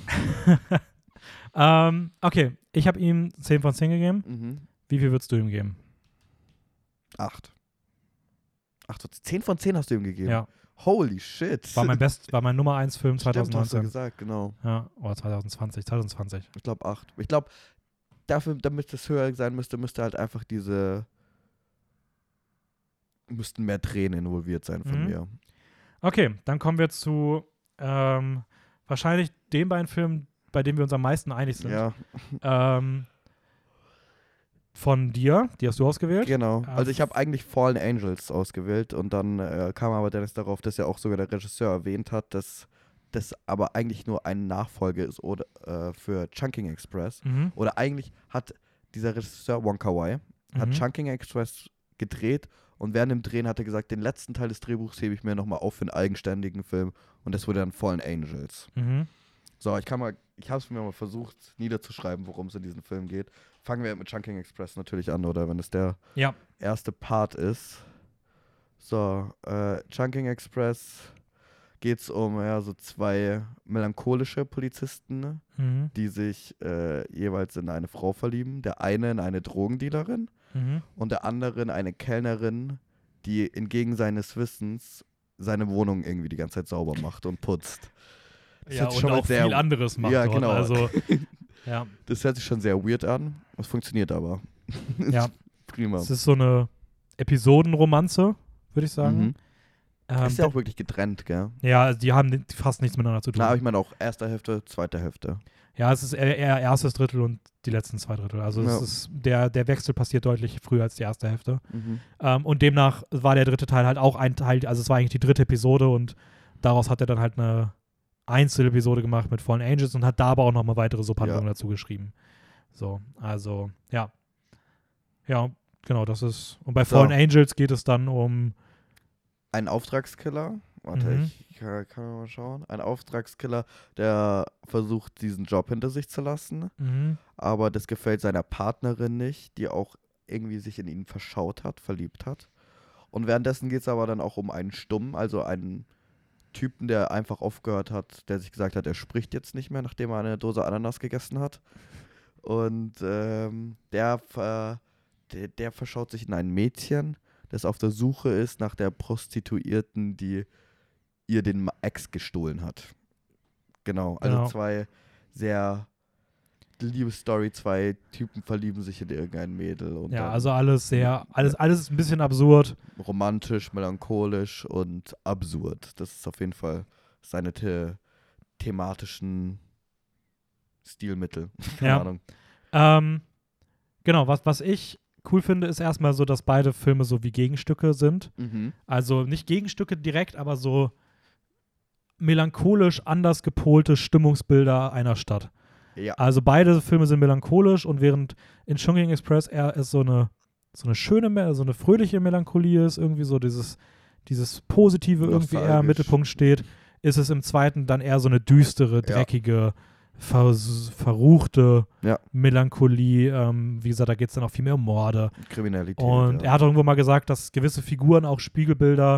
ähm, okay, ich habe ihm zehn von zehn gegeben. Mhm. Wie viel würdest du ihm geben? acht. acht. zehn von zehn hast du ihm gegeben? Ja. Holy shit. War mein Best, war mein Nummer eins Film Stimmt, hast du zwanzig neunzehn. gesagt, genau. Ja, oder zwanzig zwanzig, zwanzig zwanzig. Ich glaube acht. Ich glaube, dafür, damit es höher sein müsste, müsste halt einfach diese müssten mehr Tränen involviert sein von Mhm. mir. Okay, dann kommen wir zu ähm, wahrscheinlich den beiden Filmen, bei denen wir uns am meisten einig sind. Ja, Ähm, von dir, die hast du ausgewählt. genau. Äh, Also ich habe eigentlich Fallen Angels ausgewählt und dann äh, kam aber Dennis darauf, dass ja auch sogar der Regisseur erwähnt hat, dass das aber eigentlich nur ein Nachfolger ist oder, äh, für Chungking Express. Mhm. Oder eigentlich hat dieser Regisseur Wong Kar-wai hat Mhm. Chungking Express gedreht und während dem Drehen hat er gesagt, den letzten Teil des Drehbuchs hebe ich mir nochmal auf für einen eigenständigen Film und das wurde dann Fallen Angels. Mhm. So, ich kann mal, ich habe es mir mal versucht niederzuschreiben, worum es in diesem Film geht. Fangen wir mit Chungking Express natürlich an, oder? Wenn es der Ja. erste Part ist. So, äh, Chungking Express geht es um ja, so zwei melancholische Polizisten, Mhm. die sich äh, jeweils in eine Frau verlieben. Der eine in eine Drogendealerin Mhm. und der andere in eine Kellnerin, die entgegen seines Wissens seine Wohnung irgendwie die ganze Zeit sauber macht und putzt. Das Ja, hört sich und schon mal auch sehr- viel anderes macht Ja, dort. genau. Also, ja, Das hört sich schon sehr weird an. Es funktioniert aber. ja. Prima. Es ist so eine Episodenromanze, würde ich sagen. Mhm. Ähm, Ist ja auch wirklich getrennt, gell? ja, also die haben ni- fast nichts miteinander zu tun. Na, aber ich meine auch erste Hälfte, zweite Hälfte. Ja, es ist eher, eher erstes Drittel und die letzten zwei Drittel. Also es Ja. ist, der, der Wechsel passiert deutlich früher als die erste Hälfte. Mhm. Ähm, und demnach war der dritte Teil halt auch ein Teil, also es war eigentlich die dritte Episode und daraus hat er dann halt eine Einzelepisode gemacht mit Fallen Angels und hat da aber auch nochmal weitere Subhandlungen Ja. dazu geschrieben. So, also, ja. Ja, genau, das ist. Und bei So. Fallen Angels geht es dann um. Ein Auftragskiller. Warte, Mhm. ich kann, kann mal schauen. Ein Auftragskiller, der versucht, diesen Job hinter sich zu lassen. Mhm, Aber das gefällt seiner Partnerin nicht, die auch irgendwie sich in ihn verschaut hat, verliebt hat. Und währenddessen geht es aber dann auch um einen Stumm, also einen Typen, der einfach aufgehört hat, der sich gesagt hat, er spricht jetzt nicht mehr, nachdem er eine Dose Ananas gegessen hat. Und ähm, der, ver- der, der verschaut sich in ein Mädchen, das auf der Suche ist nach der Prostituierten, die ihr den Ma- Ex gestohlen hat. Genau, also Genau. zwei sehr Liebesstory, zwei Typen verlieben sich in irgendein Mädel. Und ja, dann also alles sehr, alles, alles ist ein bisschen absurd. romantisch, melancholisch und absurd. Das ist auf jeden Fall seine the thematischen Stilmittel. Keine Ja. Ahnung. Ähm, genau, was, was ich cool finde, ist erstmal so, dass beide Filme so wie Gegenstücke sind. Mhm. Also nicht Gegenstücke direkt, aber so melancholisch anders gepolte Stimmungsbilder einer Stadt. Ja. Also beide Filme sind melancholisch und während in Chungking Express eher ist so eine, so eine schöne, Me- so eine fröhliche Melancholie ist, irgendwie so dieses, dieses Positive irgendwie eher im Nostalgisch. Mittelpunkt steht, ist es im zweiten dann eher so eine düstere, dreckige, ver verruchte Ja. Melancholie. Ähm, wie gesagt, da geht es dann auch viel mehr um Morde. Kriminalität. Und ja. er hat irgendwo mal gesagt, dass gewisse Figuren auch Spiegelbilder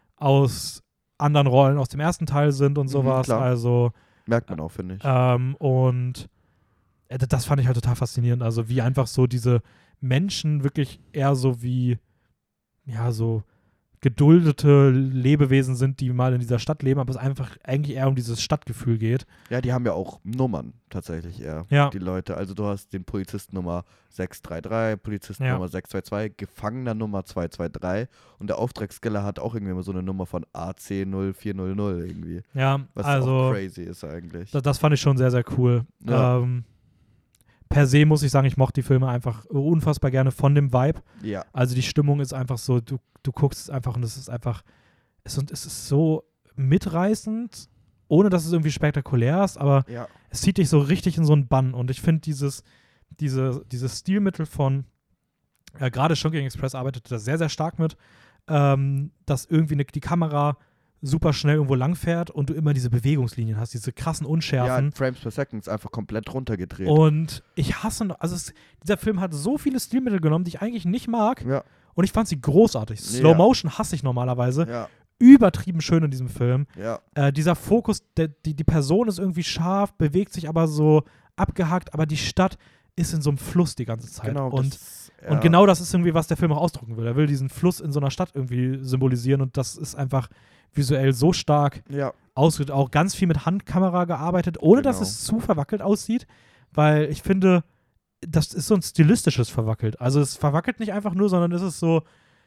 aus anderen Rollen aus dem ersten Teil sind und Mhm, sowas. klar. Also Merkt man auch, finde ich. ähm, und äh, das fand ich halt total faszinierend. Also wie einfach so diese Menschen wirklich eher so wie, ja, so geduldete Lebewesen sind, die mal in dieser Stadt leben, aber es einfach eigentlich eher um dieses Stadtgefühl geht. Ja, die haben ja auch Nummern tatsächlich eher, Ja. die Leute. Also du hast den Polizisten Nummer sechs drei drei, Polizisten Ja. Nummer sechs zwei zwei, Gefangener Nummer zwei zwei drei und der Auftragskiller hat auch irgendwie immer so eine Nummer von A C null vier null null irgendwie. Ja, Was also auch crazy ist eigentlich. das, das fand ich schon sehr, sehr cool. Ja. Ähm, per se muss ich sagen, ich mochte die Filme einfach unfassbar gerne von dem Vibe. Ja. Also die Stimmung ist einfach so, du, du guckst es einfach und es ist einfach, es, und es ist so mitreißend, ohne dass es irgendwie spektakulär ist, aber Ja. es zieht dich so richtig in so einen Bann. Und ich finde dieses, diese, dieses Stilmittel von, ja, gerade Chungking Express arbeitet da sehr, sehr stark mit, ähm, dass irgendwie eine, die Kamera super schnell irgendwo langfährt und du immer diese Bewegungslinien hast, diese krassen Ja, Unschärfen. Frames per Second ist einfach komplett runtergedreht. Und ich hasse, noch- also es, dieser Film hat so viele Stilmittel genommen, die ich eigentlich nicht mag. ja, Und ich fand sie großartig. Ja. Slow Motion hasse ich normalerweise. ja. übertrieben schön in diesem Film. Ja. Äh, dieser Fokus, der, die, die Person ist irgendwie scharf, bewegt sich aber so abgehackt, aber die Stadt ist in so einem Fluss die ganze Zeit. Genau, und, das, ja. und genau das ist irgendwie, was der Film auch ausdrücken will. Er will diesen Fluss in so einer Stadt irgendwie symbolisieren und das ist einfach visuell so stark Ja. ausgedrückt. Auch ganz viel mit Handkamera gearbeitet, ohne Genau. dass es zu verwackelt aussieht, weil ich finde, das ist so ein stilistisches Verwackelt. Also es verwackelt nicht einfach nur, sondern es ist so,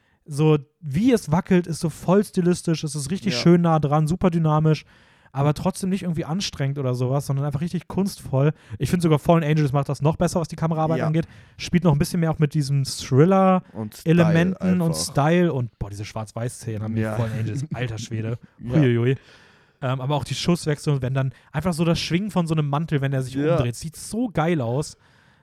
so wie es wackelt, ist so voll stilistisch, es ist richtig Ja. schön nah dran, super dynamisch, aber trotzdem nicht irgendwie anstrengend oder sowas, sondern einfach richtig kunstvoll. Ich finde sogar Fallen Angels macht das noch besser, was die Kameraarbeit Ja. angeht. Spielt noch ein bisschen mehr auch mit diesen Und Thriller-Elementen Style und einfach. Style und boah, diese Schwarz-Weiß-Szenen haben Ja. die Fallen Angels, alter Schwede. Ja. Huiuiui. Ähm, aber auch die Schusswechsel, wenn dann einfach so das Schwingen von so einem Mantel, wenn er sich Ja. umdreht, sieht so geil aus.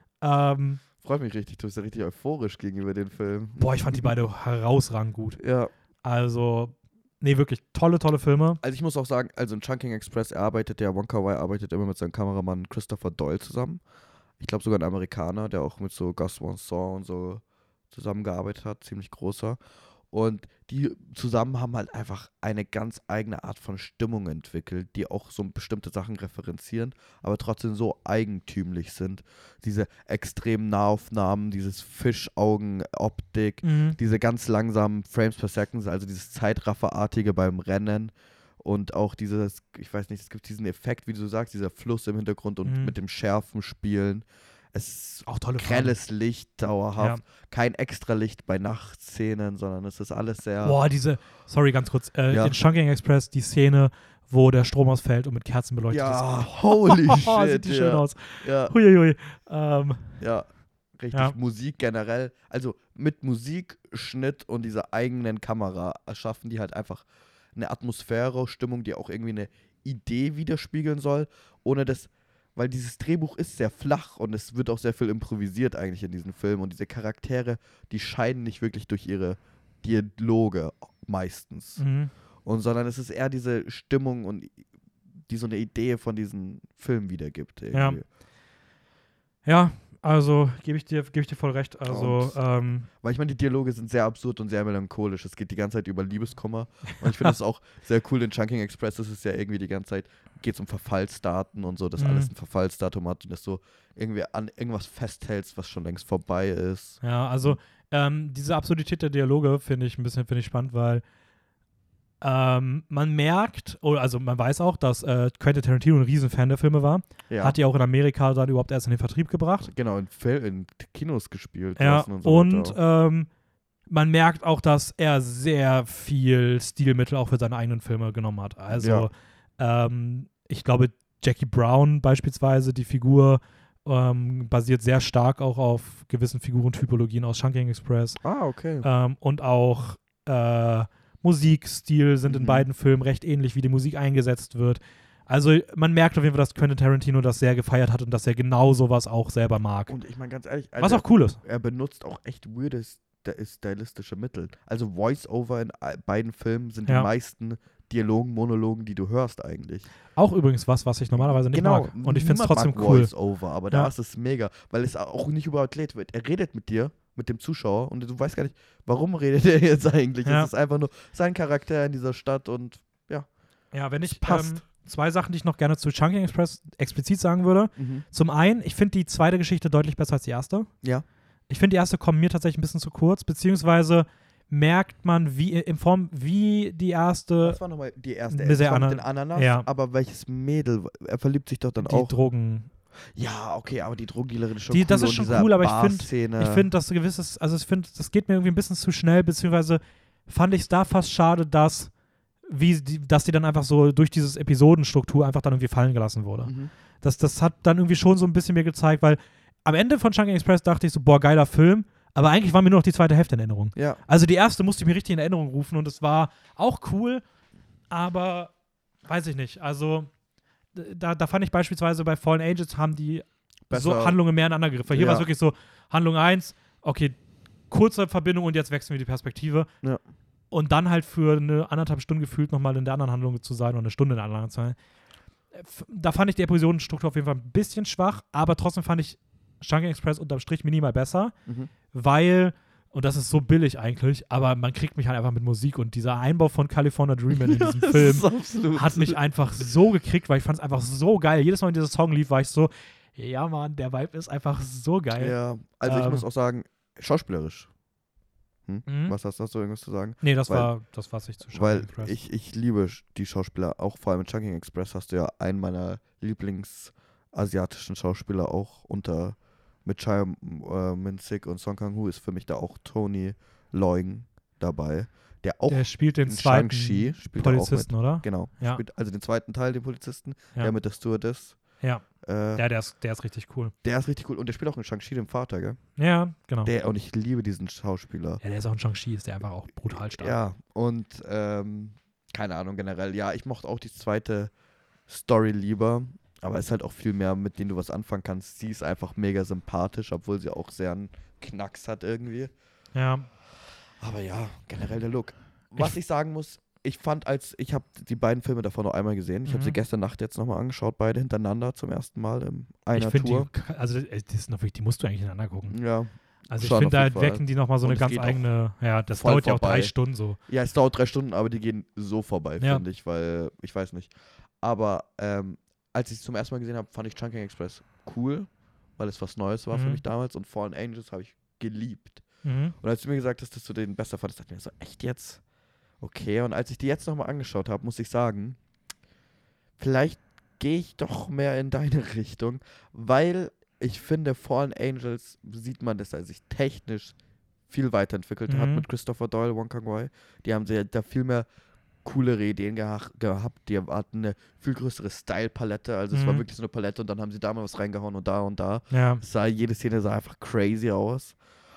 Ähm, Freut mich richtig, du bist ja richtig euphorisch gegenüber dem Film. boah, ich fand die beide herausragend gut. Ja. Also, nee, wirklich tolle, tolle Filme. Also ich muss auch sagen, also in Chungking Express, er arbeitet, der Wong Kar-wai arbeitet immer mit seinem Kameramann Christopher Doyle zusammen. Ich glaube sogar ein Amerikaner, der auch mit so Gus Van Sant und so zusammengearbeitet hat, ziemlich großer. Und die zusammen haben halt einfach eine ganz eigene Art von Stimmung entwickelt, die auch so bestimmte Sachen referenzieren, aber trotzdem so eigentümlich sind. Diese extremen Nahaufnahmen, dieses Fischaugen-Optik, Mhm. diese ganz langsamen Frames per Second, also dieses Zeitrafferartige beim Rennen und auch dieses, ich weiß nicht, es gibt diesen Effekt, wie du sagst, dieser Fluss im Hintergrund und Mhm. mit dem Schärfen spielen. Es ist Auch tolle grelles Licht dauerhaft, Ja. kein extra Licht bei Nachtszenen, sondern es ist alles sehr... Boah, diese, sorry, ganz kurz, äh, Ja. in Chungking Express die Szene, wo der Strom ausfällt und mit Kerzen beleuchtet ja, ist. holy Oh, shit. sieht die ja. schön aus. Ja, Huiuiui. Ähm, ja, richtig. Ja. Musik generell, also mit Musik, Schnitt und dieser eigenen Kamera erschaffen die halt einfach eine Atmosphäre, Stimmung, die auch irgendwie eine Idee widerspiegeln soll, ohne das, weil dieses Drehbuch ist sehr flach und es wird auch sehr viel improvisiert eigentlich in diesem Film und diese Charaktere, die scheinen nicht wirklich durch ihre Dialoge meistens, mhm. und sondern es ist eher diese Stimmung und die so eine Idee von diesem Film wiedergibt. Irgendwie. Ja, also gebe ich dir, gebe ich dir voll recht. Also, Und- ähm, Weil ich meine, die Dialoge sind sehr absurd und sehr melancholisch. Es geht die ganze Zeit über Liebeskummer. Und ich finde es auch sehr cool in Chungking Express. Das ist ja irgendwie die ganze Zeit, geht es um Verfallsdaten und so, dass Mhm. alles ein Verfallsdatum hat und das so irgendwie an irgendwas festhältst, was schon längst vorbei ist. ja, also ähm, diese Absurdität der Dialoge finde ich ein bisschen finde ich spannend, weil ähm, man merkt, oder also man weiß auch, dass äh, Quentin Tarantino ein Riesenfan der Filme war. Ja, Hat die auch in Amerika dann überhaupt erst in den Vertrieb gebracht. genau, in, Fil in Kinos gespielt. Ja, lassen und so und weiter. ähm, man merkt auch, dass er sehr viel Stilmittel auch für seine eigenen Filme genommen hat. Also ähm, ich glaube, Jackie Brown beispielsweise, die Figur, ähm, basiert sehr stark auch auf gewissen Figurentypologien aus Chungking Express. Ah, okay. Ähm, und auch äh, Musikstil sind in Mhm. beiden Filmen recht ähnlich, wie die Musik eingesetzt wird. Also man merkt auf jeden Fall, dass Quentin Tarantino das sehr gefeiert hat und dass er genau sowas auch selber mag. Und ich meine ganz ehrlich, Was also auch cool ist. er benutzt auch echt weirde st- stylistische Mittel. Also Voice-Over in all- beiden Filmen sind Ja. die meisten Dialogen, Monologen, die du hörst eigentlich. Auch übrigens was, was ich normalerweise nicht genau. mag. Und ich finde es niemand trotzdem mag cool. Voice-Over, aber Ja. da ist es mega, weil es auch nicht übererklärt wird. Er redet mit dir, mit dem Zuschauer und du weißt gar nicht, warum redet er jetzt eigentlich. Ja. Es ist einfach nur sein Charakter in dieser Stadt und Ja, wenn Es ich passt. ähm, zwei Sachen, die ich noch gerne zu Chungking Express explizit sagen würde. mhm. Zum einen, ich finde die zweite Geschichte deutlich besser als die erste. Ja. Ich finde, die erste kommt mir tatsächlich ein bisschen zu kurz, beziehungsweise merkt man, wie in Form, wie die erste Das war nochmal die erste. Mit Das der war mit Ana- den Ananas, ja. aber welches Mädel? Er verliebt sich doch dann die auch. Drogen. Ja, okay, aber die Drogendealerin ist schon Die- cool. das ist und schon dieser cool, aber ich find- Bar-Szene. Ich finde, dass ein gewisses, also ich finde, das geht mir irgendwie ein bisschen zu schnell, beziehungsweise fand ich es da fast schade, dass, wie die, dass die dann einfach so durch dieses Episodenstruktur einfach dann irgendwie fallen gelassen wurde. Mhm. Das, das hat dann irgendwie schon so ein bisschen mir gezeigt, weil am Ende von Chungking Express dachte ich so, boah, geiler Film, aber eigentlich war mir nur noch die zweite Hälfte in Erinnerung. Ja. Also die erste musste ich mir richtig in Erinnerung rufen und es war auch cool, aber weiß ich nicht. Also da, da fand ich beispielsweise bei Fallen Angels haben die so Besser. Handlungen mehr ineinander gegriffen. Hier Ja. war es wirklich so, Handlung eins, okay, kurze Verbindung und jetzt wechseln wir die Perspektive. Ja. Und dann halt für eine anderthalb Stunden gefühlt nochmal in der anderen Handlung zu sein oder eine Stunde in der anderen zu sein. F- Da fand ich die Episodenstruktur auf jeden Fall ein bisschen schwach, aber trotzdem fand ich Chungking Express unterm Strich minimal besser, Mhm. weil, Und das ist so billig eigentlich, aber man kriegt mich halt einfach mit Musik. Und dieser Einbau von California Dreaming in diesem Film hat mich einfach so gekriegt, weil ich fand es einfach so geil. Jedes Mal, wenn dieser Song lief, war ich so, ja Mann, der Vibe ist einfach so geil. Ja, also Ähm. ich muss auch sagen, schauspielerisch. Hm? Mhm. Was hast, hast du irgendwas zu sagen? Nee, das Weil- war das, was ich zu schauen Weil ich, ich liebe die Schauspieler, auch vor allem in Chungking Express hast du ja einen meiner Lieblingsasiatischen Schauspieler auch unter mit Chai äh, Min-sik und Song Kang-ho ist für mich da auch Tony Leung dabei, der auch Der spielt den in zweiten Shang-Chi spielt er auch Polizisten, mit. oder? Genau, Ja. spielt also den zweiten Teil, den Polizisten, Ja. der mit der Stewardess. Ja, Äh, ja der, ist, der ist richtig cool. der ist richtig cool und der spielt auch in Shang-Chi, dem Vater, gell? Ja, genau. Der, und ich liebe diesen Schauspieler. ja, der ist auch in Shang-Chi, ist der einfach auch brutal stark. Ja, und ähm, keine Ahnung, generell, ja, ich mochte auch die zweite Story lieber, aber es ist halt auch viel mehr, mit denen du was anfangen kannst. Sie ist einfach mega sympathisch, obwohl sie auch sehr einen Knacks hat irgendwie. Ja. Aber ja, generell der Look. Was ich sagen muss, ich fand als, ich habe die beiden Filme davor noch einmal gesehen. Ich habe Mhm. sie gestern Nacht jetzt nochmal angeschaut, beide hintereinander zum ersten Mal in einer Ich finde Tour. die, also äh, das ist noch wirklich, die musst du eigentlich hintereinander gucken. Ja, Also ich schon finde, auf da jeden Fall. wecken die nochmal so Und eine es ganz geht auch eigene, ja, das voll dauert ja auch drei vorbei. Stunden so. Ja, es dauert drei Stunden, aber die gehen so vorbei, Ja. finde ich, weil, ich weiß nicht. Aber ähm, als ich es zum ersten Mal gesehen habe, fand ich Chungking Express cool, weil es was Neues war für Mhm. mich damals und Fallen Angels habe ich geliebt. Mhm. Und als du mir gesagt hast, dass du den besser fandest, dachte ich mir so, echt jetzt? Okay, und als ich die jetzt nochmal angeschaut habe, muss ich sagen, vielleicht gehe ich doch mehr in deine Richtung, weil ich finde, Fallen Angels sieht man, dass er sich technisch viel weiterentwickelt hat Mhm. mit Christopher Doyle, Wong Kar-wai. Die haben sehr, da viel mehr coolere Ideen geha gehabt. Die hatten eine viel größere Style-Palette. Also es war Mhm. wirklich so eine Palette und dann haben sie da mal was reingehauen und da und da. Ja. Es sah, jede Szene sah einfach crazy aus.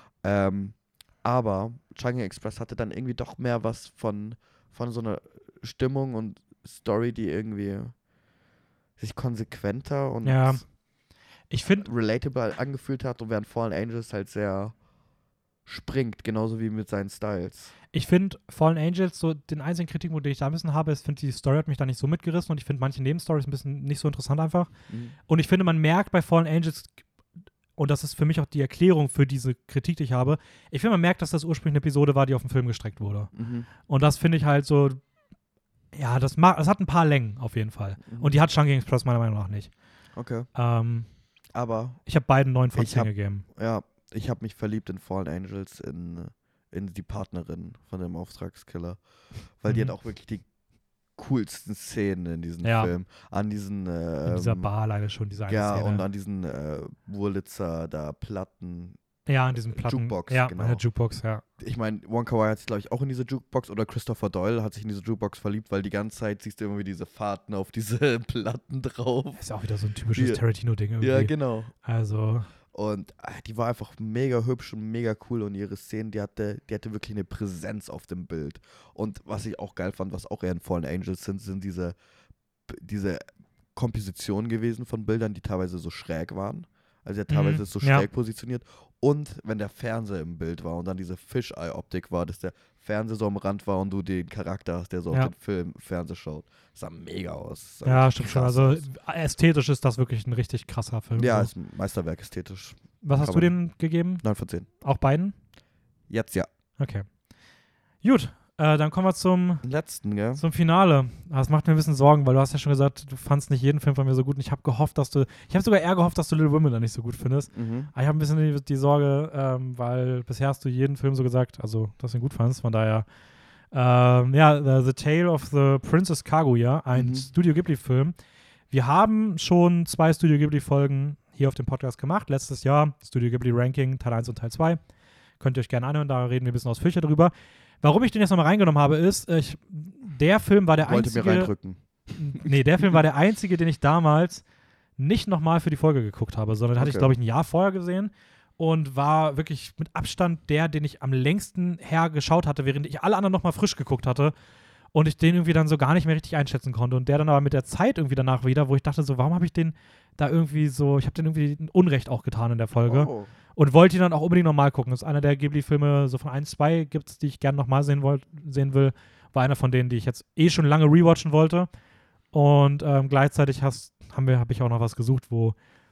Ähm, aber Chungking Express hatte dann irgendwie doch mehr was von, von so einer Stimmung und Story, die irgendwie sich konsequenter und Ja. Ich finde, relatable angefühlt hat und während Fallen Angels halt sehr springt, genauso wie mit seinen Styles. ich finde Fallen Angels, so den einzigen Kritikpunkt, den ich da ein bisschen habe, ist, finde die Story hat mich da nicht so mitgerissen und ich finde manche Nebenstories ein bisschen nicht so interessant einfach. Mhm. Und ich finde, man merkt bei Fallen Angels, und das ist für mich auch die Erklärung für diese Kritik, die ich habe, ich finde, man merkt, dass das ursprünglich eine Episode war, die auf den Film gestreckt wurde. Mhm. Und das finde ich halt so, ja, das, ma- das hat ein paar Längen auf jeden Fall. Mhm. Und die hat Chungking Express meiner Meinung nach nicht. Okay. Ähm, Aber ich habe beiden neun von Ich zehn hab- gegeben. ja, ich habe mich verliebt in Fallen Angels, in, in die Partnerin von dem Auftragskiller. Weil die Mhm. hat auch wirklich die coolsten Szenen in diesem Ja. Film. An diesen ähm, In dieser Bar alleine schon, diese eine ja, Szene. und an diesen äh, Wurlitzer da Platten. ja, in diesem Platten. Jukebox, ja, genau. in der Jukebox, ja. Ich meine, Wong Kar-wai hat sich, glaube ich, auch in diese Jukebox oder Christopher Doyle hat sich in diese Jukebox verliebt, weil die ganze Zeit siehst du immer wie diese Fahrten auf diese Platten drauf. Ist ja auch wieder so ein typisches Ja. Tarantino-Ding irgendwie. Ja, genau. Also, Und äh, die war einfach mega hübsch und mega cool und ihre Szenen, die hatte, die hatte wirklich eine Präsenz auf dem Bild. Und was ich auch geil fand, was auch eher in Fallen Angels sind, sind diese, diese Kompositionen gewesen von Bildern, die teilweise so schräg waren. Also ja, teilweise Mhm, so ja. schräg positioniert. Und wenn der Fernseher im Bild war und dann diese Fisheye-Optik war, dass der Fernseher so am Rand war und du den Charakter hast, der so Ja. auf den Film Fernseher schaut. Das sah mega aus. Das sah ja, wirklich stimmt schon. krass Also, aus. ästhetisch ist das wirklich ein richtig krasser Film. Ja, so. ist ein Meisterwerk ästhetisch. Was hast kann du man- dem gegeben? neun von zehn. Auch beiden? Jetzt ja. Okay. Gut, äh, dann kommen wir zum, Den letzten, gell? zum Finale. Das macht mir ein bisschen Sorgen, weil du hast ja schon gesagt, du fandst nicht jeden Film von mir so gut und ich habe gehofft, dass du, ich habe sogar eher gehofft, dass du Little Women dann nicht so gut findest. Mhm. Aber ich habe ein bisschen die, die Sorge, ähm, weil bisher hast du jeden Film so gesagt, also, dass du ihn gut fandest, von daher ähm, ja, the, the Tale of the Princess Kaguya, ein Mhm. Studio Ghibli-Film. Wir haben schon zwei Studio Ghibli-Folgen hier auf dem Podcast gemacht. Letztes Jahr Studio Ghibli Ranking Teil eins und Teil zwei. Könnt ihr euch gerne anhören, da reden wir ein bisschen ausführlicher drüber. Warum ich den jetzt nochmal reingenommen habe, ist, ich, der Film war der Wollte einzige. mir reindrücken. Nee, der Film war der einzige, den ich damals nicht nochmal für die Folge geguckt habe, sondern hatte ich, Okay. glaube ich, ein Jahr vorher gesehen und war wirklich mit Abstand der, den ich am längsten her geschaut hatte, während ich alle anderen nochmal frisch geguckt hatte und ich den irgendwie dann so gar nicht mehr richtig einschätzen konnte und der dann aber mit der Zeit irgendwie danach wieder, wo ich dachte so, warum habe ich den da irgendwie so, ich habe den irgendwie ein Unrecht auch getan in der Folge Oh. und wollte ihn dann auch unbedingt nochmal gucken. Das ist einer der Ghibli-Filme, so von eins, zwei gibt es, die ich gerne nochmal sehen, wollt, sehen will. War einer von denen, die ich jetzt eh schon lange rewatchen wollte. Und ähm, gleichzeitig hast, haben wir, habe ich auch noch was gesucht, wo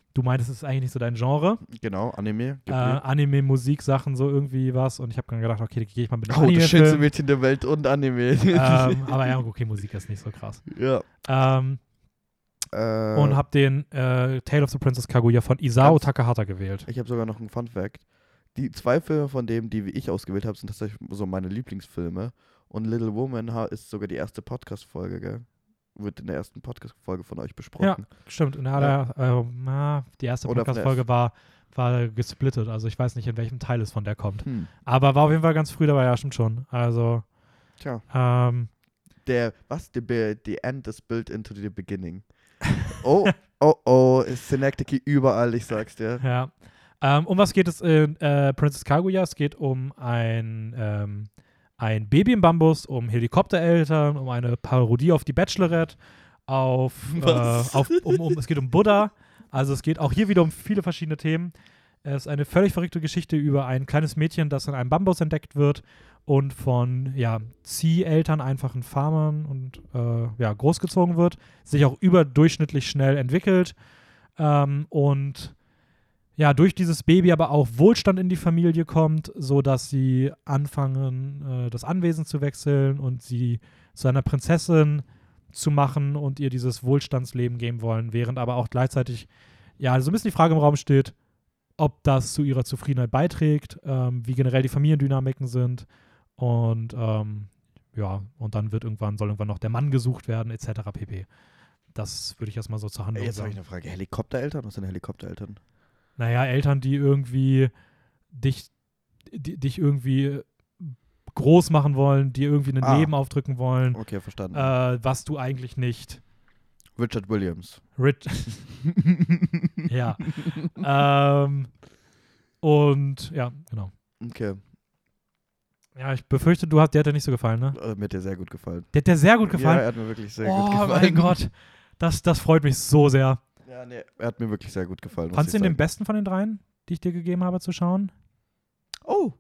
du meintest, es ist eigentlich nicht so dein Genre. Genau, Anime. Äh, Anime, Musik, Sachen, so irgendwie was. Und ich habe dann gedacht, okay, da gehe ich mal mit einem Oh, das schönste Anime-Film. Mädchen der Welt und Anime. ähm, aber ja, okay, Musik ist nicht so krass. Ja. Ähm, Äh, und habe den äh, Tale of the Princess Kaguya von Isao Ganz- Takahata gewählt. Ich habe sogar noch einen Fun-Fact. Die zwei Filme von dem, die ich ausgewählt habe, sind tatsächlich so meine Lieblingsfilme. Und Little Woman ha- ist sogar die erste Podcast-Folge, gell? Wird in der ersten Podcast-Folge von euch besprochen. Stimmt. Und ja, Ja. der, äh, na, die erste Oder von der Podcast-Folge war, war gesplittet. Also ich weiß nicht, in welchem Teil es von der kommt. Hm. Aber war auf jeden Fall ganz früh dabei, ja, stimmt schon. Also, Tja. ähm, Der, was? The, be- the end is built into the beginning. Oh, oh, oh. Ist Synecdoche überall, ich sag's dir. ja. Ähm, um was geht es in äh, Princess Kaguya? Es geht um ein, ähm, ein Baby im Bambus, um Helikoptereltern, um eine Parodie auf die Bachelorette, auf, äh, Was? auf um, um, es geht um Buddha. Also es geht auch hier wieder um viele verschiedene Themen. Es ist eine völlig verrückte Geschichte über ein kleines Mädchen, das in einem Bambus entdeckt wird und von ja, Zieheltern, einfachen Farmern und äh, ja, großgezogen wird, sich auch überdurchschnittlich schnell entwickelt ähm, und ja, durch dieses Baby aber auch Wohlstand in die Familie kommt, sodass sie anfangen, äh, das Anwesen zu wechseln und sie zu einer Prinzessin zu machen und ihr dieses Wohlstandsleben geben wollen, während aber auch gleichzeitig ja, so ein bisschen die Frage im Raum steht, ob das zu ihrer Zufriedenheit beiträgt, ähm, wie generell die Familiendynamiken sind und ähm, ja, und dann wird irgendwann, soll irgendwann noch der Mann gesucht werden, et cetera pp. Das würde ich erstmal so zur Handlung Jetzt habe sagen. ich eine Frage. Helikoptereltern? Was sind Helikoptereltern? Naja, Eltern, die irgendwie dich, die, dich irgendwie groß machen wollen, dir irgendwie ein Ah. Leben aufdrücken wollen, Okay, verstanden. äh, was du eigentlich nicht. Richard Williams. Rich. ja. ähm, und ja, genau. Okay. Ja, ich befürchte, du hast, der hat dir nicht so gefallen, ne? Äh, mir hat der sehr gut gefallen. Der hat dir sehr gut Ja, gefallen. er hat mir wirklich sehr oh gut gefallen. mein Gott. Das, das freut mich so sehr. Ja, nee, er hat mir wirklich sehr gut gefallen. Fandst du muss ihn ich den sagen. besten von den dreien, die ich dir gegeben habe zu schauen? Oh,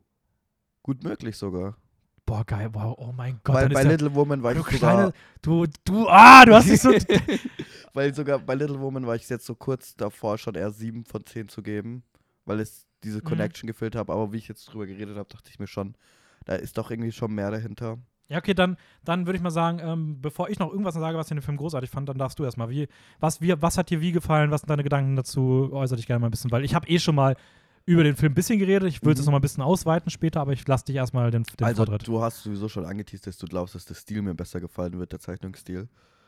gut möglich sogar. Boah, geil. Wow, oh mein Gott. Weil dann bei ist der, Little Woman war du ich sogar... kleine, du, du, ah, du hast dich so... Weil sogar bei Little Woman war ich jetzt so kurz davor, schon eher sieben von zehn zu geben, weil es diese Mhm. Connection gefehlt habe. Aber wie ich jetzt drüber geredet habe, dachte ich mir schon, da ist doch irgendwie schon mehr dahinter. Ja, okay, dann, dann würde ich mal sagen, ähm, bevor ich noch irgendwas sage, was ich in dem Film großartig fand, dann darfst du erstmal. Wie, was, wie, was hat dir wie gefallen? Was sind deine Gedanken dazu? Äußere dich gerne mal ein bisschen, weil ich habe eh schon mal über den Film ein bisschen geredet. Ich würde es Mhm. jetzt noch mal ein bisschen ausweiten später, aber ich lasse dich erstmal den, den Also Vortritt. du hast sowieso schon angeteased, dass du glaubst, dass der Stil mir besser gefallen wird, der Zeichnungsstil.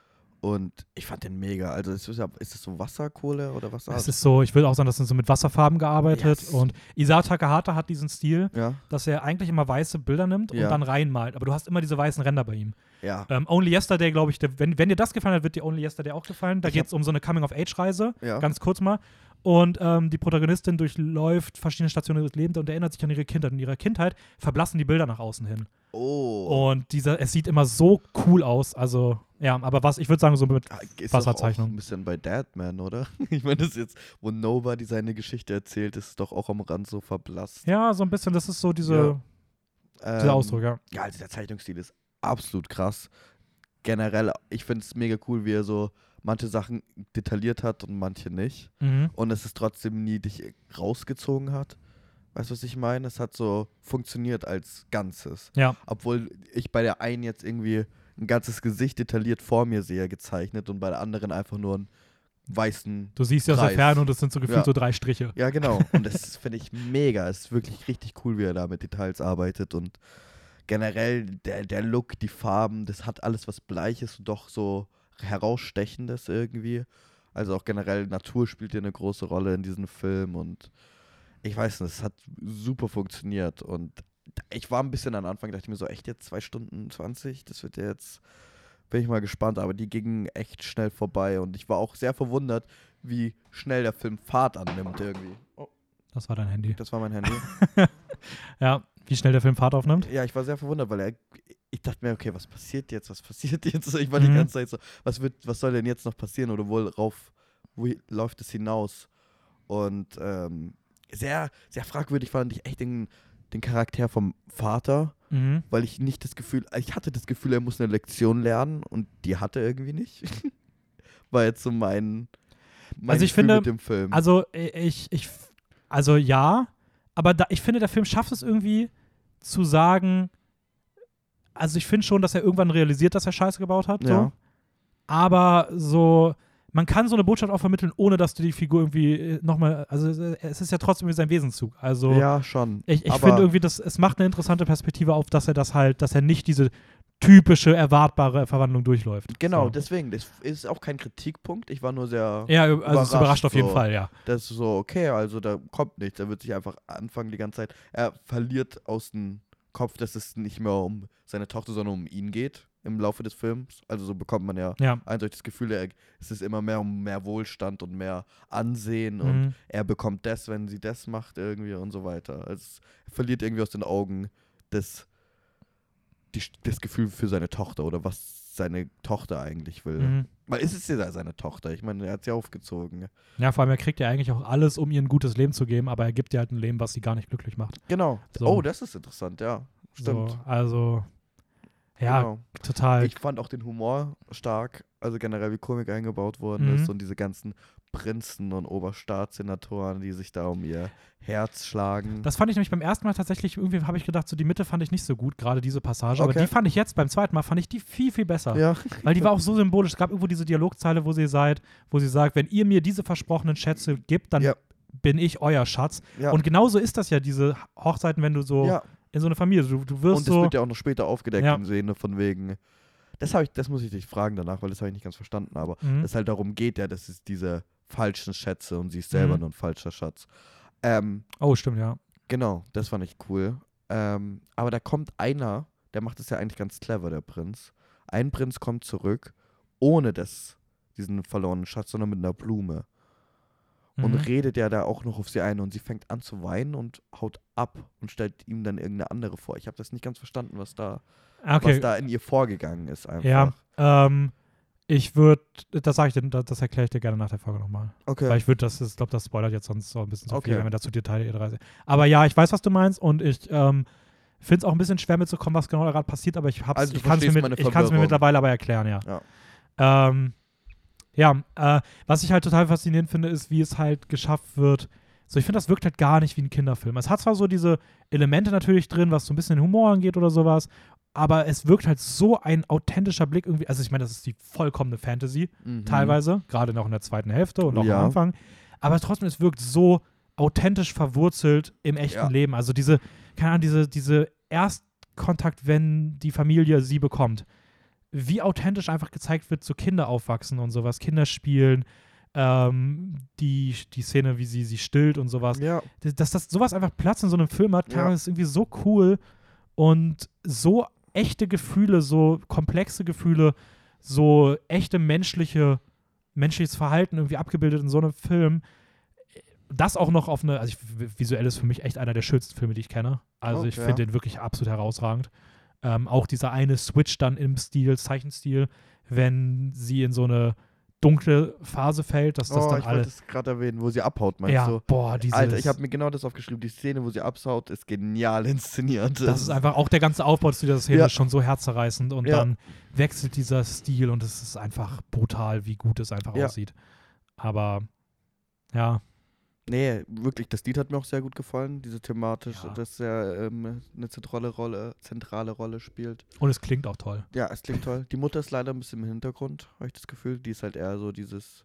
Und ich fand den mega. Also ist es, ja, ist es so Wasserkohle oder was? Es ist so, ich würde auch sagen, das sind so mit Wasserfarben gearbeitet. Yes. Und Isao Takahata hat diesen Stil, Ja, dass er eigentlich immer weiße Bilder nimmt Ja. und dann reinmalt. Aber du hast immer diese weißen Ränder bei ihm. ja, Ähm, Only Yesterday, glaube ich, der, wenn, wenn dir das gefallen hat, wird dir Only Yesterday auch gefallen. Da Ich geht es um so eine Coming-of-Age-Reise, ja. ganz kurz mal. Und ähm, die Protagonistin durchläuft verschiedene Stationen ihres Lebens und erinnert sich an ihre Kindheit. Und in ihrer Kindheit verblassen die Bilder nach außen hin. Oh. Und dieser, es sieht immer so cool aus. Also, ja, aber was, ich würde sagen, so mit Ah, ist Wasserzeichnung. doch auch ein bisschen bei Deadman, oder? Ich meine, das ist jetzt, wo Nobody seine Geschichte erzählt, ist es doch auch am Rand so verblasst. Ja, so ein bisschen, das ist so diese, Ähm, dieser Ausdruck, ja. Ja, also der Zeichnungsstil ist absolut krass. Generell, ich finde es mega cool, wie er so manche Sachen detailliert hat und manche nicht. Mhm. Und es ist trotzdem nie dich rausgezogen hat. Weißt du, was ich meine? Es hat so funktioniert als Ganzes. Ja. Obwohl ich bei der einen jetzt irgendwie ein ganzes Gesicht detailliert vor mir sehe, gezeichnet, und bei der anderen einfach nur einen weißen. Du siehst ja aus der Kreis. Ferne und das sind so gefühlt Ja. so drei Striche. Ja, genau. Und das finde ich mega. Es ist wirklich richtig cool, wie er da mit Details arbeitet. Und generell der, der Look, die Farben, das hat alles was Bleiches und doch so herausstechendes irgendwie. Also auch generell Natur spielt ja eine große Rolle in diesem Film. Und ich weiß nicht, es hat super funktioniert. Und ich war ein bisschen am Anfang, dachte ich mir so, echt jetzt zwei Stunden zwanzig? Das wird ja jetzt, bin ich mal gespannt. Aber die gingen echt schnell vorbei. Und ich war auch sehr verwundert, wie schnell der Film Fahrt annimmt irgendwie. Oh, Das war dein Handy. das war mein Handy. Ja, wie schnell der Film Fahrt aufnimmt. Ja, ich war sehr verwundert, weil er, ich dachte mir, okay, was passiert jetzt? Was passiert jetzt? Ich war die Mhm. ganze Zeit so, was wird, was soll denn jetzt noch passieren? Oder worauf, wo läuft es hinaus? Und ähm, sehr, sehr fragwürdig fand ich echt den, den Charakter vom Vater, Mhm. weil ich nicht das Gefühl, ich hatte das Gefühl, er muss eine Lektion lernen und die hatte er irgendwie nicht. War jetzt so mein, mein also ich Gefühl finde, mit dem Film. Also ich, ich, also ja, aber da, ich finde, der Film schafft es irgendwie zu sagen, also ich finde schon, dass er irgendwann realisiert, dass er Scheiße gebaut hat, so. Ja. Aber so, man kann so eine Botschaft auch vermitteln, ohne dass du die Figur irgendwie nochmal, also es ist ja trotzdem irgendwie sein Wesenszug. Also Ja, schon. ich, ich Aber- finde irgendwie, das, es macht eine interessante Perspektive auf, dass er das halt, dass er nicht diese typische, erwartbare Verwandlung durchläuft. Genau, so. deswegen, das ist auch kein Kritikpunkt. Ich war nur sehr, Ja, also es überrascht, überrascht auf jeden so. Fall, ja. das ist so, okay, also da kommt nichts. Er wird sich einfach anfangen die ganze Zeit. Er verliert aus dem Kopf, dass es nicht mehr um seine Tochter, sondern um ihn geht im Laufe des Films. Also so bekommt man ja Ja. eindeutig das Gefühl, er, es ist immer mehr um mehr Wohlstand und mehr Ansehen und Mhm. er bekommt das, wenn sie das macht irgendwie und so weiter. Also er verliert irgendwie aus den Augen das, die, das Gefühl für seine Tochter oder was seine Tochter eigentlich will. Mhm. Weil ist es ja seine Tochter. Ich meine, er hat sie aufgezogen. Ja, vor allem, er kriegt ja eigentlich auch alles, um ihr ein gutes Leben zu geben, aber er gibt ihr halt ein Leben, was sie gar nicht glücklich macht. Genau. So. Oh, das ist interessant, ja. Stimmt. So, also, ja, Genau. total. Ich fand auch den Humor stark, also generell wie Komik eingebaut worden Mhm. ist und diese ganzen Prinzen und Oberstaatssenatoren, die sich da um ihr Herz schlagen. Das fand ich nämlich beim ersten Mal tatsächlich, irgendwie habe ich gedacht, so die Mitte fand ich nicht so gut, gerade diese Passage, aber Okay. die fand ich jetzt beim zweiten Mal, fand ich die viel, viel besser. ja. Weil die war auch so symbolisch. Es gab irgendwo diese Dialogzeile, wo sie seid, wo sie sagt, wenn ihr mir diese versprochenen Schätze gibt, dann Ja. bin ich euer Schatz. ja. Und genauso ist das ja, diese Hochzeiten, wenn du so ja. in so eine Familie, du, du wirst Und das so. wird ja auch noch später aufgedeckt Ja. im Sinne von wegen. Das habe ich, das muss ich dich fragen danach, weil das habe ich nicht ganz verstanden, aber Mhm. es halt darum geht ja, dass es diese falschen Schätze und sie ist selber Mhm. nur ein falscher Schatz. Ähm, Oh, stimmt, ja. genau, das fand ich cool. Ähm, aber da kommt einer, der macht es ja eigentlich ganz clever, der Prinz. Ein Prinz kommt zurück, ohne das, diesen verlorenen Schatz, sondern mit einer Blume. Und Mhm. redet ja da auch noch auf sie ein und sie fängt an zu weinen und haut ab und stellt ihm dann irgendeine andere vor. Ich habe das nicht ganz verstanden, was da, Okay. was da in ihr vorgegangen ist einfach. Ja, ähm, ich würde, das sage ich dir, das, das erkläre ich dir gerne nach der Folge nochmal. Okay. Weil ich würde, das ist, glaube, das spoilert jetzt sonst so ein bisschen zu Okay. viel, wenn wir dazu detailliert reisen. Aber ja, ich weiß, was du meinst und ich ähm, finde es auch ein bisschen schwer mitzukommen, was genau da gerade passiert, aber ich, hab's, Also du ich kann es mir, verstehst mit, meine ich kann's mir Verwirrung. mittlerweile aber erklären, ja. Ja. Ähm, ja, äh, was ich halt total faszinierend finde, ist, wie es halt geschafft wird. So, ich finde, das wirkt halt gar nicht wie ein Kinderfilm. Es hat zwar so diese Elemente natürlich drin, was so ein bisschen den Humor angeht oder sowas, aber es wirkt halt so ein authentischer Blick irgendwie. Also ich meine, das ist die vollkommene Fantasy Mhm. teilweise, gerade noch in der zweiten Hälfte und auch Ja. am Anfang. Aber trotzdem, es wirkt so authentisch verwurzelt im echten Ja. Leben. Also diese, keine Ahnung, diese, diese Erstkontakt, wenn die Familie sie bekommt. Wie authentisch einfach gezeigt wird, so Kinder aufwachsen und sowas, Kinder spielen, ähm, die, die Szene, wie sie sie stillt und sowas. Ja. Dass das sowas einfach Platz in so einem Film hat, keine Ja. Ahnung, ist irgendwie so cool und so echte Gefühle, so komplexe Gefühle, so echte menschliche, menschliches Verhalten irgendwie abgebildet in so einem Film. Das auch noch auf eine, also ich, visuell ist für mich echt einer der schönsten Filme, die ich kenne. Also Oh, ich ja. finde den wirklich absolut herausragend. Ähm, auch dieser eine Switch dann im Stil, Zeichenstil, wenn sie in so eine dunkle Phase fällt, dass das oh, dann ich alle. wollte es gerade erwähnen, wo sie abhaut, meinst Ja, du? boah, dieses. Alter, ich habe mir genau das aufgeschrieben. Die Szene, wo sie absaut, ist genial inszeniert. Das ist einfach, auch der ganze Aufbau zu dieser Szene Ja. ist schon so herzzerreißend und Ja. dann wechselt dieser Stil und es ist einfach brutal, wie gut es einfach Ja. aussieht. Aber ja, Nee, wirklich, das Lied hat mir auch sehr gut gefallen, diese thematisch, Ja. dass er ähm, eine zentrale Rolle, zentrale Rolle spielt. und es klingt auch toll. Ja, es klingt toll. Die Mutter ist leider ein bisschen im Hintergrund, habe ich das Gefühl. Die ist halt eher so dieses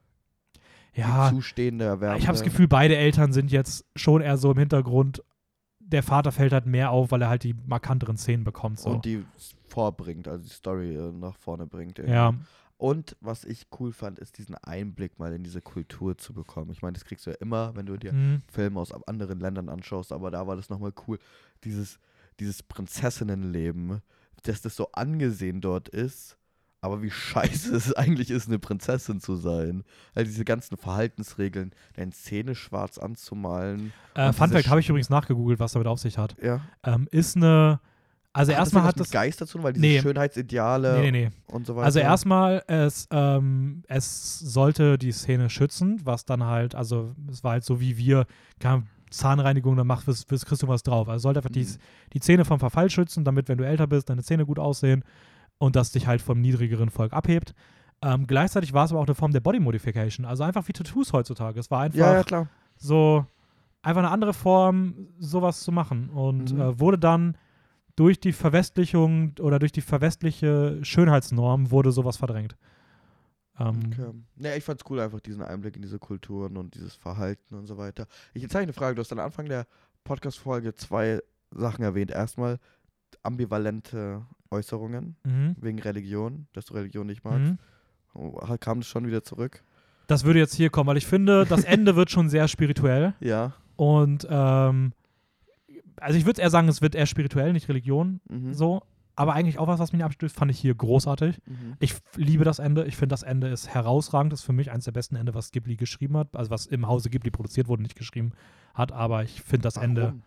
Ja, zustehende Erwärmende. ich habe das Gefühl, beide Eltern sind jetzt schon eher so im Hintergrund. Der Vater fällt halt mehr auf, weil er halt die markanteren Szenen bekommt. So. Und die vorbringt, also die Story äh, nach vorne bringt. irgendwie. ja, Und was ich cool fand, ist diesen Einblick mal in diese Kultur zu bekommen. Ich meine, das kriegst du ja immer, wenn du dir mhm. Filme aus anderen Ländern anschaust, aber da war das nochmal cool. Dieses, dieses Prinzessinnenleben, dass das so angesehen dort ist, aber wie scheiße es eigentlich ist, eine Prinzessin zu sein. Also diese ganzen Verhaltensregeln, deine Zähne schwarz anzumalen. äh, und Fun diese Fact, habe ich übrigens nachgegoogelt, was damit auf sich hat. Ja. Ähm, ist eine, also Hat erstmal das hat was das, mit Geist dazu, weil diese Nee. Schönheitsideale nee, nee, nee. und so weiter. Also erstmal, es, ähm, es sollte die Szene schützen, was dann halt, also es war halt so wie wir, keine Zahnreinigung, dann mach, wirst, wirst, kriegst du was drauf. Also sollte einfach die, Mhm. die Zähne vom Verfall schützen, damit, wenn du älter bist, deine Zähne gut aussehen und das dich halt vom niedrigeren Volk abhebt. Ähm, gleichzeitig war es aber auch eine Form der Body Modification, also einfach wie Tattoos heutzutage. Es war einfach Ja, ja, klar. so einfach eine andere Form, sowas zu machen und Mhm. äh, wurde dann durch die Verwestlichung oder durch die verwestliche Schönheitsnorm wurde sowas verdrängt. Ähm, Okay. Nee, ich fand's cool, einfach diesen Einblick in diese Kulturen und dieses Verhalten und so weiter. Ich jetzt habe ich eine Frage, du hast am Anfang der Podcast-Folge zwei Sachen erwähnt. Erstmal ambivalente Äußerungen mhm, wegen Religion, dass du Religion nicht magst. mhm. Oh, kam das schon wieder zurück? Das würde jetzt hier kommen, weil ich finde, das Ende wird schon sehr spirituell Ja. und ähm, also ich würde eher sagen, es wird eher spirituell, nicht Religion, Mhm. so, aber eigentlich auch was, was mich abstößt, fand ich hier großartig. Mhm. Ich f- liebe das Ende. Ich finde, das Ende ist herausragend. Das ist für mich eines der besten Ende, was Ghibli geschrieben hat. Also was im Hause Ghibli produziert wurde, nicht geschrieben hat. Aber ich finde das Ende. Warum?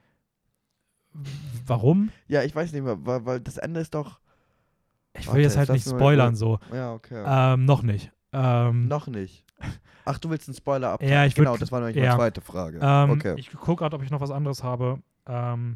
Warum? Ja, ich weiß nicht mehr, weil, weil das Ende ist doch. Ich will Warte, jetzt halt lass nicht mir mal spoilern, über- so. Ja, okay. Ähm, noch nicht. Ähm, Noch nicht. Ach, du willst einen Spoiler ab? Ja, ich würd- Genau, das war nämlich ja. meine zweite Frage. ähm, okay. Ich gucke gerade, ob ich noch was anderes habe. Ähm,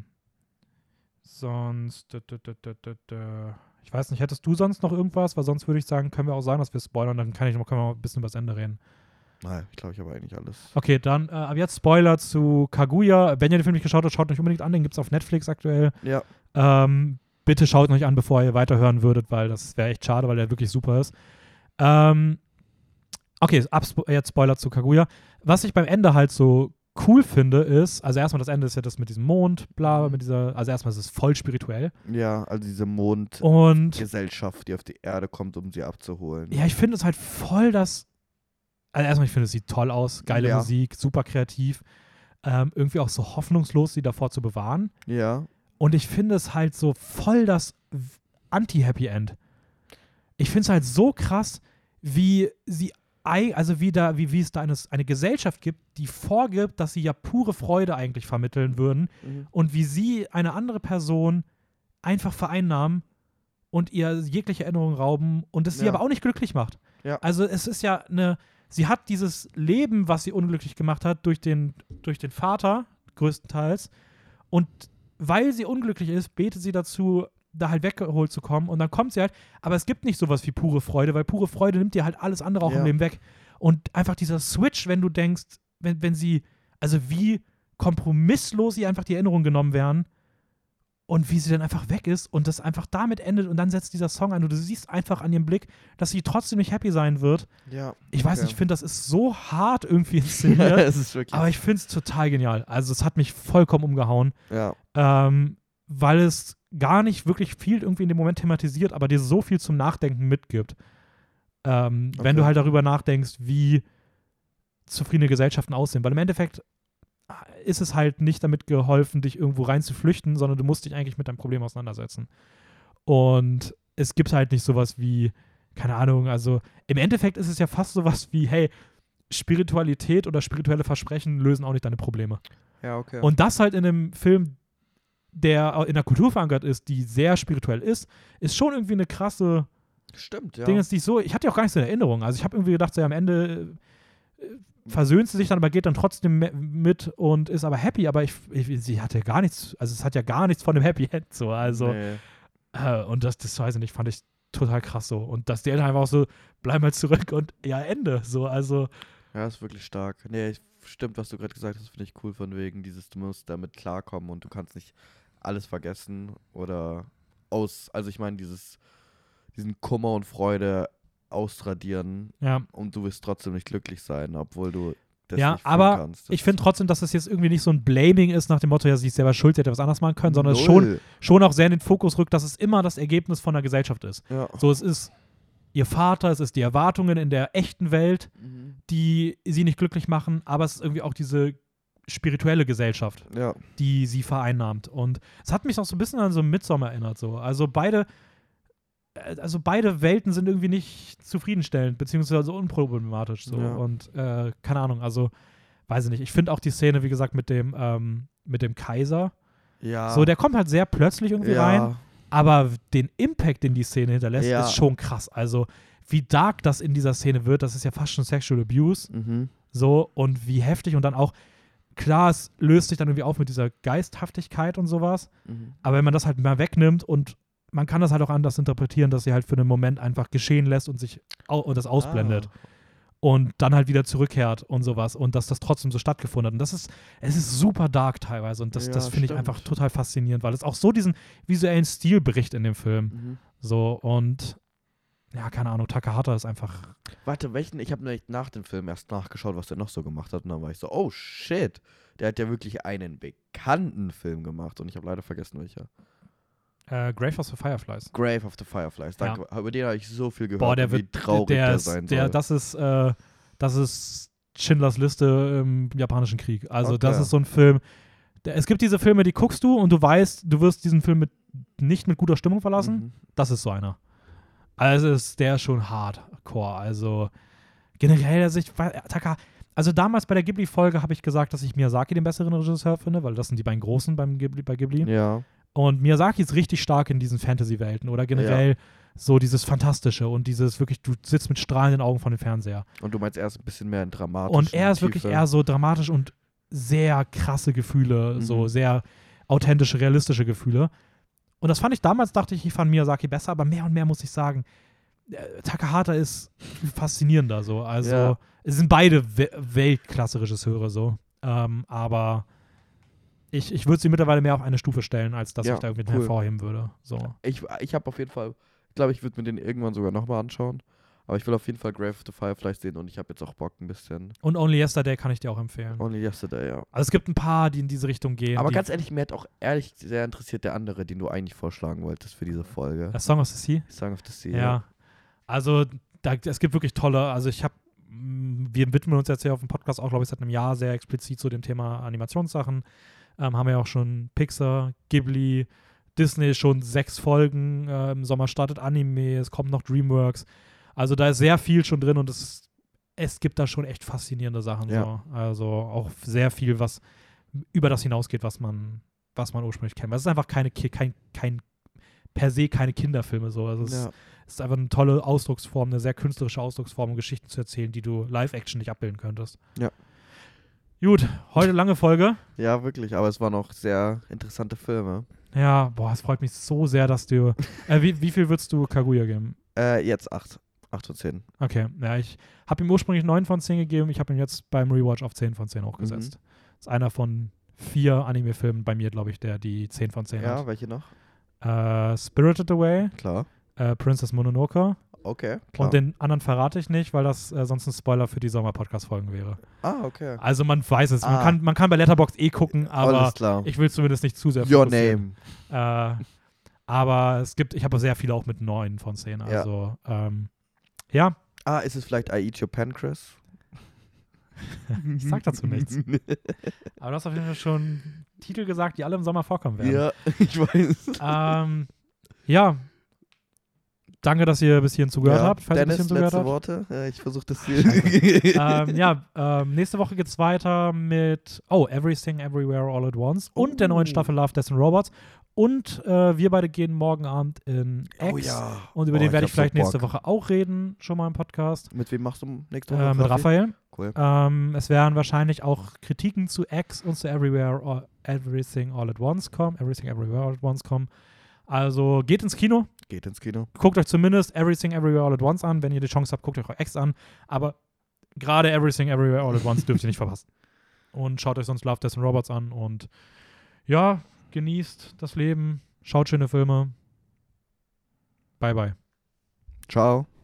sonst. d- d- d- d- d- d- Ich weiß nicht, hättest du sonst noch irgendwas? Weil sonst würde ich sagen, können wir auch sagen, dass wir spoilern. Dann kann ich noch, können wir mal ein bisschen über das Ende reden. Nein, ich glaube, ich habe eigentlich alles. Okay, dann äh, ab jetzt Spoiler zu Kaguya. Wenn ihr den Film nicht geschaut habt, schaut euch unbedingt an. Den gibt es auf Netflix aktuell. Ja. Ähm, bitte schaut ihn euch an, bevor ihr weiterhören würdet, weil das wäre echt schade, weil der wirklich super ist. Ähm, okay, ab Spo- jetzt Spoiler zu Kaguya. Was ich beim Ende halt so cool finde, ist, also erstmal das Ende ist ja das mit diesem Mond, bla, mit dieser, also erstmal ist es voll spirituell. Ja, also diese Mondgesellschaft, Und die auf die Erde kommt, um sie abzuholen. ja, ich finde es halt voll das, also erstmal, ich finde, es sieht toll aus, geile Ja. Musik, super kreativ, ähm, irgendwie auch so hoffnungslos, sie davor zu bewahren. Ja. Und ich finde es halt so voll das w- Anti-Happy End. Ich finde es halt so krass, wie sie, ei- also wie, da, wie, wie es da eine, eine Gesellschaft gibt, die vorgibt, dass sie ja pure Freude eigentlich vermitteln würden Mhm. und wie sie eine andere Person einfach vereinnahmen und ihr jegliche Erinnerung rauben und es sie Ja. aber auch nicht glücklich macht. Ja. Also es ist ja eine, sie hat dieses Leben, was sie unglücklich gemacht hat, durch den, durch den Vater größtenteils und weil sie unglücklich ist, betet sie dazu, da halt weggeholt zu kommen und dann kommt sie halt, aber es gibt nicht sowas wie pure Freude, weil pure Freude nimmt dir halt alles andere auch Ja. im Leben weg und einfach dieser Switch, wenn du denkst, wenn, wenn sie, also wie kompromisslos ihr einfach die Erinnerungen genommen werden und wie sie dann einfach weg ist und das einfach damit endet und dann setzt dieser Song ein und du siehst einfach an ihrem Blick, dass sie trotzdem nicht happy sein wird. Ja. Ich weiß okay. nicht, ich finde, das ist so hart irgendwie inszeniert, es ist wirklich. aber ich finde es total genial. Also es hat mich vollkommen umgehauen, ja. ähm, weil es gar nicht wirklich viel irgendwie in dem Moment thematisiert, aber dir so viel zum Nachdenken mitgibt. Ähm, Okay. Wenn du halt darüber nachdenkst, wie zufriedene Gesellschaften aussehen. Weil im Endeffekt ist es halt nicht damit geholfen, dich irgendwo rein zu flüchten, sondern du musst dich eigentlich mit deinem Problem auseinandersetzen. Und es gibt halt nicht sowas wie, keine Ahnung, also im Endeffekt ist es ja fast sowas wie, hey, Spiritualität oder spirituelle Versprechen lösen auch nicht deine Probleme. Ja, okay. Und das halt in einem Film, der in der Kultur verankert ist, die sehr spirituell ist, ist schon irgendwie eine krasse Stimmt, ja. Ding, ist nicht so, ich hatte ja auch gar nichts in Erinnerung. Also ich habe irgendwie gedacht, so, ja, am Ende äh, versöhnt sie sich dann, aber geht dann trotzdem me- mit und ist aber happy, aber ich, ich, sie hatte ja gar nichts, also es hat ja gar nichts von dem Happy End so, also Nee. äh, und das, das weiß ich nicht, fand ich total krass so und dass die Eltern einfach auch so, bleib mal zurück und ja, Ende, so, also Ja, ist wirklich stark. Nee, ich- stimmt, was du gerade gesagt hast, finde ich cool von wegen dieses, du musst damit klarkommen und du kannst nicht alles vergessen oder aus, also ich meine, dieses, diesen Kummer und Freude ausradieren ja, und du wirst trotzdem nicht glücklich sein, obwohl du das Ja, nicht fühlen aber kannst. Das ich finde trotzdem, dass das jetzt irgendwie nicht so ein Blaming ist nach dem Motto, ja, sie ist selber schuld, sie hätte was anderes machen können, sondern es schon, Null. schon auch sehr in den Fokus rückt, dass es immer das Ergebnis von der Gesellschaft ist. Ja. So, es ist ihr Vater, es ist die Erwartungen in der echten Welt, Mhm. die sie nicht glücklich machen, aber es ist irgendwie auch diese spirituelle Gesellschaft, Ja. die sie vereinnahmt. Und es hat mich auch so ein bisschen an so Midsommar erinnert. So. Also beide, äh, also beide Welten sind irgendwie nicht zufriedenstellend, beziehungsweise unproblematisch. So. Ja. Und äh, keine Ahnung, also weiß ich nicht. Ich finde auch die Szene, wie gesagt, mit dem, ähm, mit dem Kaiser. Ja. So, der kommt halt sehr plötzlich irgendwie ja. rein. Aber den Impact, den die Szene hinterlässt, Ja. ist schon krass. Also, wie dark das in dieser Szene wird, das ist ja fast schon Sexual Abuse. Mhm. So, und wie heftig. Und dann auch, klar, es löst sich dann irgendwie auf mit dieser Geisthaftigkeit und sowas. Mhm. Aber wenn man das halt mal wegnimmt und man kann das halt auch anders interpretieren, dass sie halt für einen Moment einfach geschehen lässt und sich au- und das ausblendet. Ah. Und dann halt wieder zurückkehrt und sowas und dass das trotzdem so stattgefunden hat. Und das ist, es ist super dark teilweise und das, Ja, das finde ich stimmt. einfach total faszinierend, weil es auch so diesen visuellen Stil bricht in dem Film. Mhm. So und ja, keine Ahnung, Takahata ist einfach. Warte, welchen? Ich habe nämlich nach dem Film erst nachgeschaut, was der noch so gemacht hat. Und dann war ich so, oh shit, der hat ja wirklich einen bekannten Film gemacht. Und ich habe leider vergessen, welcher. Äh, Grave of the Fireflies. Grave of the Fireflies. Danke. Über den habe ich so viel gehört, Boah, der und wird, wie traurig der, der, ist, sein der, soll. das ist, äh, das ist Schindlers Liste im japanischen Krieg. Also Okay. das ist so ein Film. Der, es gibt diese Filme, die guckst du und du weißt, du wirst diesen Film mit, nicht mit guter Stimmung verlassen. Mhm. Das ist so einer. Also ist der schon hardcore. Also generell, also ich Taka, also damals bei der Ghibli-Folge habe ich gesagt, dass ich Miyazaki den besseren Regisseur finde, weil das sind die beiden Großen beim Ghibli, bei Ghibli. Ja. Und Miyazaki ist richtig stark in diesen Fantasy-Welten oder generell so dieses Fantastische und dieses wirklich, du sitzt mit strahlenden Augen vor dem Fernseher. Und du meinst, er ist ein bisschen mehr in dramatisch. Und er ist wirklich eher so dramatisch und sehr krasse Gefühle, Mhm. so sehr authentische, realistische Gefühle. Und das fand ich damals, dachte ich, ich fand Miyazaki besser, aber mehr und mehr muss ich sagen, äh, Takahata ist faszinierender so. Also Ja. es sind beide We- Weltklasse-Regisseure so. Ähm, aber ich, ich würde sie mittlerweile mehr auf eine Stufe stellen, als dass Ja, ich da irgendwie cool. hervorheben würde. So. Ich, ich habe auf jeden Fall, ich glaube, ich würde mir den irgendwann sogar nochmal anschauen. Aber ich will auf jeden Fall Grave of the Fireflies sehen und ich habe jetzt auch Bock ein bisschen. Und Only Yesterday kann ich dir auch empfehlen. Only Yesterday, ja. Also es gibt ein paar, die in diese Richtung gehen. Aber die, ganz ehrlich, mir hat auch ehrlich sehr interessiert der andere, den du eigentlich vorschlagen wolltest für diese Folge. A Song of the Sea? Song of the Sea. Ja. Also da, es gibt wirklich tolle, also ich habe, wir widmen uns jetzt hier auf dem Podcast auch, glaube ich, seit einem Jahr sehr explizit zu dem Thema Animationssachen. Ähm, haben wir ja auch schon Pixar, Ghibli, Disney schon sechs Folgen, äh, im Sommer startet Anime, es kommt noch DreamWorks. Also da ist sehr viel schon drin und es, es gibt da schon echt faszinierende Sachen. Ja. So. Also auch sehr viel, was über das hinausgeht, was man, was man ursprünglich kennt. Es ist einfach keine, Ki- kein, kein, per se keine Kinderfilme so. Also es Ja. es ist einfach eine tolle Ausdrucksform, eine sehr künstlerische Ausdrucksform, um Geschichten zu erzählen, die du Live-Action nicht abbilden könntest. Ja. Gut, heute lange Folge. Ja, wirklich, aber es waren auch sehr interessante Filme. Ja, boah, es freut mich so sehr, dass du. Äh, wie, wie viel würdest du Kaguya geben? Äh, jetzt acht. acht von zehn. Okay, ja, ich habe ihm ursprünglich neun von zehn gegeben. Ich habe ihn jetzt beim Rewatch auf zehn von zehn hochgesetzt. Das ist einer von vier Anime-Filmen bei mir, glaube ich, der die zehn von zehn Ja, hat. welche noch? Äh, Spirited Away, Klar. äh, Princess Mononoke Okay, klar. und den anderen verrate ich nicht, weil das äh, sonst ein Spoiler für die Sommer-Podcast-Folgen wäre. ah, okay. Also man weiß es, man, Ah. kann, man kann bei Letterboxd eh gucken, aber Alles klar. ich will zumindest nicht zu sehr Your fokussieren. name. Äh, aber es gibt, ich habe sehr viele auch mit neun von zehn. Ja. Also, ja. Ähm, ja, Ah, ist es vielleicht I Eat Your Pancreas? ich sag dazu nichts. Aber du hast auf jeden Fall schon Titel gesagt, die alle im Sommer vorkommen werden. Ja, ich weiß. Ähm, ja. Danke, dass ihr bis hierhin zugehört Ja, habt. Falls Dennis, ihr bis hierhin letzte zugehört habt. Worte. Ja, ich versuche das hier. ähm, ja, ähm, nächste Woche geht's weiter mit oh, Everything Everywhere All at Once und der neuen Oh. Staffel Love, Death and Robots. Und äh, wir beide gehen morgen Abend in X. Oh ja. Und über Oh, den werde ich hab so vielleicht nächste Bock. Woche auch reden, schon mal im Podcast. Mit wem machst du nächste Woche? Äh, mit Raffi? Raphael. Cool. Ähm, es werden wahrscheinlich auch Kritiken zu X und zu Everywhere all, Everything All at Once kommen. Everything Everywhere All at Once kommen. Also geht ins Kino. Geht ins Kino. Guckt euch zumindest Everything Everywhere All at Once an. Wenn ihr die Chance habt, guckt euch auch X an. Aber gerade Everything Everywhere All at Once dürft ihr nicht verpassen. Und schaut euch sonst Love, Death and Robots an. Und ja, genießt das Leben. Schaut schöne Filme. Bye, bye. Ciao.